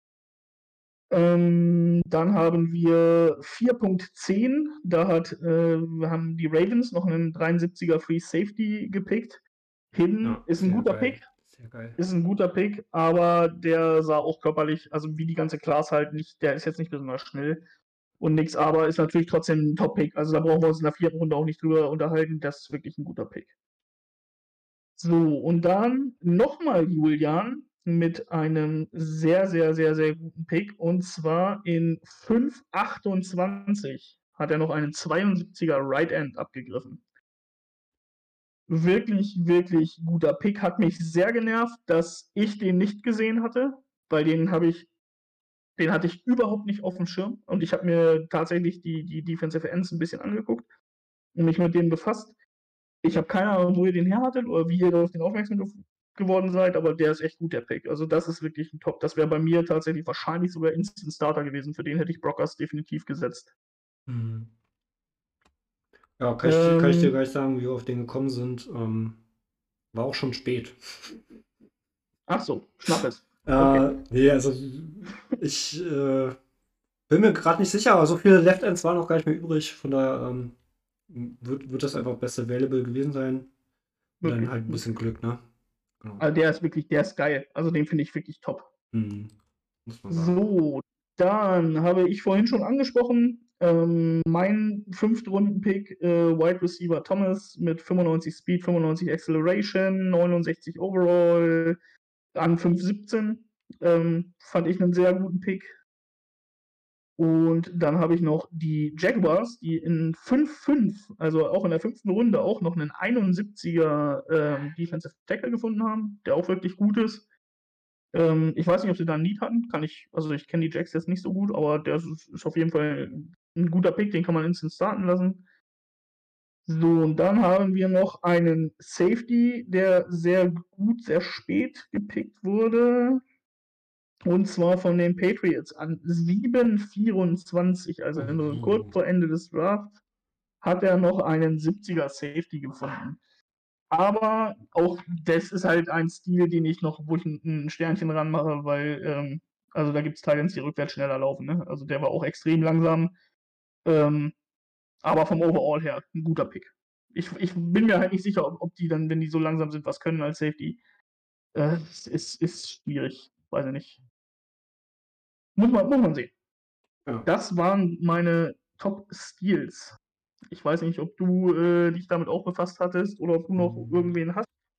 Ähm, dann haben wir vier Punkt zehn, da hat, äh, haben die Ravens noch einen dreiundsiebziger Free Safety gepickt. Hidden Ja, ist ein sehr guter geil. Pick, Sehr geil. ist ein guter Pick, aber der sah auch körperlich, also wie die ganze Class halt nicht, der ist jetzt nicht besonders schnell und nix, aber ist natürlich trotzdem ein Top-Pick. Also da brauchen wir uns in der vierten Runde auch nicht drüber unterhalten, das ist wirklich ein guter Pick. So, und dann nochmal Julian mit einem sehr, sehr, sehr, sehr guten Pick. Und zwar in fünf achtundzwanzig hat er noch einen zweiundsiebziger Right End abgegriffen. Wirklich, wirklich guter Pick. Hat mich sehr genervt, dass ich den nicht gesehen hatte, weil den habe ich, den hatte ich überhaupt nicht auf dem Schirm. Und ich habe mir tatsächlich die, die Defensive Ends ein bisschen angeguckt und mich mit denen befasst. Ich habe keine Ahnung, wo ihr den her hattet oder wie ihr auf den aufmerksam ge geworden seid, aber der ist echt gut, der Pick. Also das ist wirklich ein Top. Das wäre bei mir tatsächlich wahrscheinlich sogar Instant Starter gewesen. Für den hätte ich Brockers definitiv gesetzt. Mhm. Ja, kann ich, dir- kann ich dir Ähm, gleich sagen, wie wir auf den gekommen sind. Ähm, war auch schon spät. ach so, schnapp es. Äh, Okay. nee, also ich äh, bin mir gerade nicht sicher, aber so viele Left Ends waren noch gar nicht mehr übrig. Von daher ähm, wird, wird das einfach best available gewesen sein. Und dann Wirklich. halt ein bisschen Glück, ne? Genau. Also der ist wirklich, der ist geil. Also den finde ich wirklich top. Mhm. Muss man sagen. So, dann habe ich vorhin schon angesprochen, ähm, mein Fünft-Runden-Pick, äh, Wide Receiver Thomas mit fünfundneunzig Speed, fünfundneunzig Acceleration, neunundsechzig Overall an fünf siebzehn. Ähm, fand ich einen sehr guten Pick. Und dann habe ich noch die Jaguars, die in fünf fünf, also auch in der fünften Runde, auch noch einen einundsiebziger ähm, Defensive Tackle gefunden haben, der auch wirklich gut ist. Ähm, ich weiß nicht, ob sie da ein Need hatten. Kann ich, also ich kenne die Jacks jetzt nicht so gut, aber der ist, ist auf jeden Fall ein guter Pick, den kann man instant starten lassen. So, und dann haben wir noch einen Safety, der sehr gut, sehr spät gepickt wurde. Und zwar von den Patriots an sieben vierundzwanzig, also nur Oh. kurz vor Ende des Drafts, hat er noch einen siebziger Safety gefunden. Aber auch das ist halt ein Stil, den ich noch, wo ich ein, ein Sternchen ranmache, weil, ähm, also da gibt es Titans, die rückwärts schneller laufen, ne? Also der war auch extrem langsam. Ähm, aber vom Overall her ein guter Pick. Ich, ich bin mir halt nicht sicher, ob, ob die dann, wenn die so langsam sind, was können als Safety. Äh, es ist, ist schwierig. Weiß ich nicht. Muss man, muss man sehen. Ja. Das waren meine Top-Steals. Ich weiß nicht, ob du äh, dich damit auch befasst hattest oder ob du noch Mhm. irgendwen hast.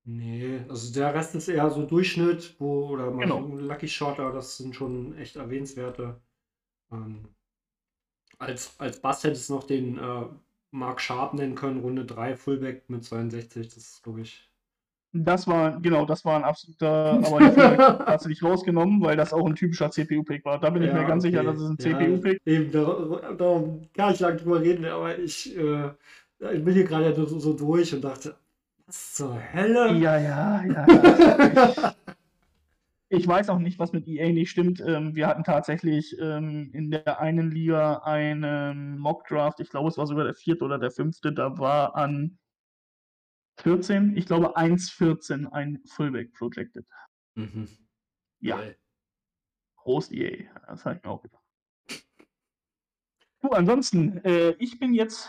Nee, also der Rest ist eher so Durchschnitt, wo, oder mal Genau. so Lucky Shotter, das sind schon echt erwähnenswerte. Ähm, als, als Bass hättest du noch den äh, Mark Sharp nennen können, Runde drei Fullback mit zweiundsechzig, das ist, glaube ich. Das war, genau, das war ein absoluter, aber die Fullback hast du nicht rausgenommen, weil das auch ein typischer C P U-Pick war. Da bin ich mir Ja, ganz sicher, okay. dass es ein Ja, C P U-Pick. eben, dar- darum kann ich lange drüber reden, aber ich, äh, ich bin hier gerade so, so durch und dachte, was zur Hölle? Ja, ja, ja, ja. Ich, ich weiß auch nicht, was mit E A nicht stimmt. Ähm, wir hatten tatsächlich ähm, in der einen Liga einen Mock-Draft, ich glaube, es war sogar der vierte oder der fünfte, da war an vierzehn, ich glaube eins vierzehn ein Fullback projected. Mhm. Ja, Geil. Prost E A, das habe ich mir auch gedacht. Du, ansonsten, äh, ich bin jetzt,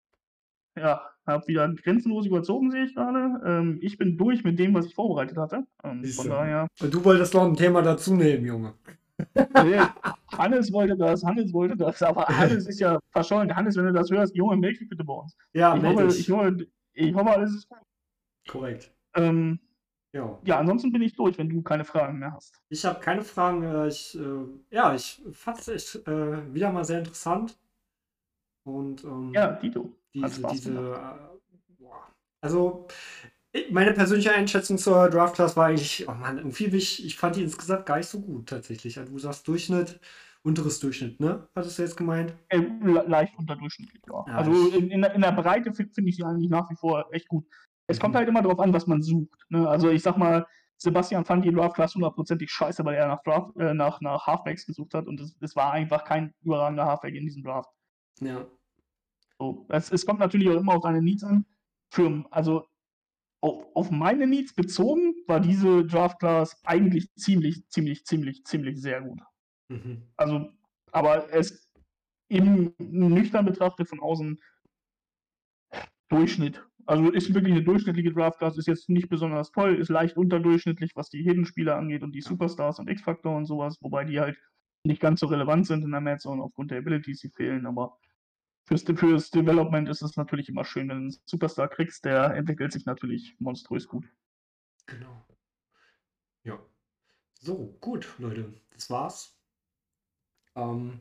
ja, habe wieder grenzenlos überzogen, sehe ich gerade. Ähm, ich bin durch mit dem, was ich vorbereitet hatte. Ähm, von Siehste. daher, Und du wolltest noch ein Thema dazu nehmen, Junge. äh, Hannes wollte das, Hannes wollte das, aber Hannes ist ja verschollen. Hannes, wenn du das hörst, Junge, melde dich bitte bei uns. Ja, Ich meld hoffe, dich. ich hoffe, ich hoffe, alles ist gut. Korrekt. Ähm, Ja. ja, ansonsten bin ich durch, wenn du keine Fragen mehr hast. Ich habe keine Fragen. äh, Ich, äh, ja, ich fand es echt äh, wieder mal sehr interessant. Und ähm, Ja, Dito, hat diese, Spaß diese, gemacht. äh, boah. Also, ich- meine persönliche Einschätzung zur Draft Class war eigentlich, oh Mann, irgendwie, ich, ich fand die insgesamt gar nicht so gut tatsächlich. Also, du sagst Durchschnitt, unteres Durchschnitt, ne? Hattest du jetzt gemeint? Äh, le- leicht unterdurchschnittlich, ja. Ja, Also ich- in, in, der- in der Breite finde find ich sie eigentlich nach wie vor echt gut. Es kommt Mhm. halt immer darauf an, was man sucht. Ne? Also ich sag mal, Sebastian fand die Draft Class hundertprozentig scheiße, weil er nach, Draft, äh, nach, nach Halfbacks gesucht hat und es, es war einfach kein überragender Halfback in diesem Draft. Ja. So, es, es kommt natürlich auch immer auf deine Needs an. Für, also auf, auf meine Needs bezogen war diese Draft Class eigentlich ziemlich, ziemlich, ziemlich, ziemlich sehr gut. Mhm. Also, aber es im nüchtern betrachtet von außen Durchschnitt. Also ist wirklich eine durchschnittliche Draft Class, ist jetzt nicht besonders toll, ist leicht unterdurchschnittlich, was die Hidden-Spieler angeht und die Superstars und X-Factor und sowas, wobei die halt nicht ganz so relevant sind in der Mad Zone aufgrund der Abilities, die fehlen, aber fürs, fürs Development ist es natürlich immer schön, wenn du einen Superstar kriegst, der entwickelt sich natürlich monströs gut. Genau. Ja. So, gut, Leute, das war's. Ähm,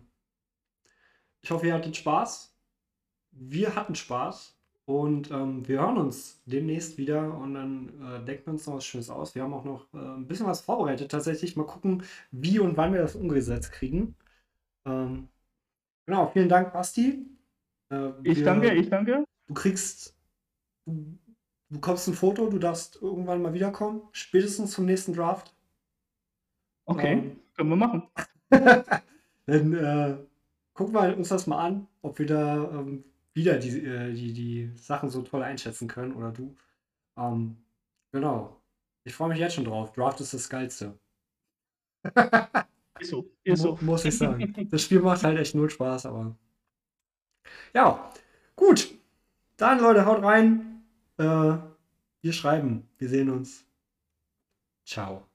ich hoffe, ihr hattet Spaß. Wir hatten Spaß und ähm, wir hören uns demnächst wieder und dann äh, denken wir uns noch was Schönes aus. Wir haben auch noch äh, ein bisschen was vorbereitet tatsächlich. Mal gucken, wie und wann wir das umgesetzt kriegen. Ähm, genau, vielen Dank, Basti. Äh, Ich wir, danke, ich danke. Du kriegst, du du bekommst ein Foto, du darfst irgendwann mal wiederkommen, spätestens zum nächsten Draft. Okay, Ähm, können wir machen. Dann äh, gucken wir uns das mal an, ob wir da ähm, wieder die, äh, die, die Sachen so toll einschätzen können oder du. Ähm, genau. Ich freue mich jetzt schon drauf. Draft ist das Geilste. Ist so, ist Mu so. muss ich sagen. Das Spiel macht halt echt null Spaß, aber. Ja, gut. Dann, Leute, haut rein. Äh, wir schreiben. Wir sehen uns. Ciao.